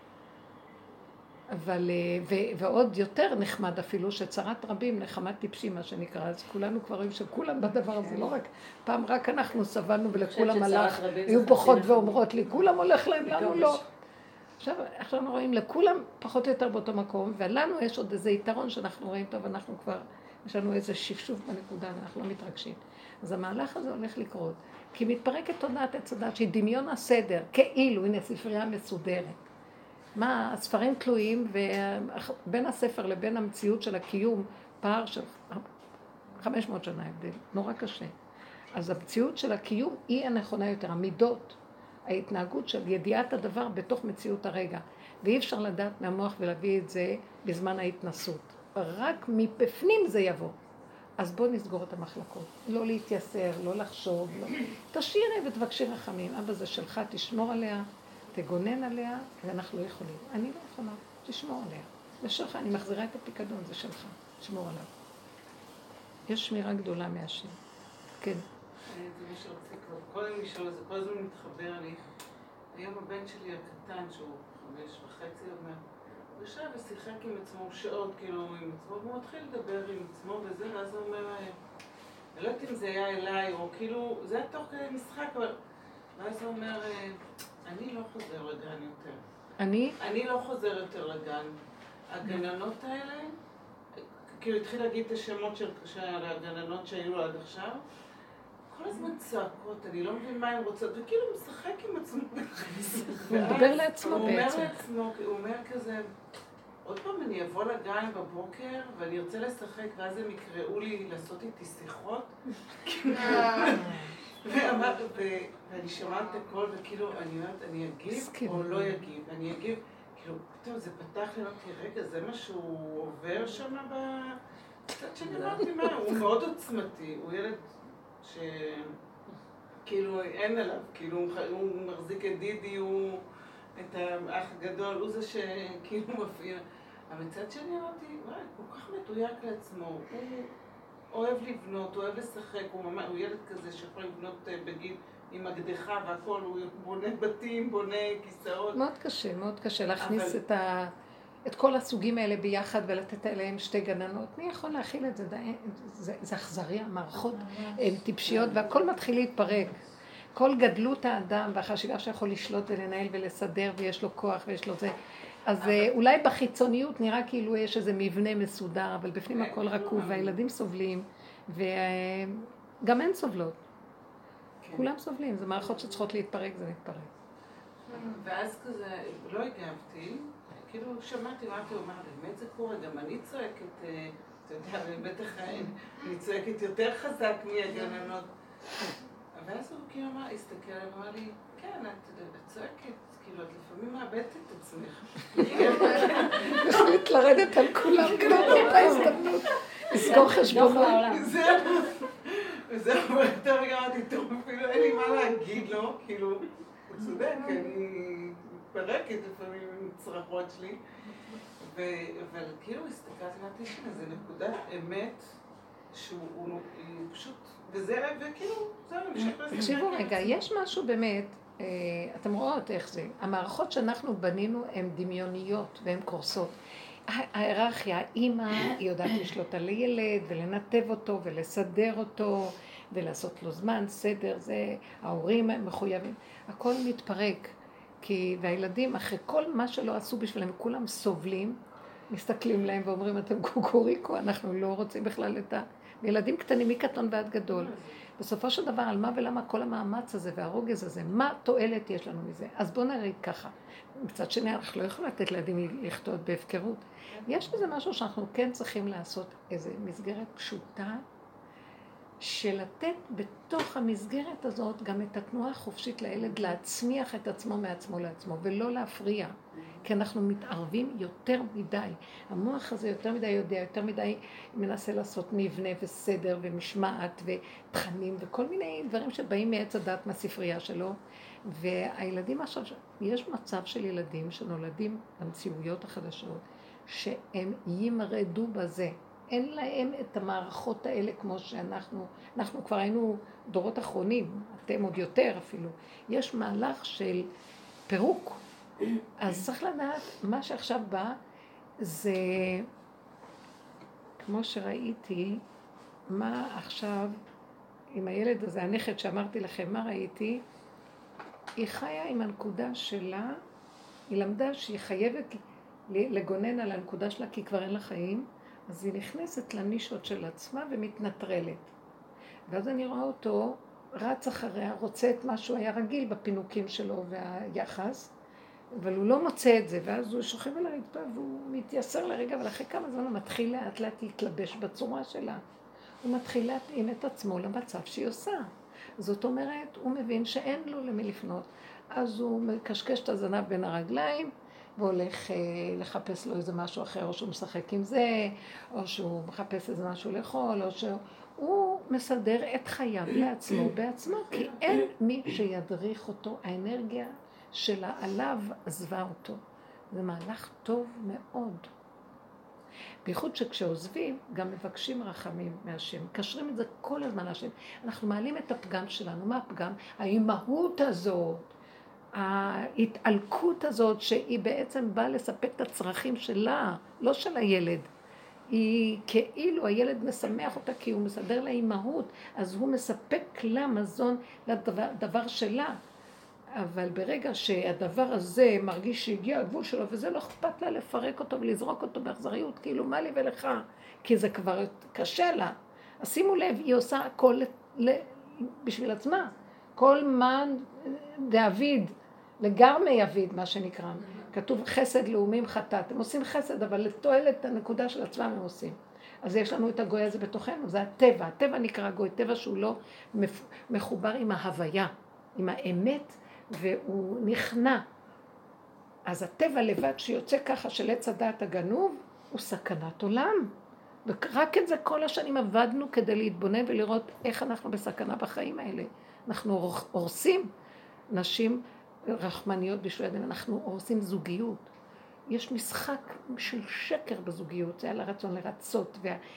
אבל, ועוד יותר נחמד אפילו, שצרת רבים נחמת טיפשים, מה שנקרא, אז כולנו כבר רואים שכולם בדבר הזה, לא רק, פעם רק אנחנו סבלנו ולכולם הלך, היו בוכות ואומרות לי, כולם הולך להם, לנו לא. עכשיו אנחנו רואים לכולם פחות או יותר באותו מקום, ולנו יש עוד איזה יתרון שאנחנו רואים טוב, אנחנו כבר, יש לנו איזה שפשוף בנקודה, ואנחנו לא מתרגשים. אז המהלך הזה הולך לקרות, כי מתפרקת תודעת עץ הדת, שהיא דמיון הסדר, כאילו, הנה ספרייה מסודרת. מה, הספרים תלויים, ובין הספר לבין המציאות של הקיום, פער של 500 שנה הבדל, נורא קשה. אז המציאות של הקיום היא הנכונה יותר, המידות, ההתנהגות של ידיעת הדבר בתוך מציאות הרגע. ואי אפשר לדעת מהמוח ולהביא את זה בזמן ההתנסות. רק מפפנים זה יבוא. אז בואו נסגור את המחלקות. לא להתייסר, לא לחשוב, לא. תשאירי ותבקשי רחמים. אבא זה שלך, תשמור עליה. תגונן עליה, ואנחנו לא יכולים. אני לא יכולה, תשמור עליה. זה שלך, אני מחזירה את הפיקדון, זה שלך, תשמור עליו. יש שמירה גדולה מהשם. כן. זה מה שרציתי כבר קודם לשאול, זה כל הזמן מתחבר לי. היום הבן שלי הקטן, שהוא 5.5 אומר, הוא ישב ושיחק עם עצמו שעות, כאילו עם עצמו, והוא מתחיל לדבר עם עצמו וזה, ואז הוא אומר, אני לא יודעת אם זה היה אליי, או כאילו, זה היה תוך כדי משחק, אבל... ואז הוא אומר, אני לא חוזר לגן יותר. אני לא חוזר יותר לגן. הגננות האלה, כאילו התחיל להגיד את השמות של הגננות שהיו עד עכשיו, כל הזמן צועקות, אני לא מבין מה הן רוצות, וכאילו הוא משחק עם עצמו. הוא מדבר לעצמו בעצם. הוא אומר לעצמו, הוא אומר כזה, עוד פעם אני אבוא לגן בבוקר ואני ארצה לשחק, ואז הם יקראו לי לעשות איתי שיחות. ואני שומעת את הכל, וכאילו, אני אומרת, אני אגיב או לא אגיב? אני אגיב, כאילו, פתאום זה פתח לי, אמרתי, רגע, זה מה שהוא עובר שם קצת שאני אמרתי מה, הוא מאוד עוצמתי, הוא ילד שכאילו אין עליו, כאילו, הוא מחזיק את דידי, הוא את האח הגדול, הוא זה שכאילו מפעיל. אבל מצד שני אמרתי, וואי, כל כך מתויק לעצמו, הוא... אוהב לבנות, הוא אוהב לשחק, הוא ילד כזה שיכול לבנות בגיל עם אקדחה והכל, הוא בונה בתים, בונה כיסאות. מאוד קשה להכניס את כל הסוגים האלה ביחד ולתת עליהם שתי גננות. מי יכול להכיל את זה? זה אכזרי, המערכות הן טיפשיות והכל מתחיל להתפרק. כל גדלות האדם והחשיבה שיכול לשלוט ולנהל ולסדר ויש לו כוח ויש לו זה. אז אולי בחיצוניות נראה כאילו יש איזה מבנה מסודר, אבל בפנים הכל רקוב, והילדים סובלים, וגם הן סובלות. כולם סובלים, זה מערכות שצריכות להתפרק, זה מתפרק. ואז כזה, לא הגבתי, כאילו שמעתי מה אתה אומר, באמת זה קורה, גם אני צועקת, אתה יודע, בטח אני צועקת יותר חזק מהגננות. ואז הוא כאילו הסתכל, אמר לי, כן, את צועקת. כאילו, את לפעמים מאבדת את עצמך. החליט לרדת על כולם כבר באותה הזדמנות. לסגור חשבונות. וזה אומר, יותר רגע אמרתי, טוב, אפילו אין לי מה להגיד לו, כאילו, הוא צודק, אני מתפרקת לפעמים עם צרחות שלי. אבל כאילו הסתכלתי, אמרתי, זה נקודת אמת שהוא פשוט, וזה, וכאילו, זה ממשיך לזה. תקשיבו רגע, יש משהו באמת, אתם רואות איך זה, המערכות שאנחנו בנינו הן דמיוניות והן קורסות. ההיררכיה, האמא היא יודעת לשלוט על הילד ולנתב אותו ולסדר אותו ולעשות לו זמן, סדר, זה ההורים הם מחויבים, הכל מתפרק, והילדים אחרי כל מה שלא עשו בשבילם, כולם סובלים, מסתכלים להם ואומרים אתם קוקוריקו, אנחנו לא רוצים בכלל את ילדים קטנים מקטון ועד גדול. בסופו של דבר, על מה ולמה כל המאמץ הזה והרוגז הזה, מה תועלת יש לנו מזה? אז בואו נראי ככה. מצד שני, אנחנו לא יכולים לתת לילדים לחטות בהפקרות. יש בזה משהו שאנחנו כן צריכים לעשות איזו מסגרת פשוטה, של לתת בתוך המסגרת הזאת גם את התנועה החופשית לילד להצמיח את עצמו מעצמו לעצמו, ולא להפריע. כי אנחנו מתערבים יותר מדי. המוח הזה יותר מדי יודע, יותר מדי מנסה לעשות מבנה וסדר ומשמעת ותכנים וכל מיני דברים שבאים מעץ הדת מהספרייה שלו. והילדים עכשיו, יש מצב של ילדים שנולדים במציאויות החדשות, שהם ימרדו בזה. אין להם את המערכות האלה כמו אנחנו כבר היינו דורות אחרונים, אתם עוד יותר אפילו. יש מהלך של פירוק. אז צריך לדעת, מה שעכשיו בא זה, כמו שראיתי, מה עכשיו עם הילד הזה, הנכד שאמרתי לכם, מה ראיתי? היא חיה עם הנקודה שלה, היא למדה שהיא חייבת לגונן על הנקודה שלה, כי כבר אין לה חיים, אז היא נכנסת לנישות של עצמה ומתנטרלת. ואז אני רואה אותו, רץ אחריה, רוצה את מה שהוא היה רגיל בפינוקים שלו והיחס, אבל הוא לא מוצא את זה, ואז הוא שוכב על הרצפה והוא מתייסר לרגע, אבל אחרי כמה זמן הוא מתחיל לאט לאט להתלבש בצורה שלה. הוא מתחיל להתאים את עצמו למצב שהיא עושה. זאת אומרת, הוא מבין שאין לו למי לפנות, אז הוא מקשקש את הזנב בין הרגליים, והולך לחפש לו איזה משהו אחר, או שהוא משחק עם זה, או שהוא מחפש איזה משהו לאכול, או שהוא מסדר את חייו לעצמו בעצמו, כי אין מי שידריך אותו, האנרגיה שלה עליו עזבה אותו. זה מהלך טוב מאוד. בייחוד שכשעוזבים, גם מבקשים רחמים מהשם, קשרים את זה כל הזמן להשם. אנחנו מעלים את הפגם שלנו. מה הפגם? האימהות הזאת, ההתעלקות הזאת שהיא בעצם באה לספק את הצרכים שלה, לא של הילד. היא כאילו הילד משמח אותה כי הוא מסדר לה אימהות, אז הוא מספק לה מזון לדבר שלה. אבל ברגע שהדבר הזה מרגיש שהגיע הגבול שלו, וזה לא אכפת לה לפרק אותו ולזרוק אותו באכזריות, כאילו מה לי ולך, כי זה כבר קשה לה. אז שימו לב, היא עושה הכל בשביל עצמה. כל מן דאביד, לגרמי יביד, מה שנקרא. כתוב חסד לאומים חטאת. הם עושים חסד, אבל לתועלת הנקודה של עצמם הם עושים. אז יש לנו את הגוי הזה בתוכנו, זה הטבע. הטבע נקרא גוי, טבע שהוא לא מחובר עם ההוויה, עם האמת, והוא נכנע. אז הטבע לבד שיוצא ככה של עץ הדעת הגנוב, הוא סכנת עולם. ורק את זה כל השנים עבדנו כדי להתבונן ולראות איך אנחנו בסכנה בחיים האלה. אנחנו הורסים נשים רחמניות בשביל אדם, אנחנו הורסים זוגיות. יש משחק של שקר בזוגיות, זה על הרצון לרצות,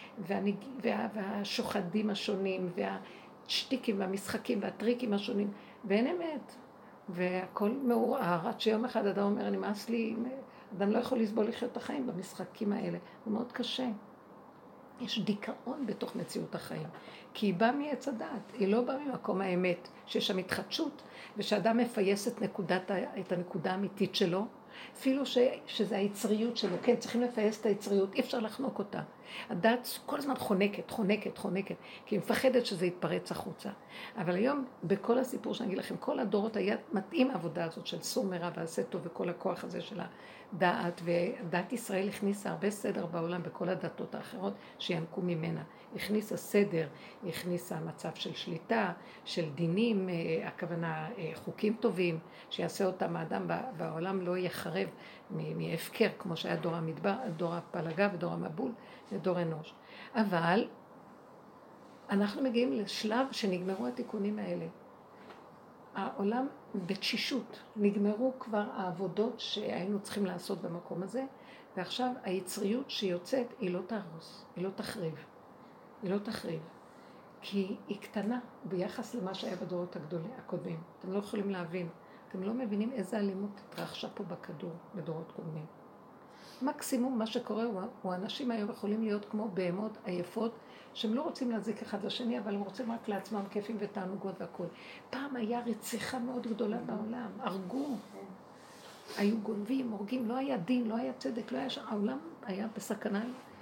והשוחדים השונים, והשטיקים והמשחקים והטריקים השונים, ואין אמת. והכל מעורער, עד שיום אחד אדם אומר, נמאס לי, אדם לא יכול לסבול לחיות את החיים במשחקים האלה. זה מאוד קשה. יש דיכאון בתוך מציאות החיים, כי היא באה מעץ הדעת, היא לא באה ממקום האמת, שיש שם התחדשות, ושאדם מפייס את הנקודה האמיתית שלו, אפילו שזה היצריות שלו, כן, צריכים לפייס את היצריות, אי אפשר לחנוק אותה. הדעת כל הזמן חונקת, כי היא מפחדת שזה יתפרץ החוצה. אבל היום, בכל הסיפור שאני אגיד לכם, כל הדורות היה מתאים העבודה הזאת של סור מרע ועשה טוב, וכל הכוח הזה של הדעת, ודעת ישראל הכניסה הרבה סדר בעולם, בכל הדתות האחרות שינקו ממנה. הכניסה סדר, הכניסה מצב של שליטה, של דינים, הכוונה חוקים טובים, שיעשה אותם האדם בעולם לא יחרב מהפקר, כמו שהיה דור המדבר, דור הפלגה ודור המבול ודור אנוש. אבל אנחנו מגיעים לשלב שנגמרו התיקונים האלה. העולם בתשישות, נגמרו כבר העבודות שהיינו צריכים לעשות במקום הזה, ועכשיו היצריות שיוצאת היא לא תהרוס, היא לא תחריב. היא לא תחריב. כי היא קטנה ביחס למה שהיה בדורות הקודמים. אתם לא יכולים להבין. אתם לא מבינים איזה אלימות התרחשה פה בכדור בדורות קודמים. מקסימום מה שקורה הוא אנשים היום יכולים להיות כמו בהמות עייפות, שהם לא רוצים להזיק אחד לשני, אבל הם רוצים רק לעצמם כיפים ותענוגות והכל. פעם היה רציחה מאוד גדולה בעולם, הרגו. היו גונבים, הורגים, לא היה דין, לא היה צדק, לא היה העולם היה בסכנה.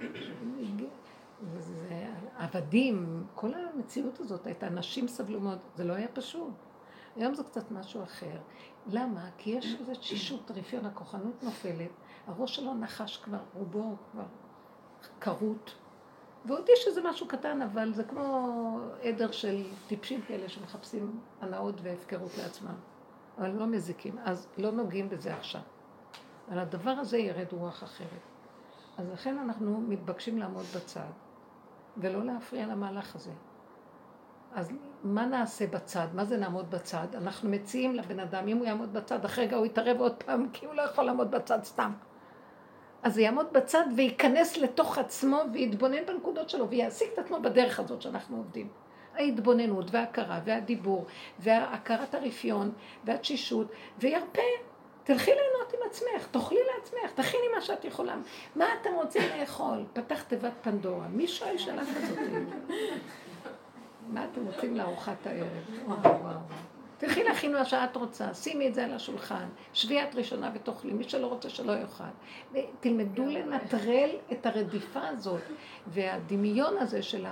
עבדים, כל המציאות הזאת הייתה, נשים סבלו מאוד, זה לא היה פשוט. היום זה קצת משהו אחר. למה? כי יש איזו תשישות, רפיון, הכוחנות נופלת, הראש שלו נחש כבר, רובו כבר קרות, ועוד יש איזה משהו קטן, אבל זה כמו עדר של טיפשים כאלה שמחפשים הנאות והפקרות לעצמם, אבל לא מזיקים, אז לא נוגעים בזה עכשיו. על הדבר הזה ירד רוח אחרת. אז לכן אנחנו מתבקשים לעמוד בצד, ולא להפריע למהלך הזה. אז מה נעשה בצד? מה זה נעמוד בצד? אנחנו מציעים לבן אדם, אם הוא יעמוד בצד, אחרי רגע הוא יתערב עוד פעם, כי הוא לא יכול לעמוד בצד סתם. אז הוא יעמוד בצד וייכנס לתוך עצמו ויתבונן בנקודות שלו, ויעסיק את עצמו בדרך הזאת שאנחנו עובדים. ההתבוננות וההכרה והדיבור וההכרת הרפיון והתשישות, וירפא. תלכי ליהנות עם עצמך, תאכלי לעצמך, תכיני מה שאת יכולה. מה אתם רוצים לאכול? פתח תיבת פנדורה. מי שואל שאלה כזאת? מה אתם רוצים לארוחת הערב? תלכי להכין מה שאת רוצה, שימי את זה על השולחן, שבי את ראשונה ותאכלי, מי שלא רוצה שלא יאכל. תלמדו לנטרל את הרדיפה הזאת, והדמיון הזה של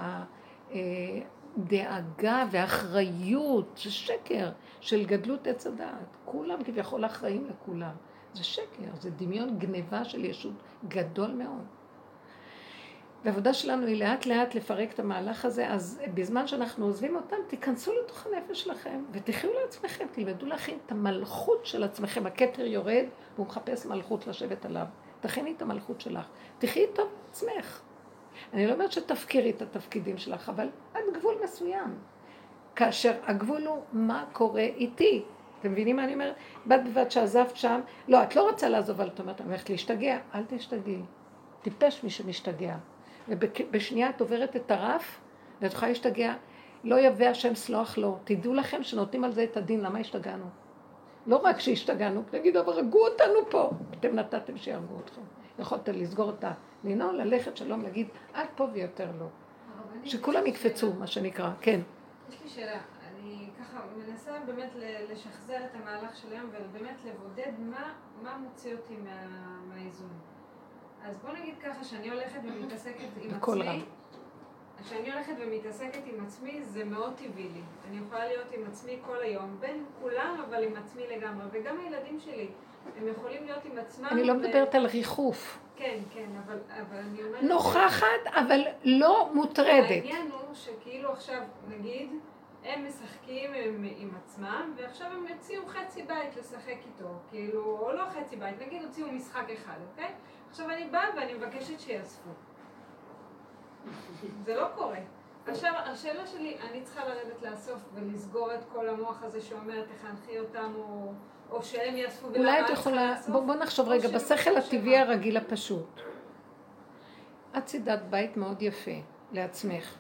הדאגה והאחריות, זה שקר של גדלות עץ הדעת. כולם כביכול אחראים לכולם. זה שקר, זה דמיון גניבה של ישות גדול מאוד. והעבודה שלנו היא לאט לאט לפרק את המהלך הזה, אז בזמן שאנחנו עוזבים אותם, תיכנסו לתוך הנפש שלכם, ותחיו לעצמכם, תלמדו להכין את המלכות של עצמכם. הכתר יורד, והוא מחפש מלכות לשבת עליו. תכיני את המלכות שלך, תחיי טוב עצמך. אני לא אומרת שתפקירי את התפקידים שלך, אבל עד גבול מסוים. כאשר הגבול הוא מה קורה איתי. אתם מבינים מה אני אומרת? בד בבד שעזבת שם, לא, את לא רוצה לעזוב, אבל את אומרת, אני הולכת להשתגע, אל תשתגעי. טיפש מי שמשתגע. ובשנייה את עוברת את הרף, ואת יכולה להשתגע, לא יבא השם סלוח לו. תדעו לכם שנותנים על זה את הדין, למה השתגענו? לא רק שהשתגענו, תגיד, אבל הרגו אותנו פה. אתם נתתם שירגו אתכם. יכולת לסגור אותה, לנעול, ללכת שלום, להגיד, עד פה ויותר לא. שכולם יקפצו, מה שנקרא, כן. יש לי שאלה, אני ככה מנסה באמת לשחזר את המהלך של היום, ובאמת לבודד מה מוציא אותי מהאיזון. אז בוא נגיד ככה, שאני הולכת ומתעסקת עם עצמי, כשאני הולכת ומתעסקת עם עצמי, זה מאוד טבעי לי. אני יכולה להיות עם עצמי כל היום, בין כולם, אבל עם עצמי לגמרי. וגם הילדים שלי, הם יכולים להיות עם עצמם. אני לא מדברת על ריחוף. כן, כן, אבל אני אומרת... נוכחת, אבל לא מוטרדת. העניין הוא שכאילו עכשיו, נגיד, הם משחקים עם עצמם, ועכשיו הם יוציאו חצי בית לשחק איתו. כאילו, או לא חצי בית, נגיד הוציאו משחק אחד, אוקיי? עכשיו אני באה ואני מבקשת שיאספו. זה לא קורה. עכשיו, השאלה שלי, אני צריכה לרדת לאסוף ולסגור את כל המוח הזה שאומר, תחנכי אותם, או שהם יאספו ולמה אולי את יכולה, בוא נחשוב רגע, בשכל הטבעי הרגיל הפשוט. את צידת בית מאוד יפה לעצמך.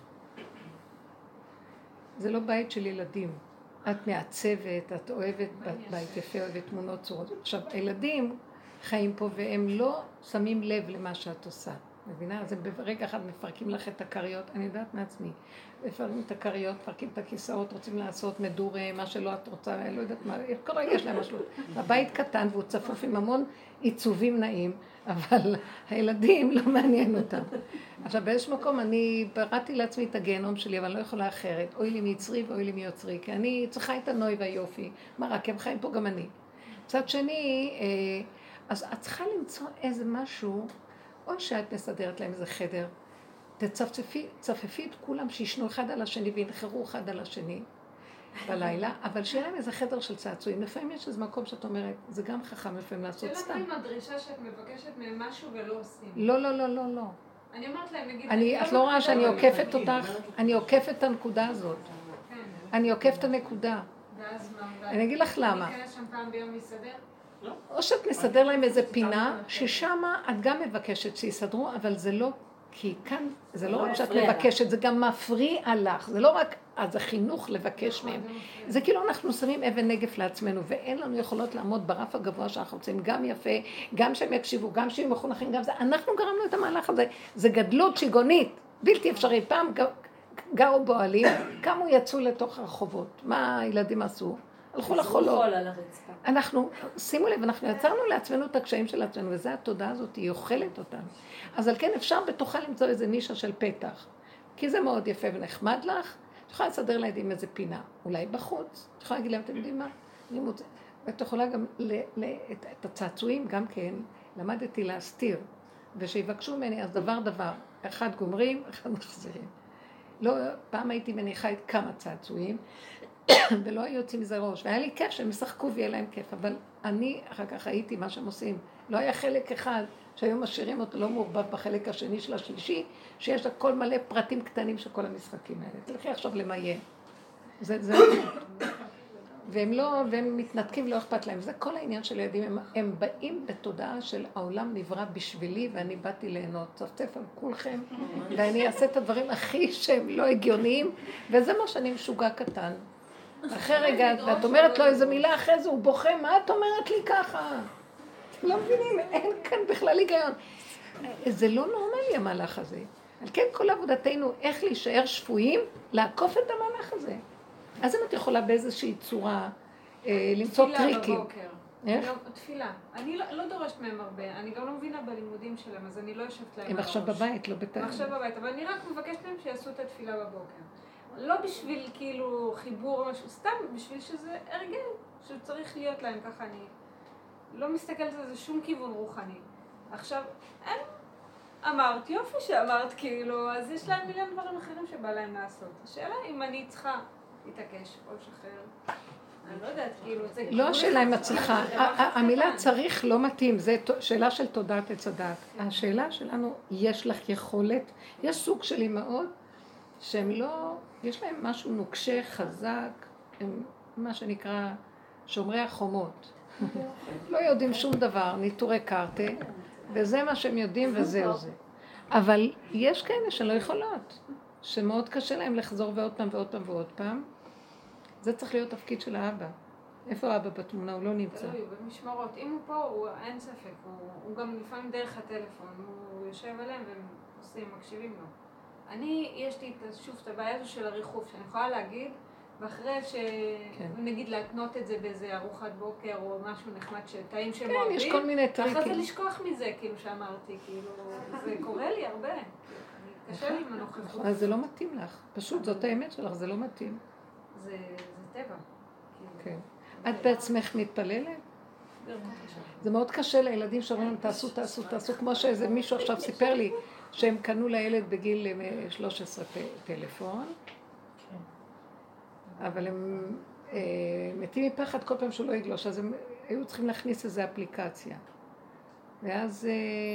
זה לא בית של ילדים. את מעצבת, את אוהבת בית יפה, אוהבת תמונות צורות. עכשיו, הילדים חיים פה והם לא שמים לב למה שאת עושה. מבינה? אז הם ברגע אחד מפרקים לך את הקריות, אני יודעת מעצמי. מפרקים את הקריות, מפרקים את הכיסאות, רוצים לעשות מדורה, מה שלא את רוצה, לא יודעת מה, כל רגע יש להם משהו. הבית קטן והוא צפוף עם המון עיצובים נעים, אבל הילדים לא מעניין אותם. עכשיו באיזשהו מקום אני בראתי לעצמי את הגיהנום שלי, אבל אני לא יכולה אחרת. אוי לי מיצרי ואוי לי מיוצרי, כי אני צריכה את הנוי והיופי. מה רק, הם חיים פה גם אני. מצד שני, אז את צריכה למצוא איזה משהו, או שאת מסדרת להם איזה חדר, תצפפי את כולם שישנו אחד על השני וינחרו אחד על השני בלילה, אבל שיהיה להם איזה חדר של צעצועים. לפעמים יש איזה מקום שאת אומרת, זה גם חכם לפעמים לעשות סתם. שאלה עם הדרישה שאת מבקשת מהם משהו ולא עושים. לא, לא, לא, לא, לא. אני אומרת להם, נגיד... את לא רואה שאני עוקפת אותך? אני עוקפת את הנקודה הזאת. אני עוקפת את הנקודה. ואז מה? אני אגיד לך למה. אני אכנס שם פעם ביום מסדר? או שאת מסדר להם איזה פינה, ששם את גם מבקשת שיסדרו, אבל זה לא כי כאן זה לא רק שאת מבקשת, זה גם מפריע לך. זה לא רק, אז החינוך לבקש מהם. זה כאילו אנחנו שמים אבן נגף לעצמנו, ואין לנו יכולות לעמוד ברף הגבוה שאנחנו רוצים, גם יפה, גם שהם יקשיבו, גם שהם מחונכים, גם זה. אנחנו גרמנו את המהלך הזה. זה גדלות שיגונית, בלתי אפשרי. פעם גרו בועלים, כמה יצאו לתוך הרחובות. מה הילדים עשו? הלכו לחולות. אנחנו, שימו לב, אנחנו יצרנו לעצמנו את הקשיים של עצמנו, וזו התודעה הזאת, היא אוכלת אותנו. אז על כן אפשר בתוכה למצוא איזה נישה של פתח, כי זה מאוד יפה ונחמד לך, את יכולה לסדר לידים איזה פינה, אולי בחוץ, את יכולה להגיד להם, אתם יודעים מה? ואת יכולה גם, את הצעצועים גם כן, למדתי להסתיר, ושיבקשו ממני, אז דבר, אחד גומרים, אחד מחזירים. לא, פעם הייתי מניחה את כמה צעצועים, ולא היו יוצאים מזה ראש, והיה לי כיף שהם ישחקו ויהיה להם כיף, אבל אני אחר כך הייתי מה שהם עושים, לא היה חלק אחד שהיום משאירים אותו לא מעורבב בחלק השני של השלישי, שיש הכל מלא פרטים קטנים של כל המשחקים האלה. תלכי עכשיו למה יהיה. זה והם מתנתקים, לא אכפת להם. זה כל העניין של ילדים, הם באים בתודעה של העולם נברא בשבילי, ואני באתי ליהנות, צפצף על כולכם, ואני אעשה את הדברים הכי שהם לא הגיוניים, וזה מה שאני משוגע קטן. אחרי רגע, ואת אומרת לו איזו מילה אחרי זה, הוא בוכה, מה את אומרת לי ככה? אתם לא מבינים, אין כאן בכלל היגיון. זה לא נורמלי המהלך הזה. על כן כל עבודתנו, איך להישאר שפויים, לעקוף את המהלך הזה. אז אם את יכולה באיזושהי צורה למצוא טריקים. איך? תפילה. אני לא דורשת מהם הרבה, אני גם לא מבינה בלימודים שלהם, אז אני לא יושבת להם על הראש. הם עכשיו בבית, לא בתאים. הם עכשיו בבית, אבל אני רק מבקשת מהם שיעשו את התפילה בבוקר. לא בשביל כאילו חיבור או משהו, סתם בשביל שזה הרגל, שצריך להיות להם ככה. אני לא מסתכלת על זה שום כיוון רוחני. עכשיו, אמרת, יופי שאמרת כאילו, אז יש להם מיליון דברים אחרים שבא להם לעשות. השאלה אם אני צריכה להתעקש או לשחרר. אני לא יודעת, כאילו, זה... לא השאלה אם את צריכה, המילה צריך לא מתאים, זה שאלה של תודעת עץ הדעת. השאלה שלנו, יש לך יכולת, יש סוג של אימהות שהם לא, יש להם משהו נוקשה, חזק, הם מה שנקרא שומרי החומות. לא יודעים שום דבר, ניטורי קרטה, וזה מה שהם יודעים וזהו זה. אבל יש כאלה שלא יכולות, שמאוד קשה להם לחזור ועוד פעם ועוד פעם ועוד פעם. זה צריך להיות תפקיד של האבא. איפה האבא בתמונה? הוא לא נמצא. לא, הוא במשמרות. אם הוא פה, אין ספק. הוא גם לפעמים דרך הטלפון. הוא יושב עליהם והם עושים, מקשיבים לו. יש לי שוב את הבעיה הזו של הריחוף, שאני יכולה להגיד, ואחרי שנגיד להתנות את זה באיזה ארוחת בוקר או משהו נחמד שטעים שהם אוהבים. כן, יש כל מיני טריקים. ואחרי זה לשכוח מזה, כאילו שאמרתי, כאילו, זה קורה לי הרבה. קשה לי עם הנוכחות. אז זה לא מתאים לך. פשוט, זאת האמת שלך, זה לא מתאים. זה טבע. כן. את בעצמך מתפללת? זה מאוד קשה לילדים שאומרים, תעשו, כמו שאיזה מישהו עכשיו סיפר לי, שהם קנו לילד בגיל 13 טלפון, אבל הם מתים מפחד כל פעם שהוא לא יגלוש, אז הם היו צריכים להכניס איזו אפליקציה. ואז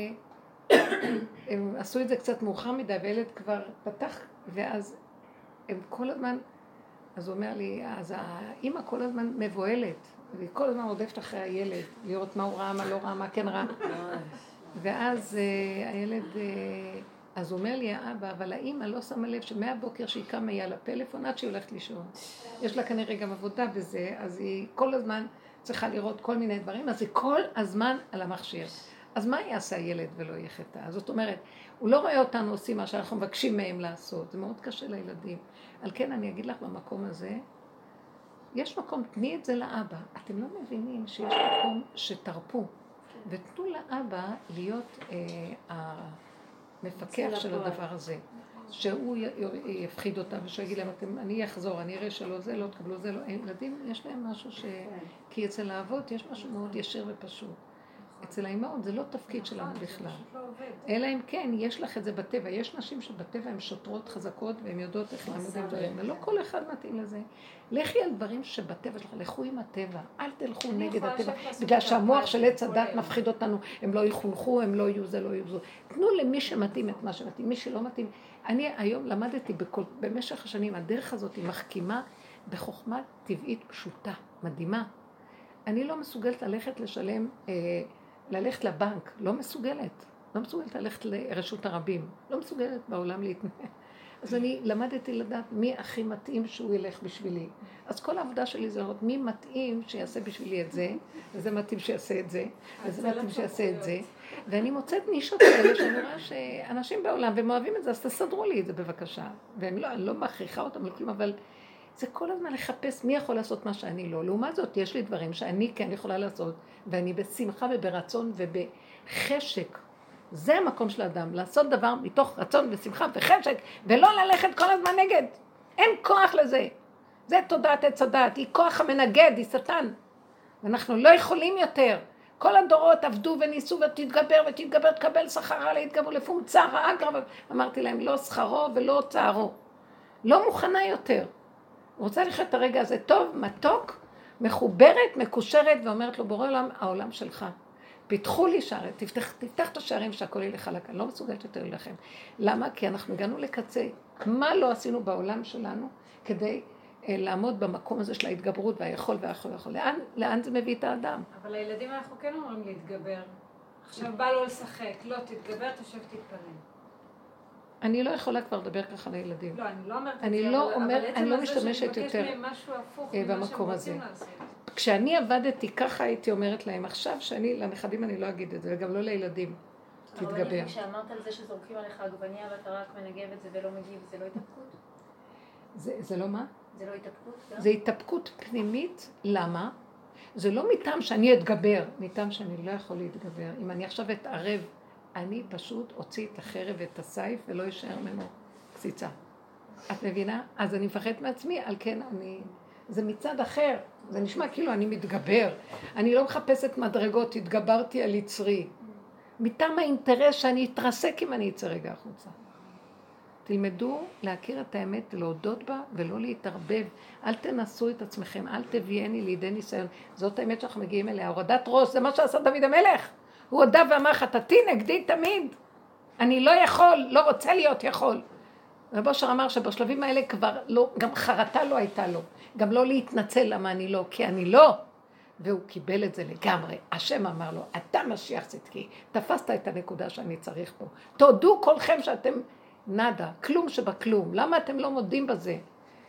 הם עשו את זה קצת מאוחר מדי, והילד כבר פתח, ואז הם כל הזמן, אז הוא אומר לי, אז האמא כל הזמן מבועלת, והיא כל הזמן רודפת אחרי הילד, לראות מה הוא ראה, מה לא ראה, מה כן ראה. ואז הילד, אז הוא אומר לי, האבא, אבל האמא לא שמה לב שמהבוקר שהיא קמה היא על הפלאפון עד שהיא הולכת לישון. יש לה כנראה גם עבודה בזה, אז היא כל הזמן צריכה לראות כל מיני דברים, אז היא כל הזמן על המכשיר. אז מה יעשה הילד ולא יחטא? זאת אומרת, הוא לא רואה אותנו עושים מה שאנחנו מבקשים מהם לעשות, זה מאוד קשה לילדים. על כן אני אגיד לך במקום הזה, יש מקום, תני את זה לאבא. אתם לא מבינים שיש מקום שתרפו, ותנו לאבא להיות המפקח של הדבר הזה, שהוא יפחיד אותם ושהוא יגיד להם, אני אחזור, אני אראה שלא זה, לא תקבלו זה, לא. ילדים יש להם משהו כי אצל האבות יש משהו מאוד ישיר ופשוט. אצל האימהות זה לא תפקיד שלנו בכלל. אלא אם כן, יש לך את זה בטבע. יש נשים שבטבע הן שוטרות חזקות והן יודעות איך לעמוד עם דברים. ולא כל אחד מתאים לזה. לכי על דברים שבטבע שלך, לכו עם הטבע. אל תלכו נגד הטבע. בגלל שהמוח של עץ הדת מפחיד אותנו. הם לא יחונכו, הם לא יהיו זה, לא יהיו זה. תנו למי שמתאים את מה שמתאים. מי שלא מתאים. אני היום למדתי במשך השנים, הדרך הזאת היא מחכימה בחוכמה טבעית פשוטה, מדהימה. אני לא מסוגלת ללכת לשלם, ללכת לבנק, לא מסוגלת. לא מסוגלת ללכת לרשות הרבים, לא מסוגלת בעולם להתנהל. אז אני למדתי לדעת מי הכי מתאים שהוא ילך בשבילי. אז כל העבודה שלי זה לראות מי מתאים שיעשה בשבילי את זה, וזה מתאים שיעשה את זה, וזה מתאים שיעשה את זה. ואני מוצאת נישות כאלה שאני רואה שאנשים בעולם, והם אוהבים את זה, אז תסדרו לי את זה בבקשה. ואני לא מכריחה אותם לכלום, אבל זה כל הזמן לחפש מי יכול לעשות מה שאני לא. לעומת זאת, יש לי דברים שאני כן יכולה לעשות, ואני בשמחה וברצון ובחשק. זה המקום של האדם, לעשות דבר מתוך רצון ושמחה וחשק, ולא ללכת כל הזמן נגד. אין כוח לזה. זה תודעת עץ הדעת, היא כוח המנגד, היא שטן. ואנחנו לא יכולים יותר. כל הדורות עבדו וניסו ותתגבר, תקבל שכרה להתגברו לפומצה, אגרב. אמרתי להם, לא שכרו ולא צערו. לא מוכנה יותר. רוצה לחיות את הרגע הזה טוב, מתוק, מחוברת, מקושרת, ואומרת לו, בורא עולם, העולם שלך. פיתחו לי שערים, תפתח את השערים שהכל ילך לכאן, לא מסוגלת יותר לכם. למה? כי אנחנו הגענו לקצה. מה לא עשינו בעולם שלנו כדי לעמוד במקום הזה של ההתגברות והיכול והיכול. לאן זה מביא את האדם? אבל לילדים אנחנו כן אומרים להתגבר. עכשיו בא לו לשחק, לא תתגבר, תשב תתפלל. אני לא יכולה כבר לדבר ככה לילדים. לא, אני לא אומרת את זה, אני לא משתמשת יותר במקום הזה. כשאני עבדתי ככה הייתי אומרת להם עכשיו שאני, לנכדים אני לא אגיד את זה, וגם לא לילדים. תתגבר. אבל כשאמרת על זה שזורקים עליך עגבניה ואתה רק מנגב את זה ולא מגיב, זה לא התאפקות? זה לא מה? זה לא התאפקות? זה התאפקות פנימית, למה? זה לא מטעם שאני אתגבר, מטעם שאני לא יכול להתגבר. אם אני עכשיו אתערב, אני פשוט אוציא את החרב ואת הסייף ולא יישאר ממנו קציצה. את מבינה? אז אני מפחדת מעצמי, על כן אני... זה מצד אחר, זה נשמע כאילו אני מתגבר. אני לא מחפשת מדרגות, התגברתי על יצרי. מטעם האינטרס שאני אתרסק אם אני אצא רגע החוצה. תלמדו להכיר את האמת, להודות בה ולא להתערבב. אל תנסו את עצמכם, אל תביאני לידי ניסיון. זאת האמת שאנחנו מגיעים אליה. הורדת ראש, זה מה שעשה דוד המלך. הוא הודע ואמר, חטאתי נגדי תמיד. אני לא יכול, לא רוצה להיות יכול. רב אושר אמר שבשלבים האלה כבר לא, גם חרטה לא הייתה לו. גם לא להתנצל למה אני לא, כי אני לא. והוא קיבל את זה לגמרי. השם אמר לו, אתה משיח צדקי, תפסת את הנקודה שאני צריך פה. תודו כולכם שאתם נדה, כלום שבכלום. למה אתם לא מודים בזה?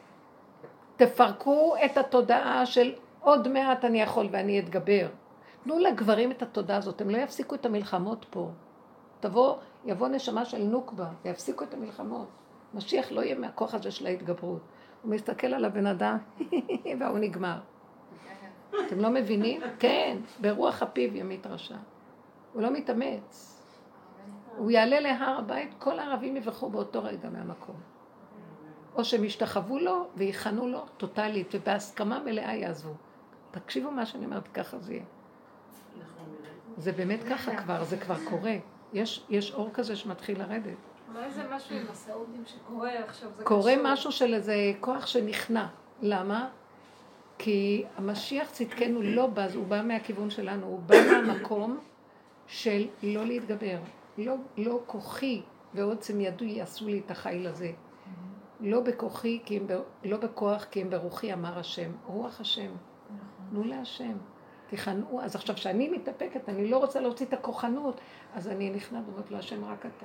תפרקו את התודעה של עוד מעט אני יכול ואני אתגבר. תנו לגברים את התודעה הזאת, הם לא יפסיקו את המלחמות פה. יבוא נשמה של נוקבה, ויפסיקו את המלחמות. משיח לא יהיה מהכוח הזה של ההתגברות. הוא מסתכל על הבן אדם, והוא נגמר. אתם לא מבינים? כן, ברוח הפיו ימית רשע. הוא לא מתאמץ. הוא יעלה להר הבית, כל הערבים יבחרו באותו רגע מהמקום. או שהם ישתחוו לו ויחנו לו טוטלית, ובהסכמה מלאה יעזבו. תקשיבו מה שאני אומרת, ככה זה יהיה. זה באמת ככה כבר, זה כבר קורה. יש אור כזה שמתחיל לרדת. אולי זה משהו עם הסעודים שקורה עכשיו, זה קורה משהו של איזה כוח שנכנע. למה? כי המשיח צדקנו לא בא, הוא בא מהכיוון שלנו, הוא בא מהמקום של לא להתגבר. לא כוחי, ועוצם ידו יעשו לי את החיל הזה. לא בכוחי, לא בכוח, כי אם ברוחי אמר השם. רוח השם. תנו להשם. תכנעו. אז עכשיו שאני מתאפקת, אני לא רוצה להוציא את הכוחנות, אז אני נכנעת ואומרת לו, השם רק אתה.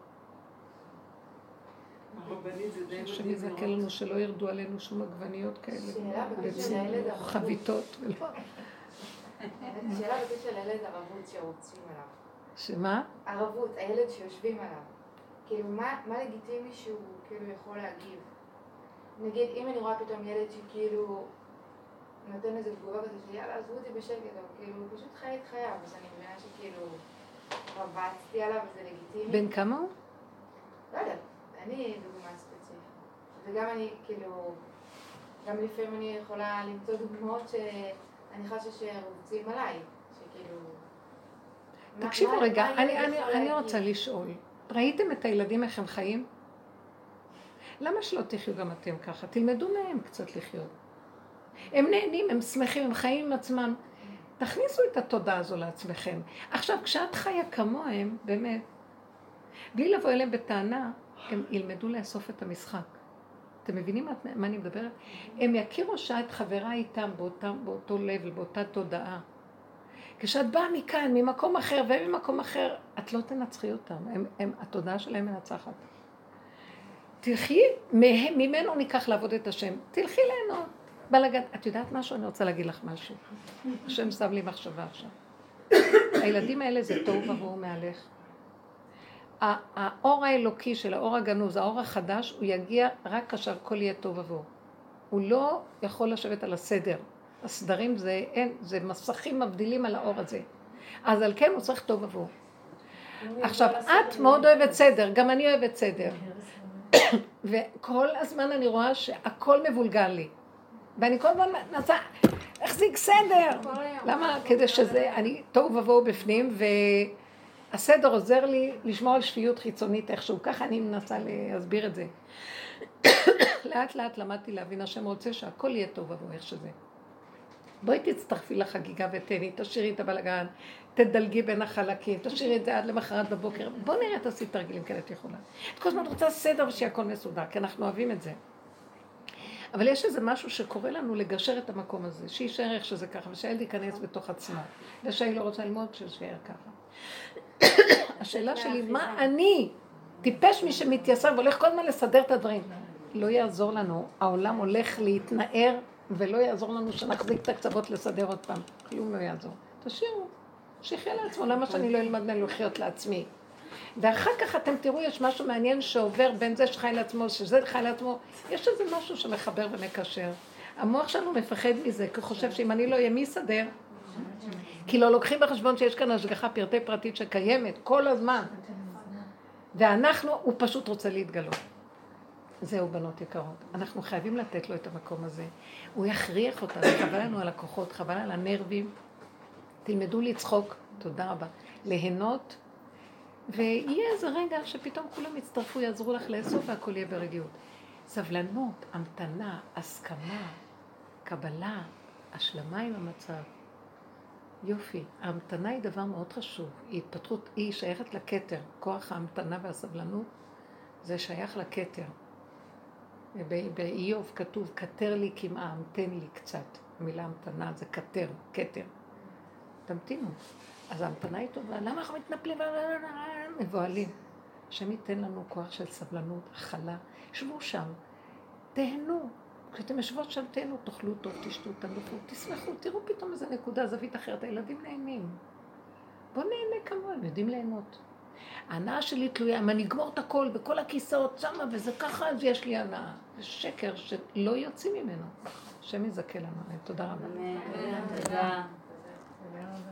השם יזכה לנו שלא ירדו עלינו שום עגבניות כאלה. חביתות. שאלה בקשר לילד ערבות שרוצים עליו. שמה? ערבות, הילד שיושבים עליו. כאילו, מה לגיטימי שהוא כאילו יכול להגיב? נגיד, אם אני רואה פתאום ילד שכאילו נותן איזו תגובה כזה של יאללה, עזבו אותי בשקט, אבל כאילו, הוא פשוט חי את חייו, אז אני מבינה שכאילו רבצתי עליו וזה לגיטימי. בן כמה הוא? לא יודעת, אני דוגמה ספציפית. וגם אני, כאילו, גם לפעמים אני יכולה למצוא דוגמאות שאני חשה שרובצים עליי, שכאילו... תקשיבו רגע, אני רוצה לשאול. ראיתם את הילדים איך הם חיים? למה שלא תחיו גם אתם ככה? תלמדו מהם קצת לחיות. הם נהנים, הם שמחים, הם חיים עם עצמם. תכניסו את התודעה הזו לעצמכם. עכשיו, כשאת חיה כמוהם, באמת, בלי לבוא אליהם בטענה, הם ילמדו לאסוף את המשחק. אתם מבינים מה אני מדברת? הם יכירו שאת חברה איתם באותו לבל, באותה תודעה. כשאת באה מכאן, ממקום אחר וממקום אחר, את לא תנצחי אותם, התודעה שלהם מנצחת. תלכי, ממנו ניקח לעבוד את השם, תלכי ליהנות. בלגן, את יודעת משהו? אני רוצה להגיד לך משהו. השם שם לי מחשבה עכשיו. הילדים האלה זה טוב עבור מהלך. האור האלוקי של האור הגנוז, האור החדש, הוא יגיע רק כאשר הכל יהיה טוב עבור. הוא לא יכול לשבת על הסדר. הסדרים זה מסכים מבדילים על האור הזה. אז על כן הוא צריך טוב עבור. עכשיו, את מאוד אוהבת סדר, גם אני אוהבת סדר. וכל הזמן אני רואה שהכל מבולגן לי. ואני כל הזמן נסע, החזיק סדר. למה? כדי שזה, אני טוב עבור בפנים, והסדר עוזר לי לשמור על שפיות חיצונית איכשהו. ככה אני מנסה להסביר את זה. לאט לאט למדתי להבין, השם רוצה שהכל יהיה טוב עבור איך שזה. בואי תצטרפי לחגיגה ותני, תשאירי את הבלגן, תדלגי בין החלקים, תשאירי את זה עד למחרת בבוקר. בוא נראה, תעשי תרגילים כאלה את יכולה. את כל הזמן רוצה סדר ושיהיה הכל מסודר, כי אנחנו אוהבים את זה. אבל יש איזה משהו שקורה לנו לגשר את המקום הזה, שישאר איך שזה ככה, ושהילד ייכנס בתוך עצמה, ושהיא לא רוצה ללמוד שישאר ככה. השאלה שלי, מה אני, טיפש מי שמתייסר והולך כל הזמן לסדר את הדברים? לא יעזור לנו, העולם הולך להתנער, ולא יעזור לנו שנחזיק את הקצוות לסדר עוד פעם. כלום לא יעזור. תשאירו, שיחיה לעצמו, למה שאני לא אלמד ממנו לחיות לעצמי? ואחר כך אתם תראו, יש משהו מעניין שעובר בין זה שחי לעצמו, שזה חי לעצמו, יש איזה משהו שמחבר ומקשר. המוח שלנו מפחד מזה, כי הוא חושב שאם אני לא אהיה מי יסדר, כי לא לוקחים בחשבון שיש כאן השגחה פרטי פרטית שקיימת כל הזמן. ואנחנו, הוא פשוט רוצה להתגלות. זהו בנות יקרות, אנחנו חייבים לתת לו את המקום הזה. הוא יכריח אותנו, חבל לנו על הכוחות, חבל על הנרבים. תלמדו לצחוק, תודה רבה, ליהנות, ויהיה איזה רגע שפתאום כולם יצטרפו, יעזרו לך לאסוף והכל יהיה ברגיעות. סבלנות, המתנה, הסכמה, קבלה, השלמה עם המצב. יופי, ההמתנה היא דבר מאוד חשוב, היא התפתחות, היא שייכת לכתר, כוח ההמתנה והסבלנות זה שייך לכתר. באיוב כתוב, כתר לי כמעה, המתן לי קצת. המילה המתנה זה כתר, כתר. תמתינו. אז ההמתנה היא טובה. למה אנחנו מתנפלים מבועלים? השם ייתן לנו כוח של סבלנות, הכלה. שבו שם, תהנו. כשאתם יושבות שם תהנו, תאכלו טוב, תשתו, תנוחו, תשמחו, תראו פתאום איזה נקודה, זווית אחרת. הילדים נהנים. בוא נהנה כמוהם, יודעים ליהנות. ההנאה שלי תלויה, אם אני אגמור את הכל בכל הכיסאות שמה וזה ככה, אז יש לי הנאה. זה שקר שלא יוצאים ממנו. השם יזכה לנו. תודה רבה. תודה.